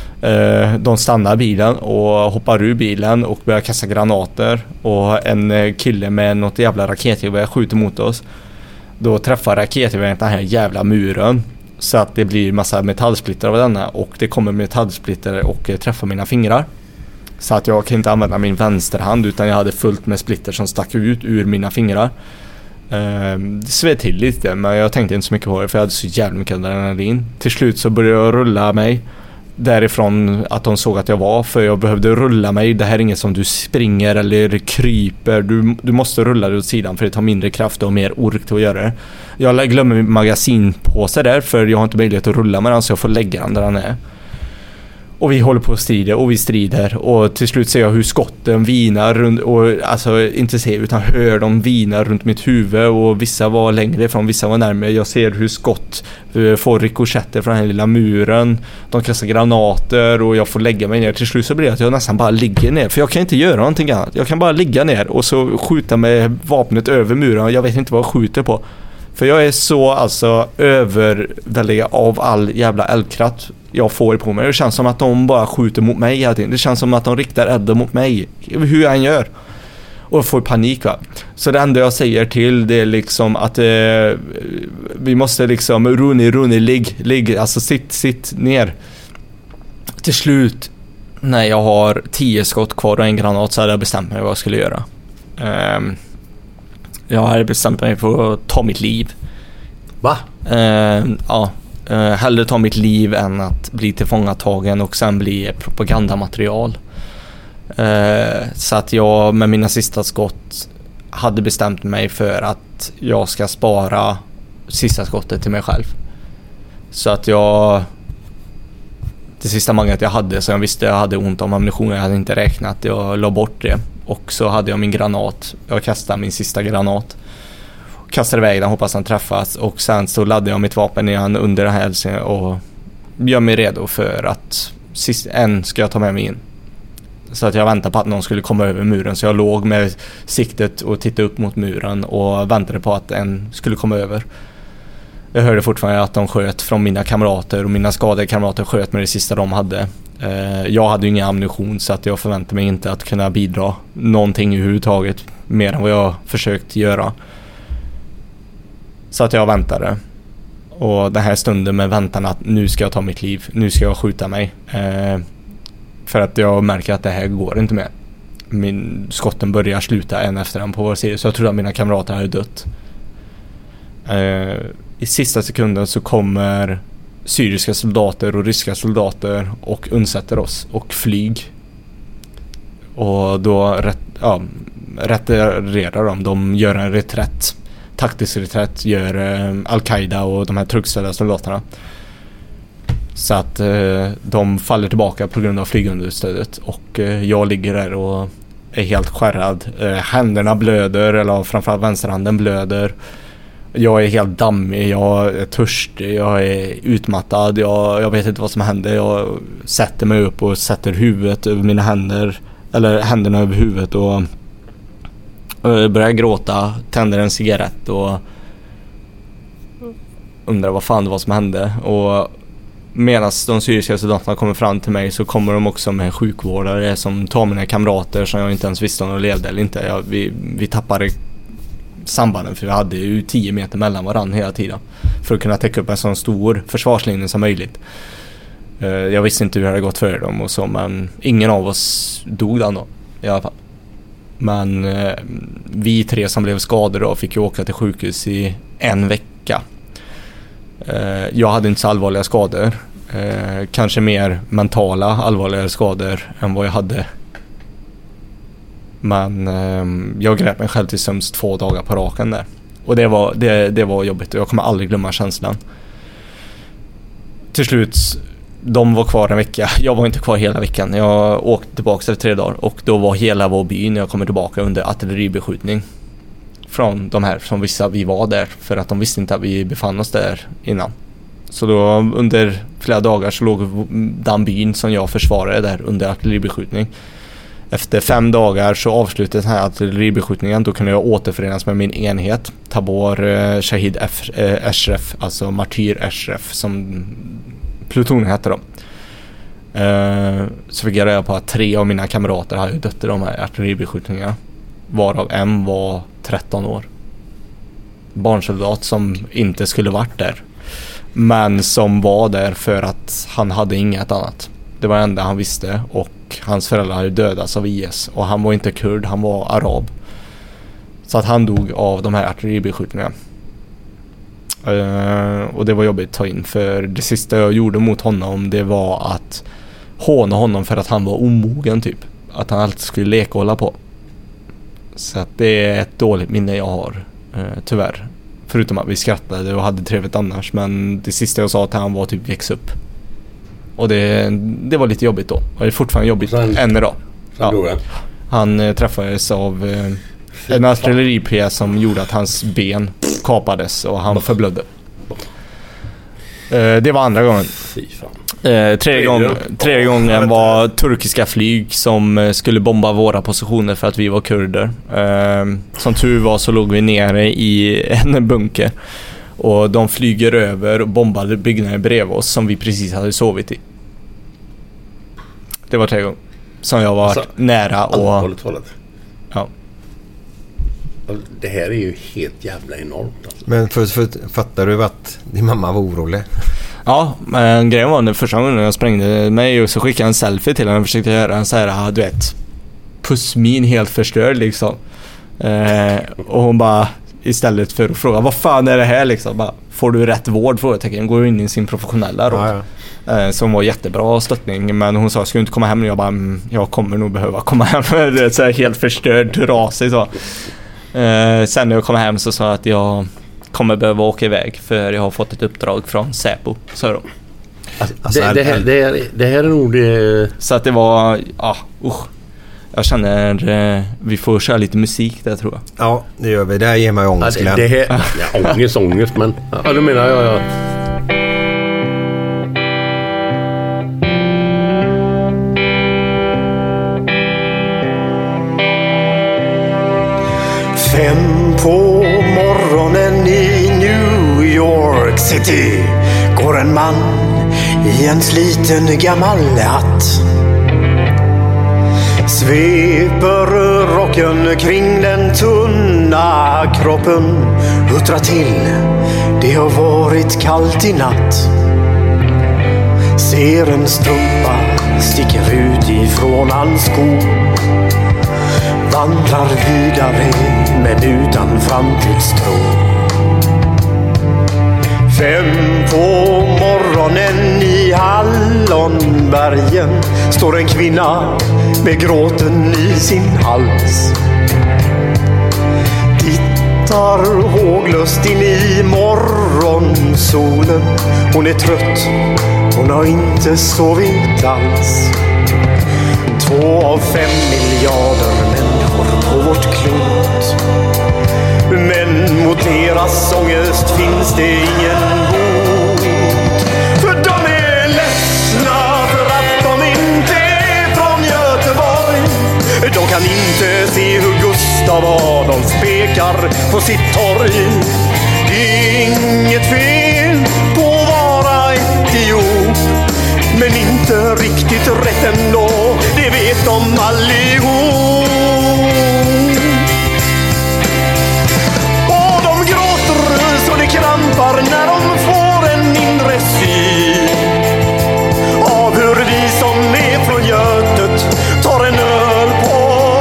De stannar bilen och hoppar ur bilen och börjar kasta granater. Och en kille med något jävla raketgevär skjuter mot oss. Då träffar raketgeväret den här jävla muren. Så att det blir massa metallsplitter av denna. Och det kommer metallsplitter och träffar mina fingrar. Så att jag kan inte använda min vänsterhand, utan jag hade fullt med splitter som stack ut ur mina fingrar. Ehm, det sved till lite, men jag tänkte inte så mycket på det för jag hade så jävla mycket adrenalin. Till slut så började jag rulla mig därifrån att de såg att jag var, för jag behövde rulla mig. Det här är inget som du springer eller kryper. Du, du måste rulla dig åt sidan för det tar mindre kraft och mer ork till att göra det. Jag glömmer min magasin på sig där, för jag har inte möjlighet att rulla med den, så jag får lägga den där den är. Och vi håller på att strida och vi strider. Och till slut ser jag hur skotten vinar runt, och alltså inte ser utan hör dem vina runt mitt huvud. Och vissa var längre ifrån, vissa var närmare. Jag ser hur skott får rikoschetter från den här lilla muren. De kastar granater och jag får lägga mig ner. Till slut så blir det att jag nästan bara ligger ner, för jag kan inte göra någonting annat. Jag kan bara ligga ner och så skjuta med vapnet över muren. Jag vet inte vad jag skjuter på. För jag är så alltså överväldigad av all jävla eldkraft jag får på mig. Det känns som att de bara skjuter mot mig. Det känns som att de riktar elden mot mig. Hur jag än gör. Och jag får panik, va. Så det enda jag säger till det är liksom att eh, vi måste liksom Runi, Runi, ligg, ligg. Alltså sitt, sitt ner. Till slut, när jag har tio skott kvar och en granat, så hade jag bestämt mig vad jag skulle göra. Um, Jag hade bestämt mig för att ta mitt liv. Va? Uh, ja. Uh, hellre ta mitt liv än att bli tillfångatagen och sen bli propagandamaterial. Uh, så att jag med mina sista skott hade bestämt mig för att jag ska spara sista skottet till mig själv. Så att jag det sista manget jag hade, så jag visste jag hade ont om ammunition, jag hade inte räknat, jag la bort det. Och så hade jag min granat, jag kastade min sista granat, kastade iväg den, hoppas den träffas, och sen så laddade jag mitt vapen igen under den här och gör mig redo för att sist, en ska jag ta med mig in. Så att jag väntade på att någon skulle komma över muren, så jag låg med siktet och tittade upp mot muren och väntade på att en skulle komma över. Jag hörde fortfarande att de sköt från mina kamrater, och mina skadade kamrater sköt med det sista de hade. Jag hade ju ingen ammunition, så att jag förväntade mig inte att kunna bidra någonting överhuvudtaget mer än vad jag försökt göra. Så att jag väntade. Och den här stunden med väntan att nu ska jag ta mitt liv, nu ska jag skjuta mig. Eh, för att jag märker att det här går inte mer. Min skotten börjar sluta en efter en på vår sida, så jag trodde att mina kamrater hade dött. Eh, I sista sekunden så kommer syriska soldater och ryska soldater och undsätter oss och flyg. Och då rätt, ja, retirerar de. De gör en reträtt. Taktisk reträtt gör eh, Al-Qaida och de här turkstödda soldaterna. Så att eh, de faller tillbaka på grund av flygunderstödet. Och eh, jag ligger där och är helt skärrad. Eh, händerna blöder, eller framförallt vänsterhanden blöder. Jag är helt dammig, jag är törstig, jag är utmattad, jag, jag vet inte vad som händer. Jag sätter mig upp och sätter huvudet över mina händer, eller händerna över huvudet, och börjar gråta, tänder en cigarett och undrar vad fan det var som hände. Och medan de syriska soldaterna kommer fram till mig så kommer de också med sjukvårdare som tar mina kamrater som jag inte ens visste om de levde eller inte. Jag, vi, vi tappade sambanden, för vi hade ju tio meter mellan varandra hela tiden för att kunna täcka upp en sån stor försvarslinje som möjligt. Jag visste inte hur det hade gått för dem och så, men ingen av oss dog då i alla fall. Men eh, vi tre som blev skadade då fick ju åka till sjukhus i en vecka. Eh, jag hade inte så allvarliga skador. Eh, kanske mer mentala allvarliga skador än vad jag hade. Men eh, jag grep mig själv till sömns två dagar på raken där. Och det var, det, det var jobbigt, och jag kommer aldrig glömma känslan. Till slut, de var kvar en vecka. Jag var inte kvar hela veckan. Jag åkte tillbaka efter tre dagar. Och då var hela vår by, när jag kommer tillbaka, under artilleribeskjutning från de här som visste att vi var där. För att de visste inte att vi befann oss där innan. Så då under flera dagar så låg den byn som jag försvarade där under artilleribeskjutning. Efter fem dagar så avslutades den här artilleribeskjutningen. Då kunde jag återförenas med min enhet Tabor eh, Shahid F, eh, Ashraf, alltså Martyr Ashraf som plutonen hette då. Eh, så fick jag reda på att tre av mina kamrater hade dött i de här artilleribeskjutningarna, varav en var tretton år. Barnsoldat som inte skulle varit där, men som var där för att han hade inget annat. Det var det enda han visste, och hans föräldrar hade dödats av I S, och han var inte kurd, han var arab. Så att han dog av de här artilleribeskjutningarna. Uh, och det var jobbigt att ta in, för det sista jag gjorde mot honom, det var att håna honom för att han var omogen typ. Att han alltid skulle leka och hålla på. Så att det är ett dåligt minne jag har, uh, tyvärr. Förutom att vi skrattade och hade trevligt annars. Men det sista jag sa till han var typ väx upp. Och det, det var lite jobbigt då. Och det är fortfarande jobbigt sen, än idag. Ja. Han uh, träffades av uh, en artilleripjäs som gjorde att hans ben kapades och han förblödde. Uh, det var andra gången. Uh, tredje, gång, tredje gången var turkiska flyg som uh, skulle bomba våra positioner för att vi var kurder. Uh, som tur var så låg vi nere i en bunker. Och de flyger över och bombade byggnader bredvid oss som vi precis hade sovit i. Det var tredje gången som jag var alltså, nära och... Ja. Det här är ju helt jävla enormt alltså. Men för, för, fattar du att din mamma var orolig? Ja, men grejen var när första gången jag sprängde mig och så skickade jag en selfie till henne och försökte göra en så här, du vet, pussmin helt förstörd liksom. Eh, och hon bara, istället för att fråga vad fan är det här liksom, bara får du rätt vård frågetecken, går in i sin professionella roll. Ja, ja. Eh, som var jättebra stöttning, men hon sa, ska du inte komma hem nu? Jag bara, mm, jag kommer nog behöva komma hem. Det är så här helt förstörd, trasig så. Eh, sen när jag kom hem så sa jag att jag kommer behöva åka iväg för jag har fått ett uppdrag från Säpo, så då. Alltså, det, det, här, det, här, det här är nog det... Så att det var, ja, usch. Jag känner eh, vi får köra lite musik där, tror jag. Ja, det gör vi. Det här ger mig ångest. Ja, det, det här, ja, ångest, ångest, men ja, det menar jag, ja. Fem på morgonen i New York City går en man i en sliten gammal hatt. Sveper rocken kring den tunna kroppen, huttrar till, det har varit kallt i natt. Ser en strumpa sticker ut ifrån hans sko, vandrar vidare men utan framtidstro. Fem på morgonen i Hallonbergen står en kvinna med gråten i sin hals. Tittar håglöst in i morgonsolen. Hon är trött, hon har inte sovit alls. Två av fem miljarder människor på vårt klot. Men mot deras ångest finns det ingen bot. För de är ledsna för att de inte är från Göteborg. De kan inte se hur Gustav Adolf pekar på sitt torg. Det är inget fel på att vara etiop, men inte riktigt rätt ändå, det vet de allihop. Och de gråter så det krampar när de får en inre syn av hur vi som är från Götet tar en öl på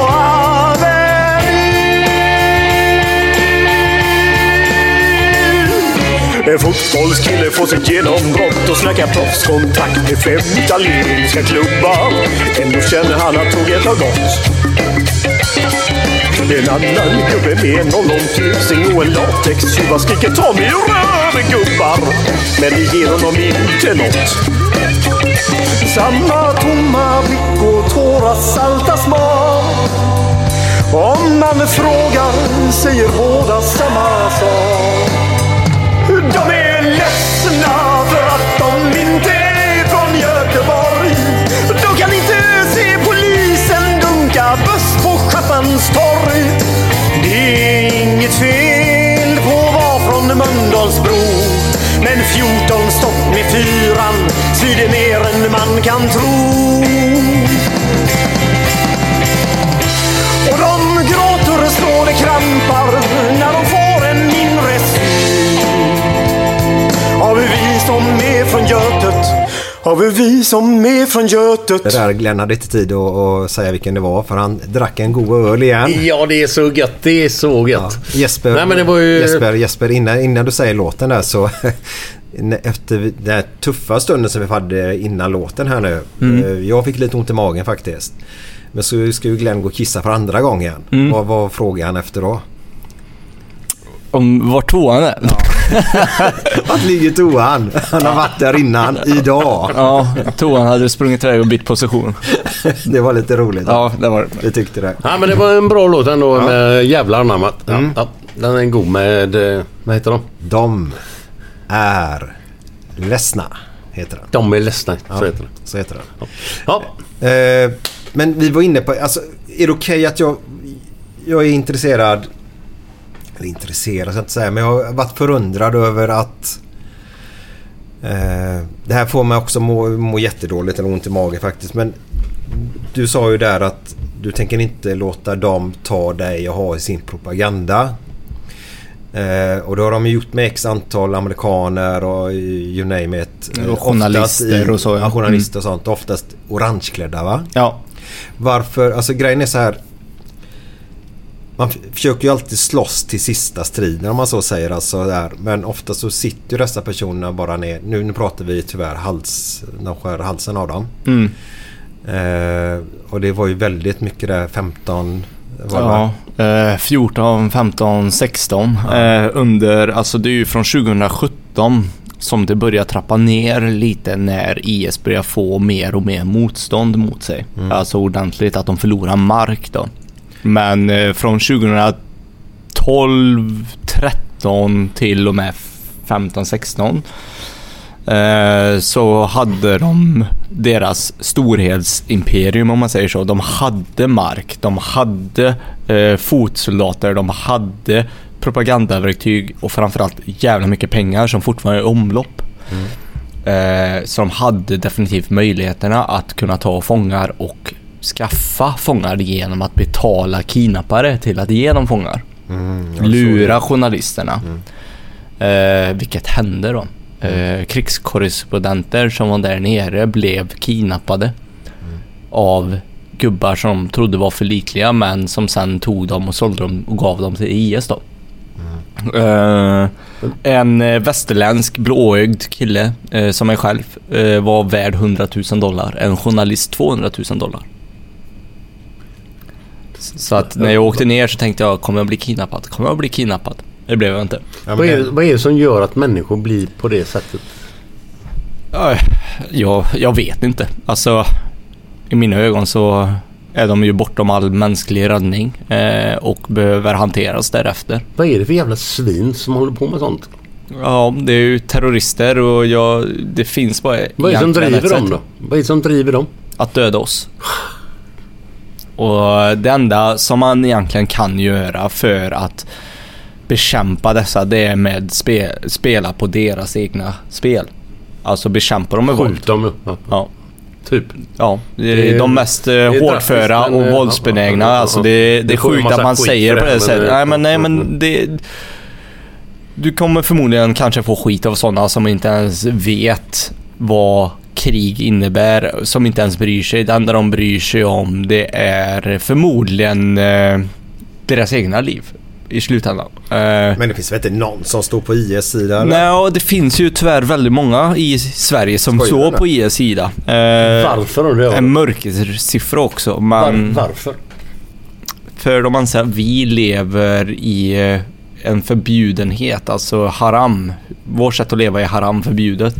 Avenyn. En fotbollskille får sitt genombrott och snackar proffskontakt med fem italienska klubbar. Ändå känner han att tåget har gått. En annan gubbe med en ollontusing och en latextjuva skriker ta mig och rör gubbar. Men det ger honom inte något. Samma tomma blick och tårar salta smak. Om man frågar säger båda samma sak. De är ledsna för att de inte är från Göteborg. De kan inte se polisen dunka buss på Schappans torg. Det är inget fel på att vara från Mölndalsbro, men fjorton stopp med fyran svider mer än man kan tro. Och de gråter så det krampar när de får en inre syn av vi som är från Götet, av vi som är från Götet. Det där Glenn hade inte tid att, att säga vilken det var, för han drack en god öl igen. Ja, det är så gött, det är så gött. Ja. Jesper, Nej, men det var ju... Jesper, Jesper innan, innan du säger låten där så efter den här tuffa stunden som vi hade innan låten här nu, mm. jag fick lite ont i magen faktiskt. Men så ska ju Glenn gå och kissa för andra gången. Mm. Vad var frågan han efter då? Om var toan är? Ja. Att ligger toan? Han har varit där innan idag. Ja, toan hade sprungit iväg och bytt position. Det var lite roligt. Ja, det var det. Jag tyckte det. Ja, men det var en bra låt ändå, ja. Med jävla anammat. Ja, mm. ja, den är god med, vad heter de? De är ledsna, heter den. De är ledsna, så ja, heter den. Så heter den. Ja. ja. Eh, men vi var inne på, alltså, är det okej okay att jag, jag är intresserad, eller intresserad så att säga, men jag har varit förundrad över att eh, det här får mig också må, må jättedåligt eller ont i magen faktiskt, men du sa ju där att du tänker inte låta dem ta dig och ha i sin propaganda. Eh, och då har de gjort med x antal amerikaner och you name it. Och journalister i, och så. Ja. Journalister och sånt. Oftast orangeklädda, va? Ja. Varför? Alltså grejen är så här. man f- försöker ju alltid slåss till sista striden om man så säger. Alltså där. Men ofta så sitter ju dessa personerna bara ner. Nu, nu pratar vi tyvärr hals, de skär halsen av dem. Mm. Eh, och det var ju väldigt mycket där femton... Ja, eh, fjorton, femton, sexton. Ja. Eh, under, alltså det är ju från tjugosjutton som det börjar trappa ner lite när I S börjar få mer och mer motstånd mot sig. Mm. Alltså ordentligt att de förlorar mark då. Men eh, från tjugotolv, tretton till och med femton, sexton eh, så hade de deras storhetsimperium om man säger så. De hade mark, de hade eh, fotsoldater, de hade propagandaverktyg och framförallt jävla mycket pengar som fortfarande är i omlopp. Mm. Eh, så de hade definitivt möjligheterna att kunna ta fångar och skaffa fångar genom att betala kidnappare till att ge dem fångar. Mm, Lura journalisterna. Mm. Eh, vilket hände då. Eh, krigskorrespondenter som var där nere blev kidnappade mm. av gubbar som trodde var förlitliga men som sen tog dem och sålde dem och gav dem till I S då. Mm. Eh, en västerländsk blåögd kille eh, som är själv eh, var värd hundratusen dollar. En journalist tvåhundratusen dollar. Så att när jag åkte ner så tänkte jag, kommer jag bli kidnappad? Kommer jag bli kidnappad? Det blev jag inte. Ja, vad, är, vad är det som gör att människor blir på det sättet? Ja, jag, jag vet inte. Alltså, i mina ögon så är de ju bortom all mänsklig räddning eh, och behöver hanteras därefter. Vad är det för jävla svin som håller på med sånt? Ja, det är ju terrorister och jag, det finns bara... Vad är det som driver dem då? Vad är det som driver dem? Att döda oss. Och det enda som man egentligen kan göra för att bekämpa dessa, det är med spe, spela på deras egna spel. Alltså bekämpa dem med våld. Skjut dem, ja. Ja. Typ. Ja, det är, det är de mest det är hårdföra och våldsbenägna. Ja, ja, ja. Alltså det, det är sjukt att man säger på det sättet. Nej, men nej, men det... Du kommer förmodligen kanske få skit av sådana som inte ens vet vad krig innebär, som inte ens bryr sig. Det enda de bryr sig om, det är förmodligen eh, deras egna liv i slutändan. Eh, Men det finns väl inte någon som står på I S sida? Nej, det finns ju tyvärr väldigt många i Sverige som står på I S sida. Eh, varför? Det en mörkersiffra också. Man, Var, varför? För de anser att vi lever i en förbjudenhet, alltså haram. Vårt sätt att leva är haram förbjudet.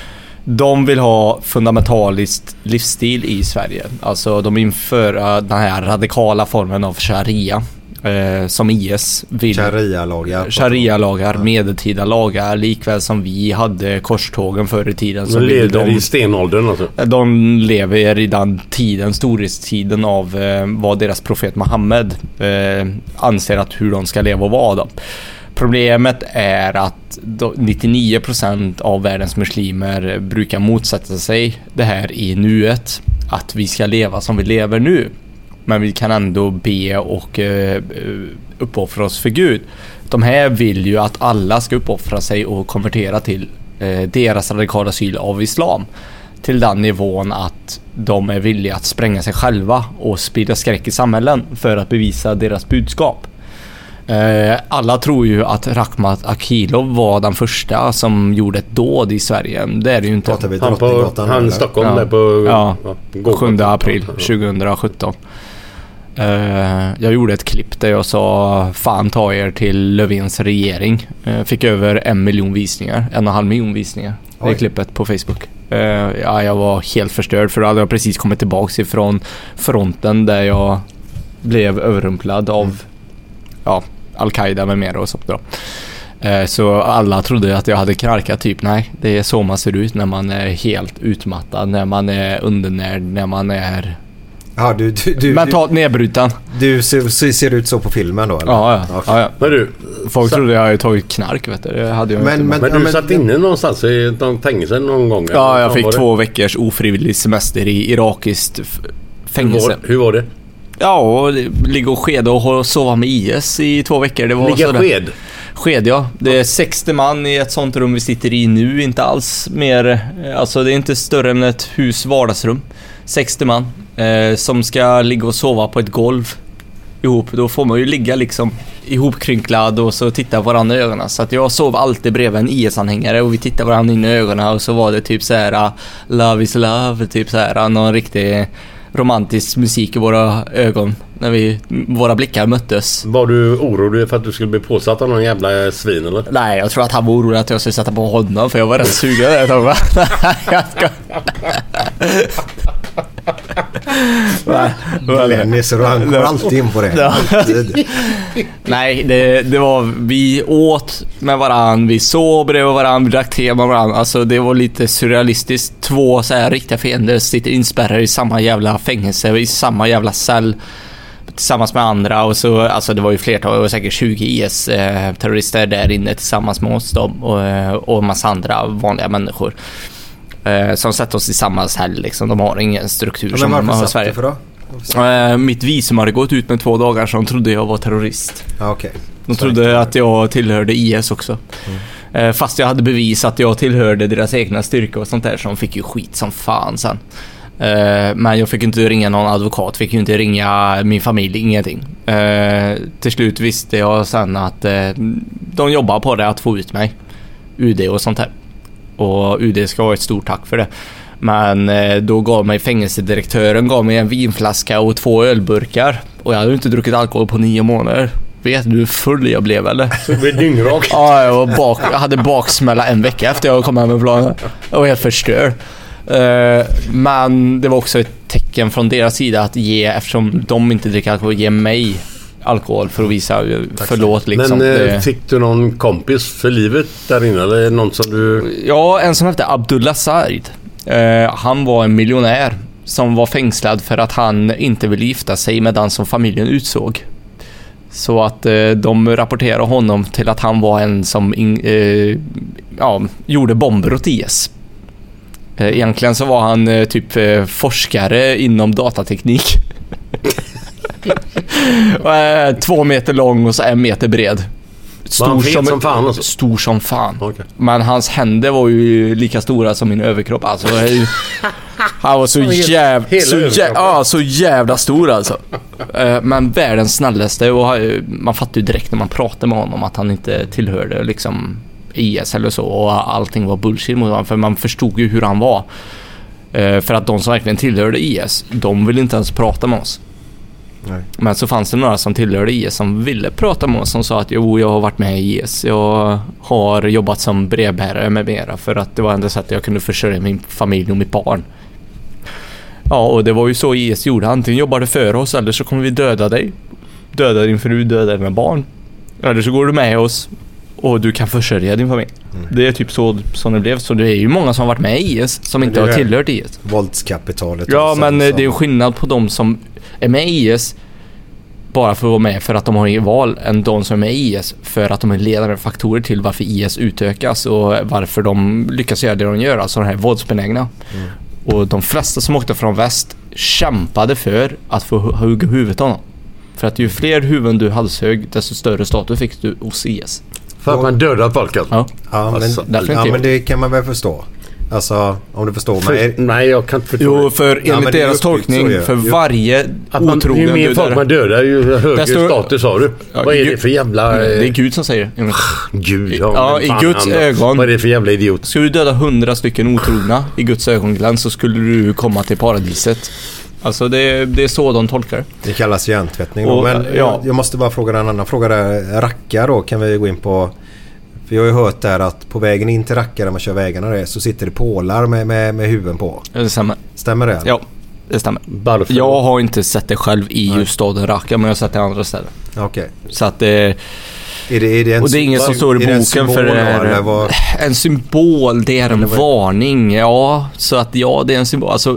De vill ha fundamentalistisk livsstil i Sverige. Alltså de inför den här radikala formen av sharia eh, som I S vill. Sharia-lagar. Sharia-lagar, medeltida lagar, likväl som vi hade korstågen förr i tiden. De lever i stenåldern alltså. De lever i den tiden, storhetstiden av eh, vad deras profet Muhammed eh, anser att hur de ska leva och vara då. Problemet är att nittionio procent av världens muslimer brukar motsätta sig det här i nuet. Att vi ska leva som vi lever nu. Men vi kan ändå be och uh, uppoffra oss för Gud. De här vill ju att alla ska uppoffra sig och konvertera till uh, deras radikala syn av islam. Till den nivån att de är villiga att spränga sig själva och sprida skräck i samhällen för att bevisa deras budskap. Uh, alla tror ju att Rakhmat Akilov var den första som gjorde ett dåd i Sverige. Det är det ju inte. Vi han på han Stockholm ja. där på ja. Ja, sjunde april tjugosjutton. Uh, jag gjorde ett klipp där jag sa fan ta er till Löfvens regering. Uh, fick över en miljon visningar, en och en halv miljon visningar. Oj. Det klippet på Facebook. Uh, ja, jag var helt förstörd för då hade jag precis kommit tillbaka ifrån fronten där jag blev överrumplad av mm. ja, Al-Qaida med mer och sånt då. Eh, så alla trodde att jag hade knarkat typ. Nej, det är så man ser ut när man är helt utmattad, när man är undernärd, när man är ja, du, du, du, mentalt nedbruten. Du ser, ser ut så på filmen då? Eller? Ja, ja. Okay. ja, ja. Men du, folk så... trodde jag hade tagit knark, vet du. Det hade jag men, inte. Men, men, men du satt inne någonstans i fängelse någon gång? Ja, jag fick två veckors ofrivillig semester i irakiskt fängelse. Hur var, hur var det? Ja, och ligga och skeda och sova med I S i två veckor. Det var ligga sådär. sked? Sked, ja. Det är sextio man i ett sånt rum vi sitter i nu. Inte alls mer, alltså det är inte större än ett hus vardagsrum. sextio man eh, som ska ligga och sova på ett golv ihop, då får man ju ligga liksom ihopkrynklad och så titta varandra i ögonen. Så att jag sov alltid bredvid en I S-anhängare och vi tittade varandra in i ögonen och så var det typ så här love is love, typ så här någon riktig romantisk musik i våra ögon när vi, våra blickar möttes. Var du orolig för att du skulle bli påsatt av någon jävla svin eller? Nej, jag tror att han var orolig att jag skulle sätta på honom för jag var rätt sugen där. Jag ska... Lenny, så han går alltid in på det. Ja. Nej, det, det var vi åt med varann, vi sov bredvid varann, vi drack te med varann. Alltså det var lite surrealistiskt. Två så här riktiga fiender sitter inspärrade i samma jävla fängelse, i samma jävla cell tillsammans med andra. Och så, alltså det var ju flertal, det var säkert tjugo I S-terrorister där inne tillsammans med oss då, och, och en massa andra vanliga människor eh, som sätter oss i samma cell liksom. De har ingen struktur. Men som varför man har i satt Sverige. du för då? Eh, mitt visum hade gått ut med två dagar så de trodde jag var terrorist. Ah, okay. De trodde att jag tillhörde I S också. Mm. Eh, fast jag hade bevis att jag tillhörde deras egna styrka och sånt där, så de fick ju skit som fan sen. Eh, men jag fick inte ringa någon advokat, fick ju inte ringa min familj, ingenting. Eh, till slut visste jag sen att eh, de jobbar på det att få ut mig. U D och sånt där. Och U D ska ha ett stort tack för det. Men eh, då gav mig fängelsedirektören gav mig en vinflaska och två ölburkar. Och jag hade inte druckit alkohol på nio månader. Vet du hur full jag blev eller? Så det blev dyngrak. Ja, jag, var bak, jag hade baksmälla en vecka efter jag kom hem med planen. Jag var helt förstörd. Uh, men det var också ett tecken från deras sida att ge, eftersom de inte dricker alkohol, ge mig alkohol för att visa förlåt liksom. Men eh, fick du någon kompis för livet där inne eller någon som du... Ja, en som hette Abdullah Said. Uh, han var en miljonär som var fängslad för att han inte ville gifta sig med den som familjen utsåg. Så att uh, de rapporterade honom till att han var en som in, uh, ja, gjorde bomber åt I S. Egentligen så var han typ forskare inom datateknik. Två meter lång och så en meter bred. Stor som, som fan alltså. Stor som fan. Okay. Men hans händer var ju lika stora som min överkropp. Alltså, han var så jävla så, jä- ja, så jävla stor alltså. Men världens snällaste. Och man fattar ju direkt när man pratar med honom att han inte tillhörde liksom I S eller så, och allting var bullshit mot honom, för man förstod ju hur han var. Eh, för att de som verkligen tillhörde I S, de ville inte ens prata med oss. Nej. Men så fanns det några som tillhörde I S som ville prata med oss, som sa att jo, jag har varit med i I S, jag har jobbat som brevbärare med mera, för att det var enda sättet jag kunde försörja min familj och mitt barn. Ja, och det var ju så I S gjorde. Antingen jobbar du för oss eller så kommer vi döda dig. Döda din fru, döda dina barn. Eller så går du med oss och du kan försörja din familj. Mm. Det är typ så som det blev. Så det är ju många som har varit med i I S som men inte har tillhört I S. Våldskapitalet. Ja, men det är ju skillnad på de som är med i I S bara för att vara med för att de har inget val, än de som är med i I S för att de är ledande faktorer till varför I S utökas och varför de lyckas göra det de gör, alltså de här våldsbenägna. Mm. Och de flesta som åkte från väst kämpade för att få hugga huvudet av honom. För att ju fler huvuden du halshög, desto större status fick du hos I S. För att man dödar folk alltså. Ja, ja, men, alltså, ja men det kan man väl förstå. Alltså, om du förstår för, mig. Nej, jag kan inte förstå. Jo, för enligt ja, deras tolkning, så, för varje man, otrogen ju mer folk man dödar, ju högre står, status har du. Ja, vad är det för jävla... Det är Gud som säger. Gud, ja. Ja, i Guds han, ögon. Vad är det för jävla idiot? Skulle du döda hundra stycken otrogna i Guds ögon, så skulle du komma till paradiset. Alltså det, det är så de tolkar. Det kallas hjärntvättning. Och, men ja. jag, jag måste bara fråga en annan fråga där. Racka då kan vi gå in på. För jag har ju hört där att på vägen in till Racka där man kör vägarna där, så sitter det pålar med, med, med huvuden på. Det stämmer. Stämmer det? Ja, det stämmer. Varför? Jag har inte sett det själv i just staden Racka, men jag har sett det i andra ställen. Okej. Okay. Så att det... Är det, är det en, och det är inget som står i boken symbol, för det är vad... en symbol, det är en varning. Ja, så att ja, det är en symbol. Alltså,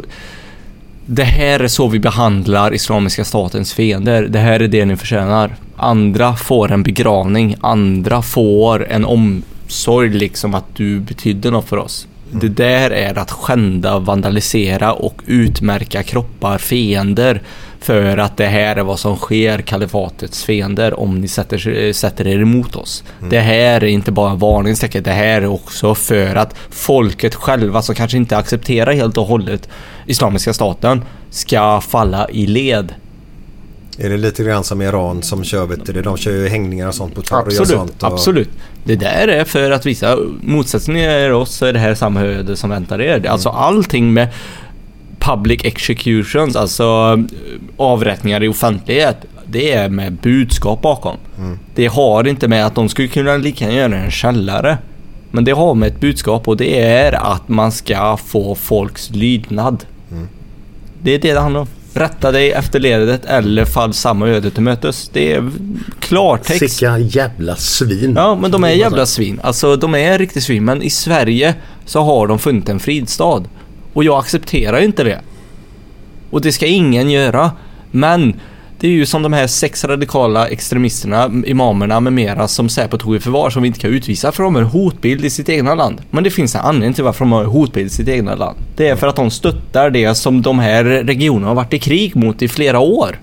det här är så vi behandlar Islamiska statens fiender. Det här är det ni förtjänar. Andra får en begravning. Andra får en omsorg, liksom att du betyder något för oss. Mm. Det där är att skända, vandalisera och utmärka kroppar, fiender. För att det här är vad som sker kalifatets fiender om ni sätter, sätter er emot oss. Mm. Det här är inte bara varningstecken. Det här är också för att folket själva, som kanske inte accepterar helt och hållet Islamiska staten, ska falla i led. Är det lite grann som Iran som kör, vet du, de kör ju hängningar och sånt på torg absolut, och sånt? Och... Absolut. Det där är för att visa motsättningar oss, så är det här samma öde som väntar er. Mm. Alltså allting med public executions, alltså avrättningar i offentlighet, det är med budskap bakom. Mm. Det har inte med att de skulle kunna lika gärna göra en källare. Men det har med ett budskap, och det är att man ska få folks lydnad. Mm. Det är det det handlar om. Rätta dig efter ledet eller fall samma öde till mötes. Det är klartext. Sicka jävla svin. Ja, men de är jävla svin. Alltså de är riktigt svin. Men i Sverige så har de funnit en fridstad. Och jag accepterar inte det. Och det ska ingen göra. Men det är ju som de här sex radikala extremisterna, imamerna med mera, som Säpo tog i förvar, som vi inte kan utvisa för de har hotbild i sitt egna land. Men det finns en anledning till varför de har hotbild i sitt egna land. Det är för att de stöttar det som de här regionerna har varit i krig mot i flera år.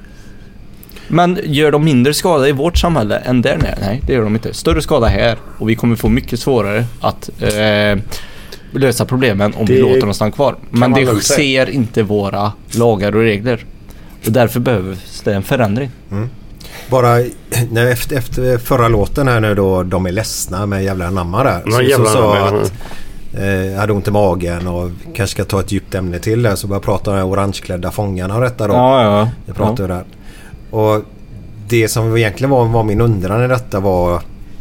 Men gör de mindre skada i vårt samhälle än där nere? Nej, det gör de inte. Större skada här, och vi kommer få mycket svårare att eh, lösa problemen om det vi låter dem stanna kvar. Men det ser inte våra lagar och regler. Och därför behövs det en förändring. Mm. Bara när efter, efter förra låten här nu då, de är ledsna med jävla namma där. Så, jävla så sa att eh, hade ont i magen och kanske ska ta ett djupt ämne till där, så började prata om de här orangeklädda fångarna och detta då. Ja, ja. Jag pratade ja. där. Och det som egentligen var, var min undran i detta var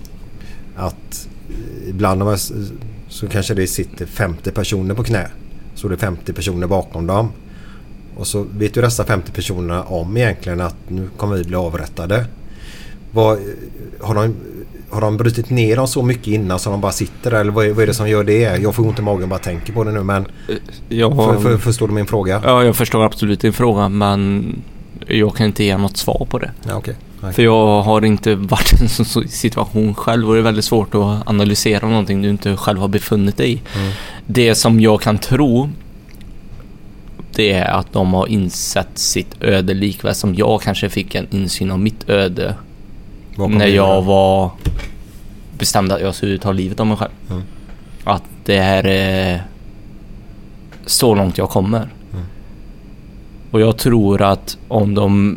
att ibland de här, så kanske det sitter femtio personer på knä. Så det är femtio personer bakom dem. Och så vet ju dessa femtio personerna om egentligen att nu kommer vi bli avrättade. Vad, har, de, har de brutit ner dem så mycket innan så de bara sitter där? Eller vad är, vad är det som gör det? Jag får ont i magen bara tänker på det nu, men jag, för, för, förstår du min fråga? Ja, jag förstår absolut din fråga, men jag kan inte ge något svar på det. Ja, okay. För jag har inte varit i en sån situation själv, och det är väldigt svårt att analysera någonting du inte själv har befunnit dig i. Mm. Det som jag kan tro, det är att de har insett sitt öde likväl som jag kanske fick en insyn av mitt öde när jag var bestämd att jag skulle ta livet av mig själv. Mm. Att det här är så långt jag kommer. Mm. Och jag tror att om de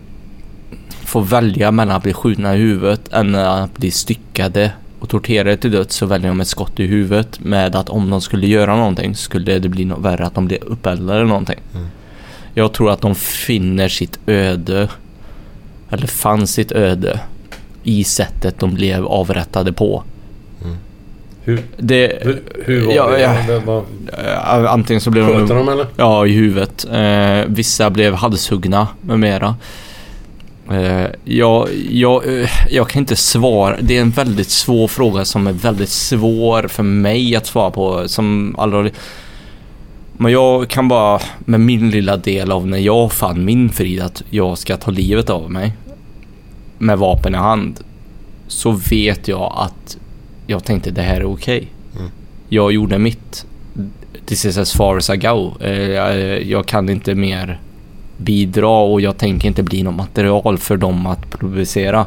får välja mellan att bli skjutna i huvudet än att bli styckade och torterade till döds, så väljer de ett skott i huvudet, med att om de skulle göra någonting skulle det bli något värre, att de blir uppeldade eller någonting. Mm. Jag tror att de finner sitt öde, eller fann sitt öde i sättet de blev avrättade på. Mm. Hur, det, hur, hur var ja, det? Ja, det var... Antingen så blev de, de, de eller? Ja, i huvudet. Eh, vissa blev halshuggna med mera. Uh, jag, jag, uh, jag kan inte svara. Det är en väldigt svår fråga som är väldigt svår för mig att svara på, som aldrig... Men jag kan bara med min lilla del av när jag fann min frid att jag ska ta livet av mig med vapen i hand, så vet jag att jag tänkte det här är okej. Okay. Mm. Jag gjorde mitt. This is as far as I go. Uh, jag, jag kan inte mer bidra, och jag tänker inte bli något material för dem att publicera.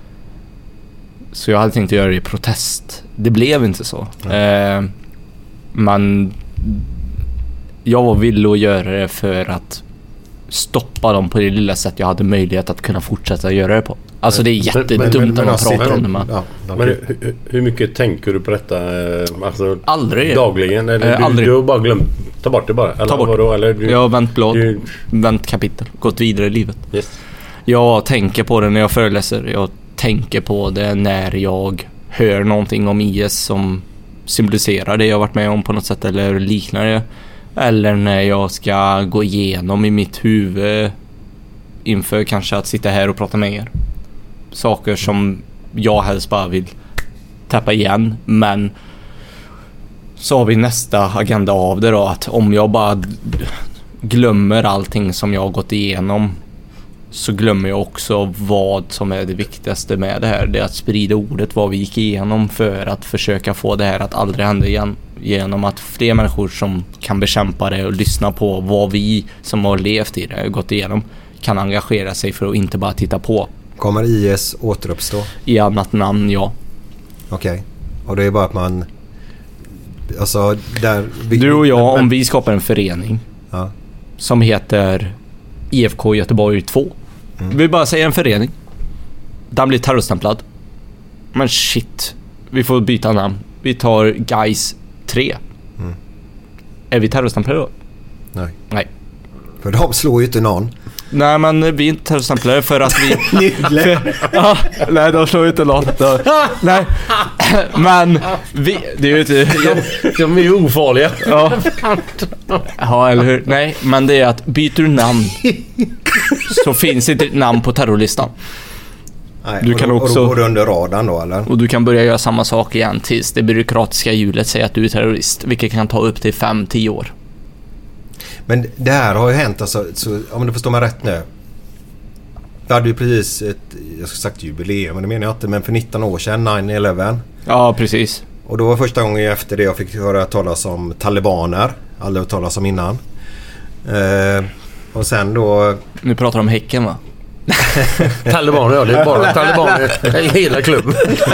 Så jag hade tänkt göra det i protest. Det blev inte så. Mm. Eh, men jag var villig att göra det för att stoppa dem på det lilla sätt jag hade möjlighet att kunna fortsätta göra det på. Alltså det är jättedumt när man pratar om det. Men, ja, men hur, hur mycket tänker du på detta? Alltså, aldrig. Dagligen? Eller eh, du, aldrig. du har bara glömt ta bort det bara? Eller ta bort. Vadå? Eller du, jag har vänt blad, du... vänt kapitel, gått vidare i livet. Yes. Jag tänker på det när jag föreläser. Jag tänker på det när jag hör någonting om I S som symboliserar det jag varit med om på något sätt eller liknar det. Eller när jag ska gå igenom i mitt huvud inför kanske att sitta här och prata med er. Saker som jag helst bara vill tappa igen. Men så har vi nästa agenda av det då, att om jag bara glömmer allting som jag har gått igenom, så glömmer jag också vad som är det viktigaste med det här. Det är att sprida ordet vad vi gick igenom för att försöka få det här att aldrig hända igen. Genom att fler människor som kan bekämpa det och lyssna på vad vi som har levt i det och gått igenom kan engagera sig för att inte bara titta på. Kommer I S återuppstå? I annat namn, ja. Okej. Okay. Och det är bara att man... Alltså, där... Du och jag, om vi skapar en förening ja. som heter I F K Göteborg två. Mm. Vi bara säger en förening. Den blir terrorstämplad. Men shit, vi får byta namn. Vi tar Guys tre. Mm. Är vi terrorstämplade då? Nej. Nej. För de slår ju inte någon. Nej, men vi är inte terrorstämplade för att vi... för, ja, nej, de slår ju inte någon. Då, nej, men vi... Det är ju inte... De, de är ju ofarliga. Ja. Ja, eller hur? Nej, men det är att byter du namn så finns inte ett namn på terrorlistan. Nej, du och kan då, också, och då går du under radarn då, eller? Och du kan börja göra samma sak igen tills det byråkratiska hjulet säger att du är terrorist, vilket kan ta upp till fem till tio år. Men det här har ju hänt, alltså, så, om du förstår mig rätt nu. Vi hade ju precis ett, jag ska sagt jubileum, men det menar jag inte, men för nitton år sedan, nine eleven. Ja, precis. Och då var första gången efter det jag fick höra talas om talibaner. Aldrig hört talas om innan. Eh, och sen då... Nu pratar de om Häcken, va? Talibaner, ja, det är bara talibaner i hela klubben.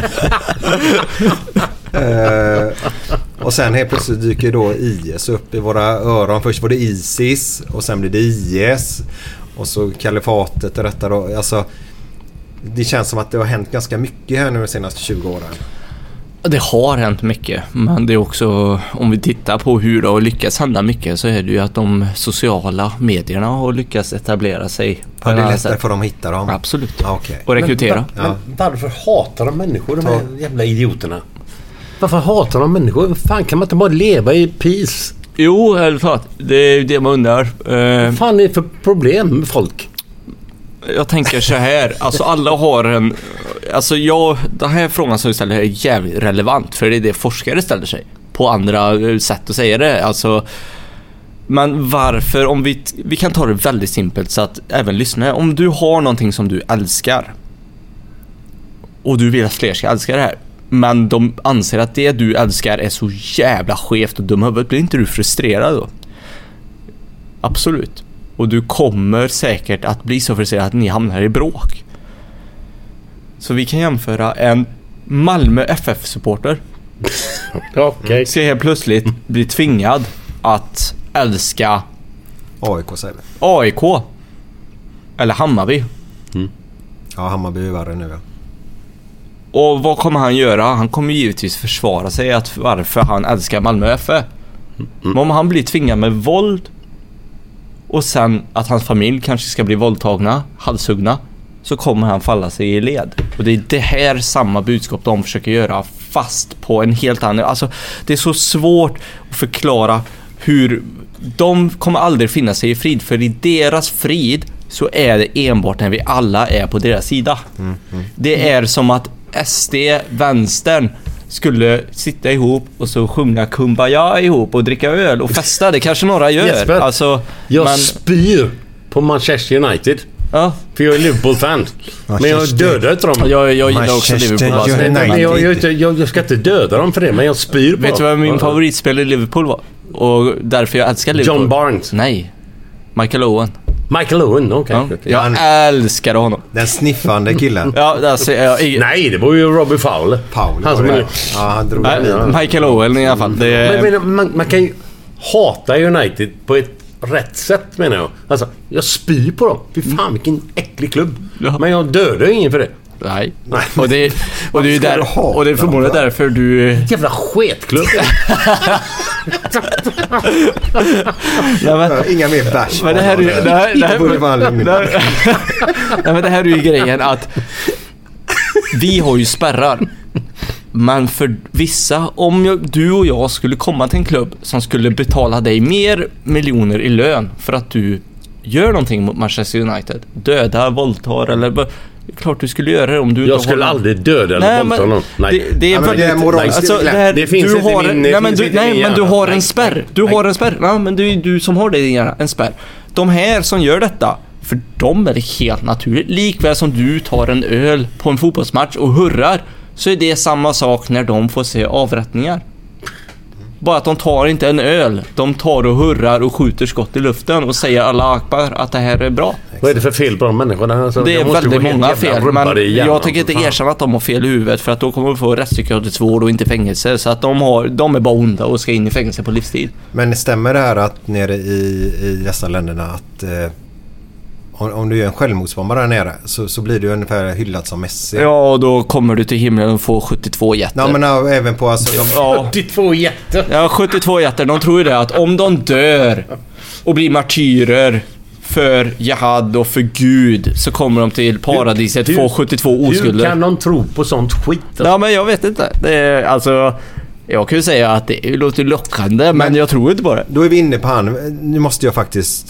uh, och sen helt plötsligt dyker då I S upp i våra öron. Först var det Isis och sen blev det I S och så kalifatet och detta då. Alltså, det känns som att det har hänt ganska mycket här nu de senaste tjugo åren. Det har hänt mycket, men det är också, om vi tittar på hur det har lyckats hända mycket, så är det ju att de sociala medierna har lyckats etablera sig på ja, det är lättare sätt. För dem att hitta dem. Absolut. Ja, okay. Och rekrytera. Men, men varför hatar de människor, de här jävla idioterna? Varför hatar de människor? Fan, kan man inte bara leva i peace? Jo, helt klart. Det är det man undrar. Uh, Vad fan är det för problem med folk? Jag tänker så här, alltså alla har en, alltså jag, den här frågan som du ställer är jävligt relevant, för det är det forskare ställer sig på andra sätt att säga det, alltså. Men varför, om vi, vi kan ta det väldigt simpelt så att även lyssna, om du har någonting som du älskar och du vill att fler ska älska det här, men de anser att det du älskar är så jävla skevt och dum huvudet, blir inte du frustrerad då? Absolut. Och du kommer säkert att bli så frustrerad att ni hamnar i bråk. Så vi kan jämföra en Malmö F F-supporter. Okay. Ska helt plötsligt bli tvingad att älska A I K säger vi. A I K. Eller Hammarby. Mm. Ja, Hammarby är värre nu, ja. Och vad kommer han göra? Han kommer givetvis försvara sig att varför han älskar Malmö F F. Mm. Men om han blir tvingad med våld och sen att hans familj kanske ska bli våldtagna, halshuggna, så kommer han falla sig i led. Och det är det här samma budskap de försöker göra, fast på en helt annan. Alltså, det är så svårt att förklara hur de kommer aldrig finna sig i frid, för i deras frid så är det enbart när vi alla är på deras sida. Mm, mm. Det är som att S D, vänstern, skulle sitta ihop och så sjunga Kumbaya ihop och dricka öl och festa. Det kanske några gör. Jesper, alltså, jag men... spyr på Manchester United. Ja. För jag är Liverpool-fan. Men jag dödar inte dem. Jag, jag gillar också Liverpool. Alltså. Men jag, jag, jag, jag ska inte döda dem för det, men jag spyr på Vet du vad min favoritspelare i Liverpool var? Och därför jag älskar Liverpool. John Barnes? Nej. Michael Owen. Michael Owen, okej. Okay. Ja, jag Han, älskar honom. Den sniffande killen. Ja, alltså, jag, Nej, det var ju Robbie Fowler. Paul. Han som är, ja, han drog Nej, Michael Owen i alla fall. Det är... men, men, man, man kan ju hata United på ett rätt sätt, menar jag. Alltså, jag spyr på dem. Fy fan, vilken äcklig klubb. Ja. Men jag dödar ju ingen för det. Nej. Nej. Och det, och det är ju där, och det är förmodligen därför du... Jävla sketklubb. Ja, men, inga mer bärs. Men det här är ju... Det här, det här, det här, ja, men det här är ju grejen att vi har ju spärrar. Men för vissa, om jag, du och jag skulle komma till en klubb som skulle betala dig mer miljoner i lön för att du gör någonting mot Manchester United, döda, våldtar eller... Klart du skulle göra det om du jag skulle håller... aldrig döda eller våldta någon. Nej. Det, det är ja, väldigt... det är moraliskt. Alltså, det, här, det finns du inte har, min... Nej, men du, nej, men du har en spärr. Du nej. har en spärr. Ja, men du, du som har det i din en spärr. De här som gör detta, för dem är det helt naturligt. Likväl som du tar en öl på en fotbollsmatch och hurrar, så är det samma sak när de får se avrättningar. Bara att de tar inte en öl. De tar och hurrar och skjuter skott i luften och säger Allah Akbar att det här är bra. Vad är det för fel på de människorna? Alltså, det är väldigt många fel, men jag tänker inte erkänna att de har fel i huvudet, för att då kommer de få rättspsykiatrisk vård och inte fängelse. Så att de, har, de är bara onda och ska in i fängelse på livstid. Men stämmer det här att nere i, i dessa länderna att eh, om, om du är en självmordsbombare där nere så, så blir du ungefär hyllad som Messi. Ja, och då kommer du till himlen och får sjuttiotvå jätter. Ja, men ja, även på alltså, de... ja. sjuttiotvå jätter. Ja, sjuttiotvå jätter. De tror ju det att om de dör och blir martyrer för jihad och för Gud så kommer de till paradiset få sjuttiotvå oskulder. Hur kan de tro på sånt skit? Alltså? Ja, men jag vet inte. Det är, alltså, jag kan ju säga att det låter lockande, men, men jag tror inte på det. Då är vi inne på han. Nu måste jag faktiskt...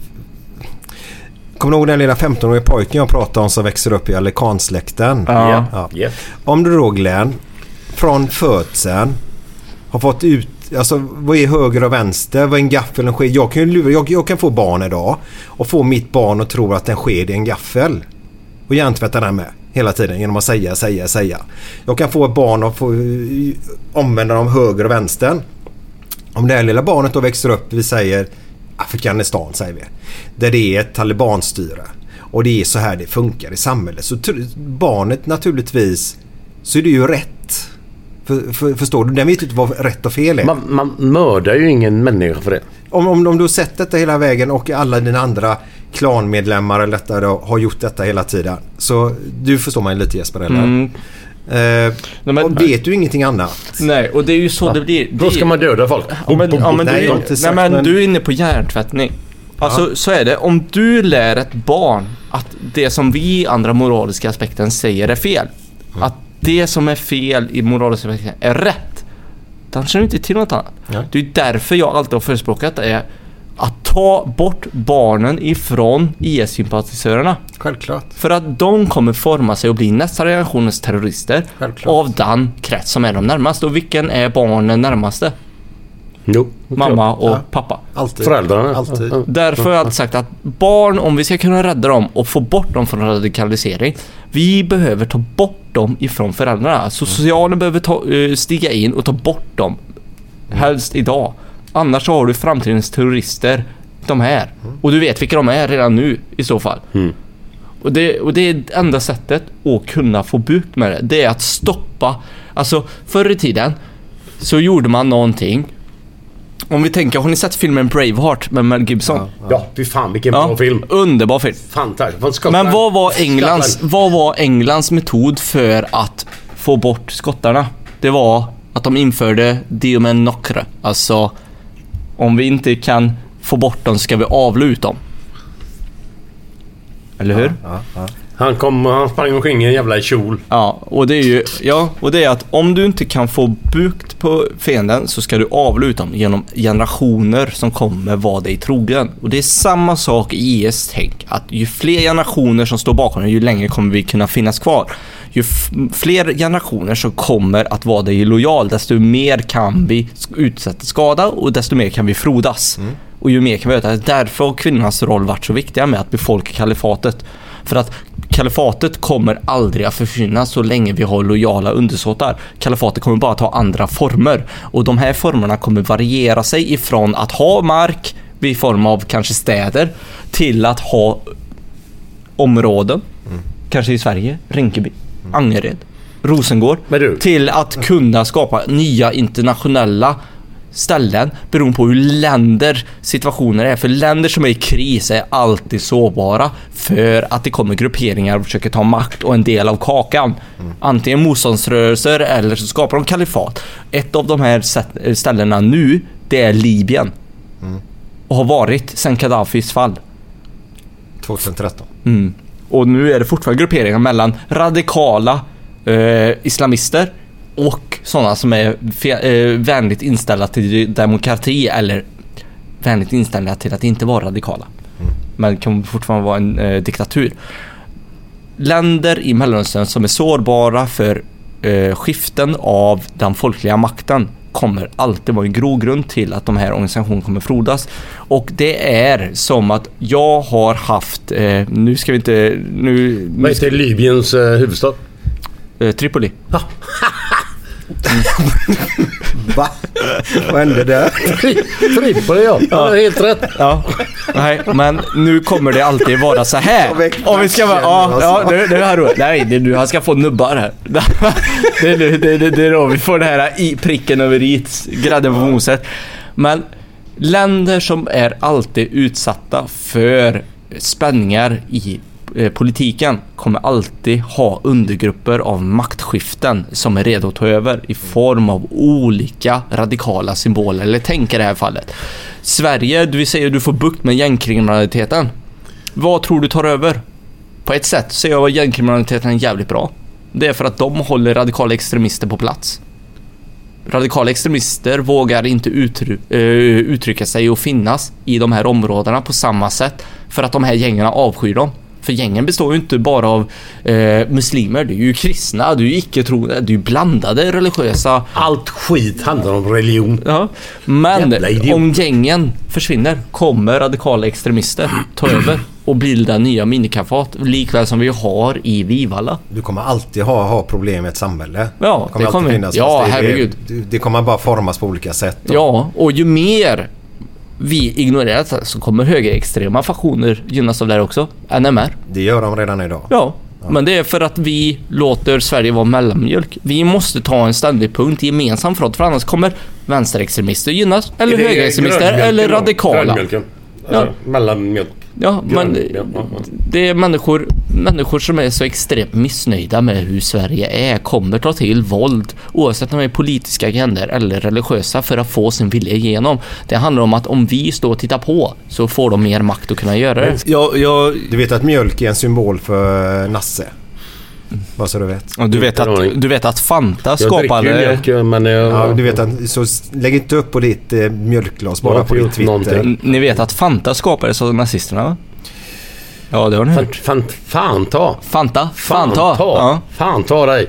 Kommer du ihåg den lilla femton-åriga pojken jag pratade om som växer upp i Alekansläkten? Ja. Ja. Yeah. Om du då, Glenn, från födseln har fått ut, alltså vad är höger och vänster, vad är en gaffel och en sked? Jag kan ju lura, jag, jag kan få barn idag och få mitt barn att tro att en sked är en gaffel och hjärntvätta den med hela tiden genom att säga, säga, säga. Jag kan få ett barn att få omvända dem höger och vänster. Om det här lilla barnet då växer upp, vi säger Afghanistan säger vi, där det är ett talibanstyre och det är så här det funkar i samhället, så t- barnet naturligtvis, så är det ju rätt. För, för, förstår du? Den vet inte vad rätt och fel är. Man, man mördar ju ingen människa för det. Om, om, om du har sett detta hela vägen och alla dina andra klanmedlemmar eller detta då, har gjort detta hela tiden, så du förstår mig lite, Jesper, eller? Mm. Eh, nej, men, och vet du ingenting annat? Nej, och det är ju så ja. det blir. Då ska man döda folk. Ja, men, ja, men, nej, du, sagt, nej, men men... du är inne på hjärntvättning. Alltså ja. så är det. Om du lär ett barn att det som vi i andra moraliska aspekten säger är fel. Mm. Att det som är fel i moraliska aspekten är rätt. Den känner inte till något annat. Ja. Det är därför jag alltid har förespråkat är att ta bort barnen ifrån I S-sympatisörerna. Självklart. För att de kommer forma sig och bli nästa generationens terrorister. Självklart. Av den krets som är de närmaste. Och vilken är barnen närmaste? Jo, mamma och ja. pappa. Alltid. Föräldrarna. Alltid. Därför har jag alltid sagt att barn, om vi ska kunna rädda dem och få bort dem från radikalisering, vi behöver ta bort dem ifrån föräldrarna. Socialen behöver ta, stiga in och ta bort dem. Helst idag. Annars har du framtidens terrorister, de här. Och du vet vilka de är redan nu i så fall. Mm. Och, det, och det är det enda sättet att kunna få bukt med det. Det är att stoppa. Alltså förr i tiden så gjorde man någonting. Om vi tänker, har ni sett filmen Braveheart med Mel Gibson? Ja, ja. ja fy fan vilken ja, bra film. Underbar film. Fantastiskt. Men vad var Englands vad var Englands metod för att få bort skottarna? Det var att de införde Diomen Nokre. Alltså om vi inte kan få bort dem ska vi avluta dem. Eller hur? Ja, ja, ja. Han kom, han sprang omkring i en jävla kjol. Ja, och det är ju ja, och det är att om du inte kan få bukt på fienden så ska du avluta dem genom generationer som kommer vara dig trogen. Och det är samma sak i I S tänk, att ju fler generationer som står bakom, ju längre kommer vi kunna finnas kvar. Ju f- fler generationer som kommer att vara dig lojal, desto mer kan vi utsätta skada och desto mer kan vi frodas. Mm. Och ju mer kan vi öta. Därför har kvinnornas roll varit så viktiga med att befolka kalifatet. För att kalifatet kommer aldrig att försvinna så länge vi har lojala undersåtar. Kalifatet kommer bara ta andra former. Och de här formerna kommer variera sig ifrån att ha mark i form av kanske städer till att ha områden. Mm. Kanske i Sverige, Rinkeby, mm. Angered, Rosengård. Till att kunna skapa nya internationella ställen beroende på hur länder situationer är. För länder som är i kris är alltid sårbara för att det kommer grupperingar och försöker ta makt och en del av kakan. Mm. Antingen motståndsrörelser eller så skapar de kalifat. Ett av de här ställena nu, det är Libyen. Mm. Och har varit sedan Gaddafis fall. tjugohundratretton. Mm. Och nu är det fortfarande grupperingar mellan radikala eh, islamister och sådana som är fe- äh, vänligt inställda till demokrati eller vänligt inställda till att inte vara radikala. Mm. Men kan fortfarande vara en äh, diktatur. Länder i Mellanöstern som är sårbara för äh, skiften av den folkliga makten kommer alltid vara en grogrund till att de här organisationerna kommer frodas. Och det är som att jag har haft äh, nu ska vi inte nu, vad heter Libyens äh, huvudstad? Äh, Tripoli. Ja. Va? Vad hände där? Tripoli, ja. Ja, helt rätt. Ja. Nej, men nu kommer det alltid vara så här. Om vi ska vara ja, ja, det, det här då. Nej, det nu han ska få nubbar här. Det det det, det, det då vi får det här i pricken över i grädden på moset. Men länder som är alltid utsatta för spänningar i eh, politiken kommer alltid ha undergrupper av maktskiften som är redo att ta över i form av olika radikala symboler. Eller tänk i det här fallet. Sverige, du säger du får bukt med gängkriminaliteten. Vad tror du tar över? På ett sätt så jag att gängkriminaliteten är jävligt bra. Det är för att de håller radikala extremister på plats. Radikala extremister vågar inte uttry- uh, uttrycka sig och finnas i de här områdena på samma sätt för att de här gängerna avskyr dem. För gängen består ju inte bara av uh, muslimer, det är ju kristna, det är ju icke-troende, det är ju blandade religiösa. Allt skit handlar om religion. Ja. Men om gängen försvinner kommer radikala extremister ta över och bilda nya minikafat, likväl som vi har i Vivalla. Du kommer alltid ha, ha problem med ett samhälle. Ja, det kommer, det kommer finnas. Ja, det, herregud. Det, det kommer bara formas på olika sätt. Då. Ja, och ju mer vi ignorerar det så kommer högerextrema faktioner gynnas av det här också. N M R. Det gör de redan idag. Ja, ja, men det är för att vi låter Sverige vara mellanmjölk. Vi måste ta en ständig punkt i gemensam front, för annars kommer vänsterextremister gynnas, eller högerextremister, eller radikala. Grönmjölken. Ja. Mellanmjölk. Ja, men det är människor, människor som är så extremt missnöjda med hur Sverige är kommer ta till våld, oavsett om det är politiska agendor eller religiösa, för att få sin vilja igenom. Det handlar om att om vi står och tittar på så får de mer makt att kunna göra det. Jag, jag, du vet att mjölk är en symbol för Nasse. Vad så du vet. Och du vet att du vet att Fanta skapade. Jag dricker mjölk, men jag... Ja, du vet att så lägg inte upp på ditt eh, mjölkglas bara på ditt Twitter. Ni vet att Fanta skapades av nazisterna, va? Ja, det har ni hört. Fanta. Fanta. Fanta. Fanta. Ja. Fanta dig.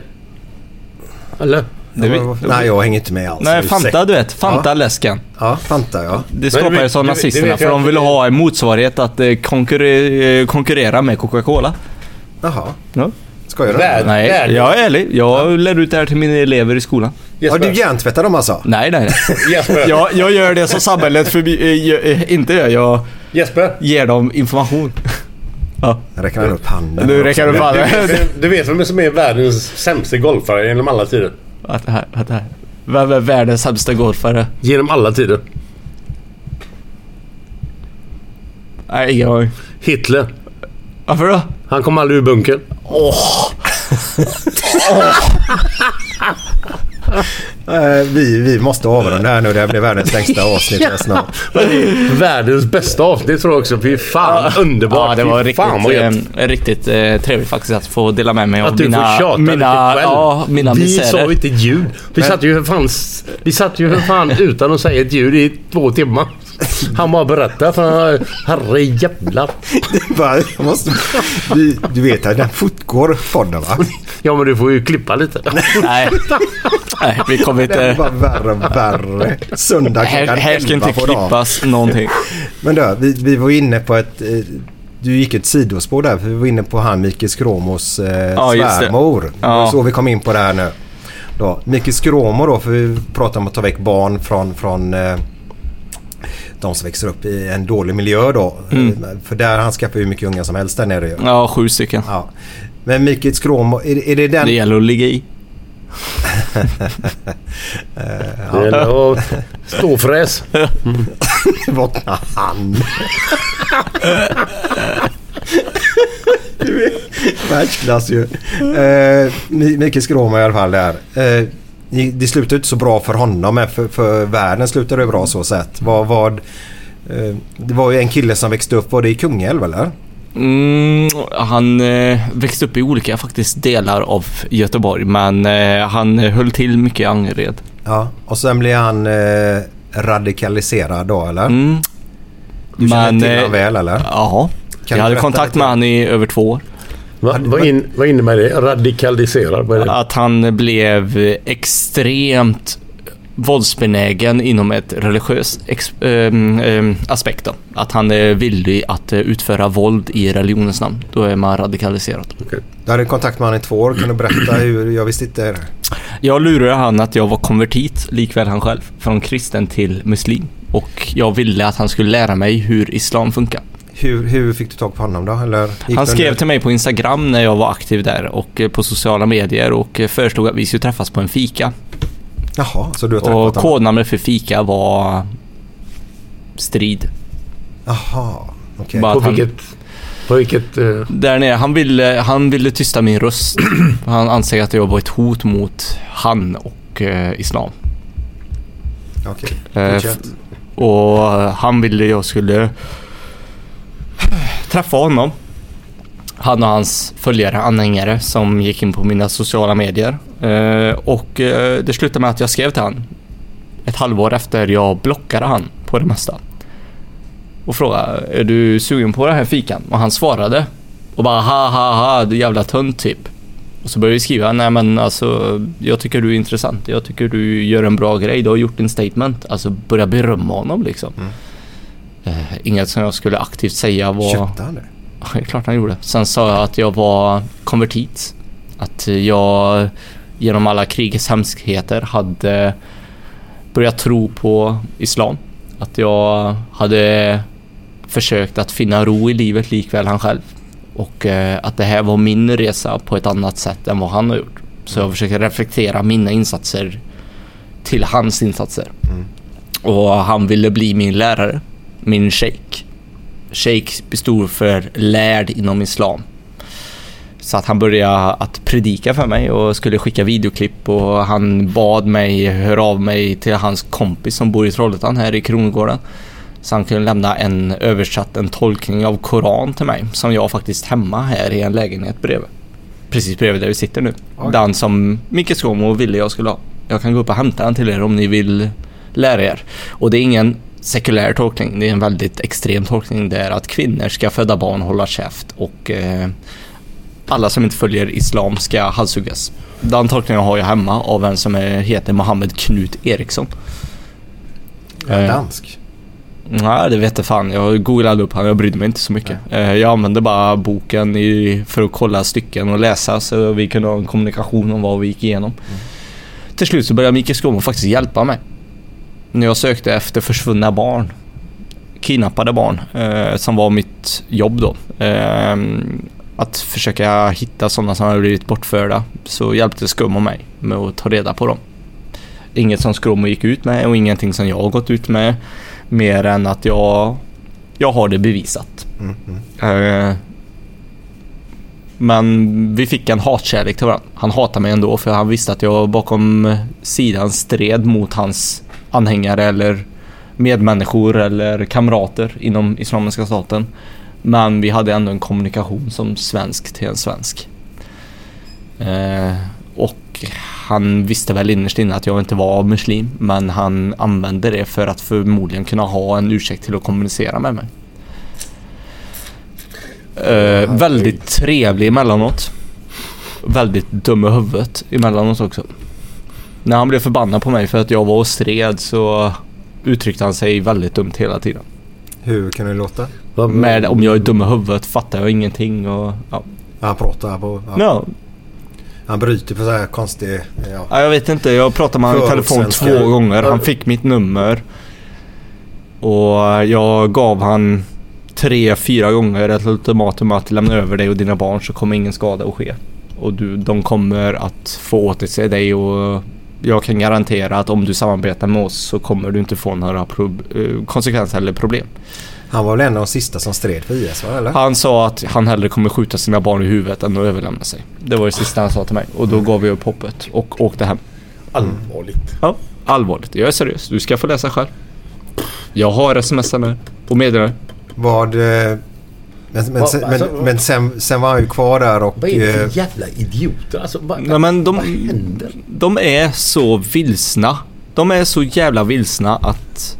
Eller? Det vi... Nej, jag hänger inte med alls. Nej, Fanta, du vet. Fanta-läsken. Ja, Fanta, ja. Det skapades av nazisterna för de ville ha en motsvarighet att konkurrera, konkurrera med Coca-Cola. Jaha. Ja. Ska jag det? Nej, jag är ärlig. Jag ja. lär ut det här till mina elever i skolan. Har du hjärntvättat dem alltså? Nej, nej, nej. jag, jag gör det så samhället förbi, äh, inte jag. Jag Jesper. ger dem information. Ja. Jag räcker han upp handen. Du räcker upp handen. Du, du, du vet vem som är världens sämsta golfare genom alla tider? Vad det här? Vad det här? Vem är världens sämsta golfare? Genom alla tider. Nej, ingen aning. Hitler. Varför då? Han kom aldrig ur bunkern. Åh! uh, vi, vi måste avrunda här nu. Det här blir världens längsta avsnitt här snart. Världens bästa avsnitt tror jag också. Fy fan, ja, underbart. Ja, det var Fy riktigt, fan, eh, riktigt eh, trevligt faktiskt att få dela med mig av att mina, du får tjata mina, lite själv. Ja, mina vi misärer. sa inte ett ljud. Vi satt ju för fan, vi satt ju för fan utan att säga ett ljud i två timmar. Han bara berättar för herre jävlar. Jag måste, du, du vet att den fortgår podden, va? Ja, men du får ju klippa lite. Nej, Nej vi kommer inte... Det var värre och värre. Söndag klockan Här ska inte klippas någonting. Men då, vi, vi var inne på ett... Du gick ett sidospår där, för vi var inne på han Mikael Skråmos eh, ja, svärmor. Ja. Så vi kom in på det här nu. Då, Mikael Skråmo då, för vi pratar om att ta väck barn från... från eh, de som växer upp i en dålig miljö då. Mm. För där han skaffar ju mycket unga som helst där nere. Ja, sju stycken. Ja. Men Mikael Skråmo, är, är det den... Det gäller att ligga i. Det gäller att stå fräs. Vakna han. Du vet, världsklass ju. Uh, Mikael Skråmo i alla fall där. Uh, Det slutade inte så bra för honom, men för, för världen slutade det bra så sett. Vad, vad, eh, det var ju en kille som växte upp, var det i Kungälv eller? Mm, han eh, växte upp i olika faktiskt delar av Göteborg, men eh, han höll till mycket i Angered. Ja, och sen blev han eh, radikaliserad då eller? Mm. Du känner men, till honom väl eller? Ja, jag hade kontakt med han i över två år. Va, vad, in, vad innebär det? Radikaliserad? Vad är det? Att han blev extremt våldsbenägen inom ett religiöst ex, ähm, ähm, aspekt då. Att han är villig att utföra våld i religionens namn. Då är man radikaliserad. Okay. Du hade kontakt med han i två år. Kan du berätta hur? Jag visste inte det. Jag lurade han att jag var konvertit, likväl han själv, från kristen till muslim. Och jag ville att han skulle lära mig hur islam funkar. Hur, hur fick du tag på honom då? Eller han skrev till mig på Instagram när jag var aktiv där och på sociala medier och föreslog att vi skulle träffas på en fika. Jaha, så du har träffat och honom? Och kodnamnet för fika var strid. Jaha, okej. Okay. På han, vilket? På vilket... Uh... Där nere, han ville, han ville tysta min röst. Han anser att jag var ett hot mot han och uh, islam. Okej, okay. uh, Och han ville jag skulle träffa honom. Han och hans följare, anhängare, som gick in på mina sociala medier. Uh, och uh, det slutade med att jag skrev till han ett halvår efter jag blockade han på det mesta. Och frågade, är du sugen på den här fikan? Och han svarade. Och bara, ha ha ha, du jävla tönt typ. Och så började vi skriva, nej men alltså, jag tycker du är intressant. Jag tycker du gör en bra grej. Du har gjort en statement. Alltså börja berömma honom liksom. Mm. Uh, inget som jag skulle aktivt säga var... Köpte han det? Ja, klart han gjorde. Sen sa jag att jag var konvertit. Att jag genom alla krigets hemskheter hade börjat tro på islam. Att jag hade försökt att finna ro i livet likväl han själv. Och eh, att det här var min resa på ett annat sätt än vad han har gjort. Så jag försöker reflektera mina insatser till hans insatser. Mm. Och han ville bli min lärare, min sheikh. Sheikh bestod för lärd inom islam. Så att han började att predika för mig och skulle skicka videoklipp, och han bad mig höra av mig till hans kompis som bor i Trollhättan här i Kronogården. Så han kunde lämna en översatt, en tolkning av Koran till mig som jag faktiskt hemma här i en lägenhet bredvid. Precis bredvid där vi sitter nu. Okay. Den som Micke Skåmo ville jag skulle ha. Jag kan gå upp och hämta den till er om ni vill lära er. Och det är ingen sekulär tolkning, det är en väldigt extrem tolkning. Det är att kvinnor ska föda barn, hålla käft, och eh, alla som inte följer islam ska halshuggas. Den tolkningen har jag hemma av en som är, heter Mohammed Knut Eriksson. Är dansk? Eh, nej, det vet jag fan. Jag googlade upp han, jag brydde mig inte så mycket. Eh, jag använde bara boken i, för att kolla stycken och läsa, så vi kunde ha en kommunikation om vad vi gick igenom. Mm. Till slut så började Mikael Skåmo faktiskt hjälpa mig. När jag sökte efter försvunna barn, kidnappade barn, eh, som var mitt jobb då. Eh, att försöka hitta sådana som har blivit bortförda, så hjälpte Skåmo mig med att ta reda på dem. Inget som Skåmo gick ut med och ingenting som jag har gått ut med, mer än att jag jag har det bevisat. Mm, mm. Eh, men vi fick en hatkärlek till varandra. Han hatade mig ändå för han visste att jag bakom sidan stred mot hans anhängare eller medmänniskor eller kamrater inom Islamiska staten. Men vi hade ändå en kommunikation som svensk till en svensk. Eh, och han visste väl innerst inne att jag inte var muslim, men han använde det för att förmodligen kunna ha en ursäkt till att kommunicera med mig. Eh, väldigt trevlig emellanåt. Väldigt dum i huvudet emellanåt också. När han blev förbannad på mig för att jag var och stred, så uttryckte han sig väldigt dumt hela tiden. Hur kan det låta? Med, om jag är dum i huvudet fattar jag ingenting. Och, ja. Han pratar på... Ja. No. Han bryter på så här konstig... Ja. Ja, jag vet inte, jag pratade med honom i telefon två gånger. Han fick mitt nummer. Och jag gav han tre, fyra gånger ett ultimatum att lämna över dig och dina barn, så kommer ingen skada att ske. Och du, de kommer att få återse dig, och jag kan garantera att om du samarbetar med oss så kommer du inte få några pro- konsekvenser eller problem. Han var väl en av de sista som stred för I S, va, eller? Han sa att han hellre kommer skjuta sina barn i huvudet än att överlämna sig. Det var det sista han sa till mig. Och då gav vi upp hoppet och åkte hem. Allvarligt. Ja, allvarligt. Jag är seriös. Du ska få läsa själv. Jag har smsar nu och meddelare. Vad... Men, men, Va, sen, alltså, men, men sen, sen var han ju kvar där och... Vad är det för jävla idioter? Alltså, vad, nej, men de, vad händer? De är så vilsna. De är så jävla vilsna att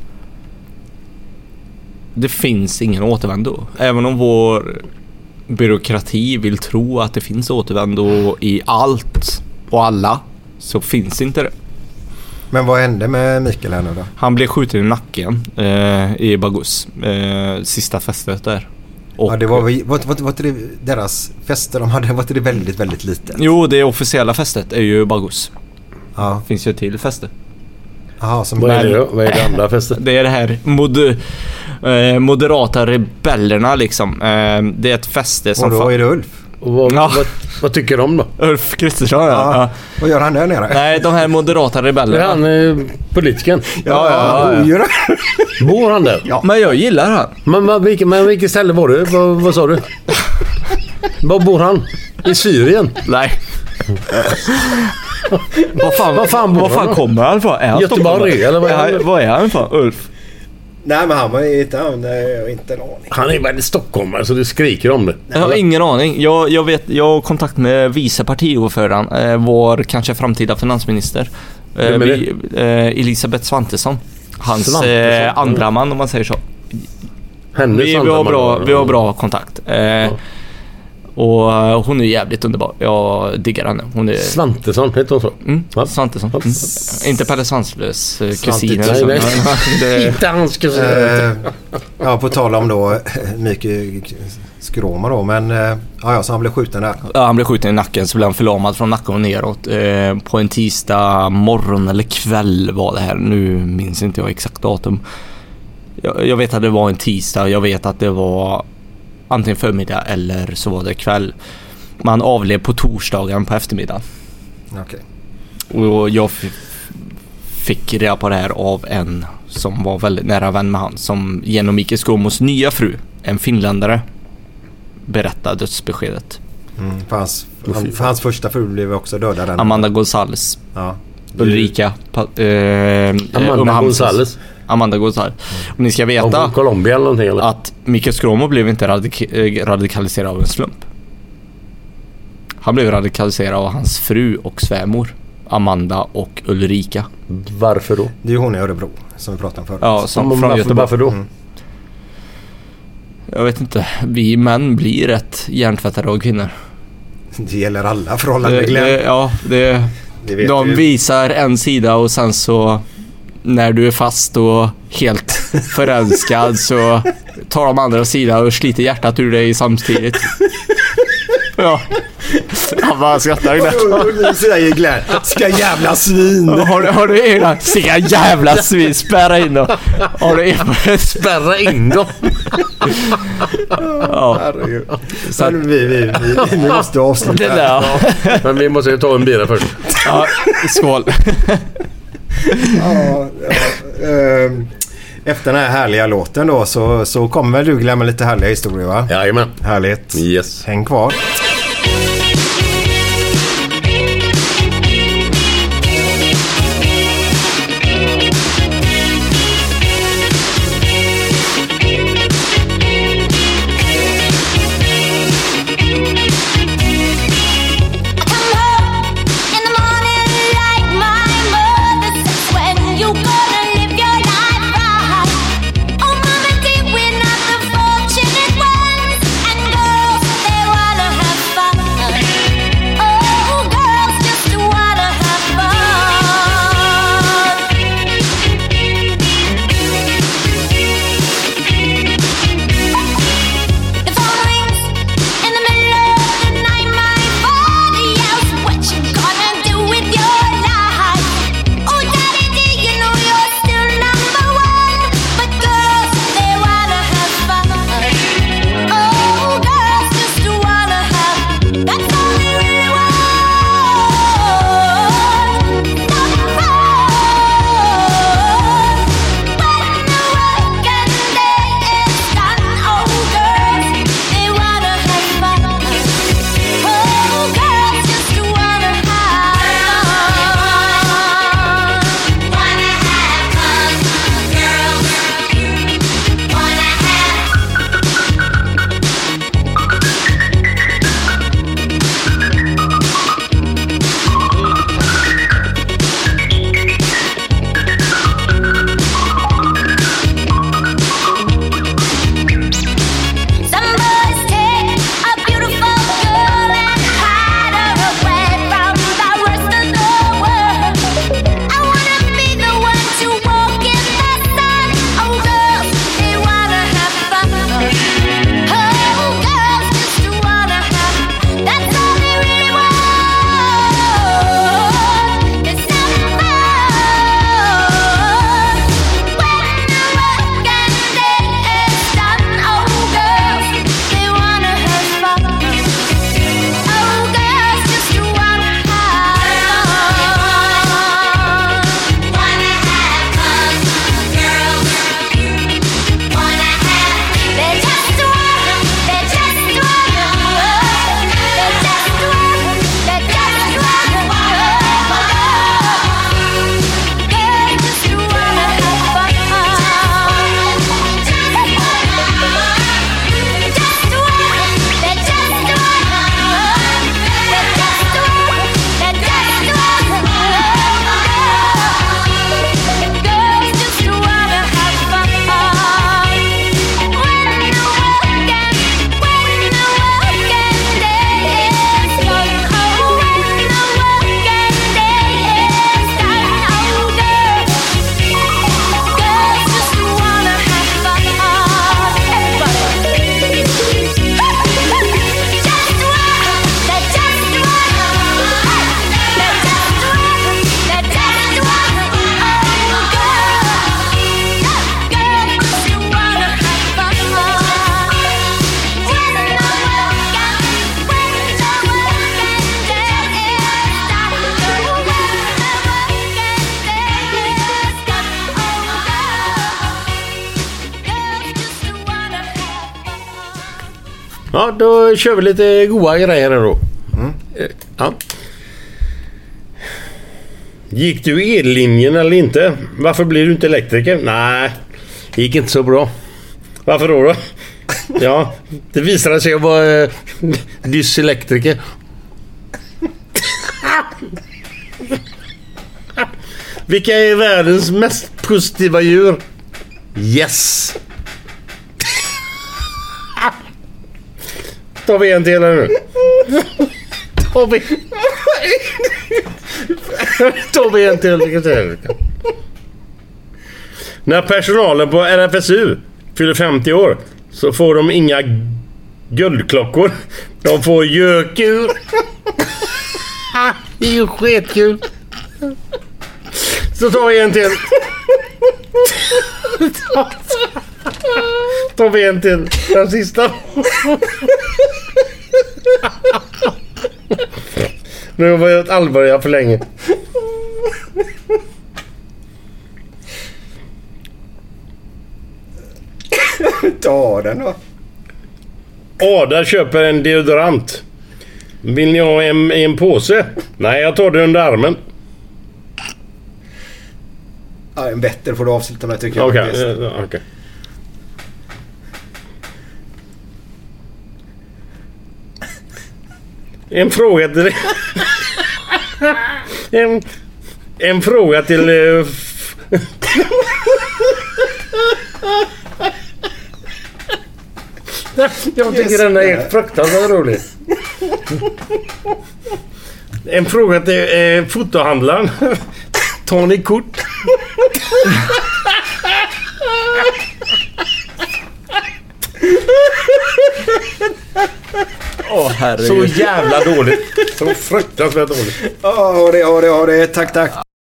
det finns ingen återvändo. Även om vår byråkrati vill tro att det finns återvändo i allt och alla, så finns inte det. Men vad hände med Mikael här nu då? Han blev skjuten i nacken eh, i Bagus. Eh, sista festet där. Och ja, det var, var, var, var det deras fester de hade, var det väldigt, väldigt litet? Jo, det officiella festet är ju Bagus. Ja. Finns ju till fester. Aha, som vad är det då? Vad är det andra festet? Det är det här mod- eh, moderata rebellerna liksom. Eh, det är ett feste som... Och då är det Ulf? Och vad, Ja. vad, vad tycker de då? Ulf Kristersson, ja. Ja. ja. Vad gör han där nere? Nej, de här moderata Det är rebellerna. han eh, politikern. Ja, ja, ja. Gör han? Bor han där? Ja. Men jag gillar han. Men, men, vilket, men vilket ställe var det? Vad, vad sa du? Var bor han? I Syrien? Nej. Vad fan, Vad fan bor vad fan han? kommer han från? Är han Göteborg, stockholmare? eller vad är han? Ja, vad är han från? Ulf? Nej, men han var inte, han är inte en aning. Han är väl stockholmare så du skriker om det. Jag har ingen aning. Jag, jag vet, jag har kontakt med vice partiordföranden, eh, vår kanske framtida finansminister. Eh, Vem är det? vi, eh, Elisabeth Svantesson. Hans Svantesson, eh, andra man, om man säger så. Hennes Vi, vi, andra har man bra, var- vi har bra kontakt. Eh, Och eh, hon är jävligt underbar. Jag diggar henne. Hon är... Svantesson, heter hon så? Mm, Va? Svantesson. Mm. Inte Pelle Svanslös eh, kusin Svantigt, eller så. nej, Det- Inte hans kusin. Eh, ja, på tal om då mycket skråma då, men eh, ja, ja, så han blev skjuten där. Ja, han blev skjuten i nacken, så blev han förlamad från nacken och neråt. Eh, på en tisdag morgon eller kväll var det här. Nu minns inte jag exakt datum. Jag, jag vet att det var en tisdag. Jag vet att det var antingen förmiddag eller så var det kväll. Man avled på torsdagen på eftermiddagen. Okej. Och jag f- fick reda på det här av en som var väldigt nära vän med han, som genom Mikael Skråmos nya fru, en finländare, berättade dödsbeskedet. Mm, för hans, han, för hans första fru blev också dödad. Den. Amanda Gonzales. Ja. Ulrika pa, eh, Amanda Gonzales. Amanda Gonzales. Och ni ska Av veta Colombia eller någonting eller? att Mikael Skråmo blev inte radik- eh, radikaliserad av en slump. Han blev radikaliserad av hans fru och svärmor, Amanda och Ulrika. Varför då? Det är ju hon i Örebro som vi pratade om förut. Ja, som Men från varför, Göteborg. varför då? Mm. Jag vet inte. Vi män blir rätt hjärntvättade av kvinnor. Det gäller alla förhållanden. Det, Glenn. det, ja, det, Det vet de vi. visar en sida och sen så när du är fast och helt förälskad så tar de andra sidan och sliter hjärtat ur dig samtidigt. Ja. Han bara skrattar i det. Nu säger Glenn, ska jävla svin. Har du, har du egna ska jävla svin, spärra in dem. Har du egna Spärra in dem. ja. Herregud. Så att- Men vi, vi, vi, vi måste avsluta. Det där. Men vi måste ju ta en bira först. Ja, skål. Ja, ja, ehm, efter den här härliga låten då så, så kommer väl du glömma lite härliga historier, va? Jajamän. Härligt. Yes. Häng kvar. Have Ja, då kör vi lite goda grejer här då. Mm. Ja. Gick du ellinjen eller inte? Varför blir du inte elektriker? Nej, det gick inte så bra. Varför då då? Ja, det visade sig att jag var eh, dyselektriker. Vilka är världens mest positiva djur? Yes! Tar vi en till här nu. Tar vi... Tar vi en till. När personalen på R F S U fyller femtio år så får de inga guldklockor. De får gökur. Det är ju skitkul. Så tar vi en till. Tar vi en till. Den sista. Nu har jag allvarliga för länge. Ta den då. Ada köper en deodorant. Vill ni ha en, en påse? Nej, jag tar det under armen. Ja, en bättre får du avsluta med, tycker jag. Okej, okay, okej. Okay. En fråga till... en, en fråga till... Uh, jag tycker yes, den är fruktansvärt rolig. En fråga till eh, fotohandlaren. Tar ni kort? Åh, herregud. Så jävla dåligt. Så fruktansvärt dåligt. Ja, det har det, har det. Tack, tack.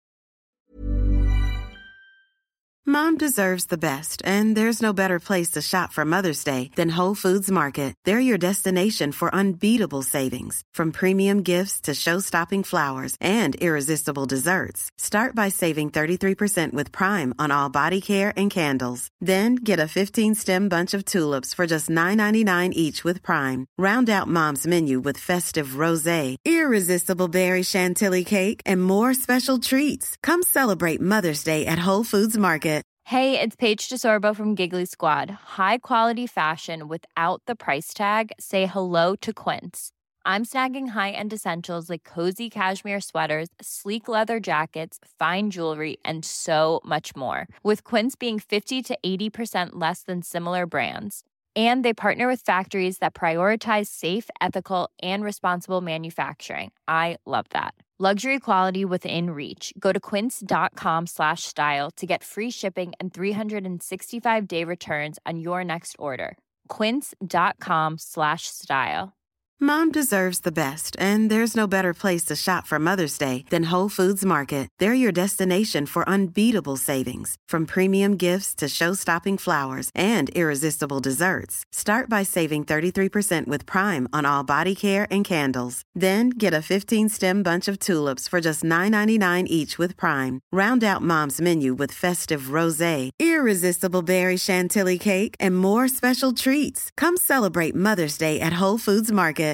Mom deserves the best, and there's no better place to shop for Mother's Day than Whole Foods Market. They're your destination for unbeatable savings, from premium gifts to show-stopping flowers and irresistible desserts. Start by saving thirty-three percent with Prime on all body care and candles. Then get a fifteen-stem bunch of tulips for just nine ninety-nine each with Prime. Round out Mom's menu with festive rosé, irresistible berry chantilly cake, and more special treats. Come celebrate Mother's Day at Whole Foods Market. Hey, it's Paige DeSorbo from Giggly Squad. High quality fashion without the price tag. Say hello to Quince. I'm snagging high-end essentials like cozy cashmere sweaters, sleek leather jackets, fine jewelry, and so much more. With Quince being fifty to eighty percent less than similar brands. And they partner with factories that prioritize safe, ethical, and responsible manufacturing. I love that. Luxury quality within reach. Go to quince.com slash style to get free shipping and three sixty-five day returns on your next order. Quince.com slash style. Mom deserves the best, and there's no better place to shop for Mother's Day than Whole Foods Market. They're your destination for unbeatable savings, from premium gifts to show-stopping flowers and irresistible desserts. Start by saving thirty-three percent with Prime on all body care and candles. Then get a fifteen-stem bunch of tulips for just nine ninety-nine each with Prime. Round out Mom's menu with festive rosé, irresistible berry chantilly cake, and more special treats. Come celebrate Mother's Day at Whole Foods Market.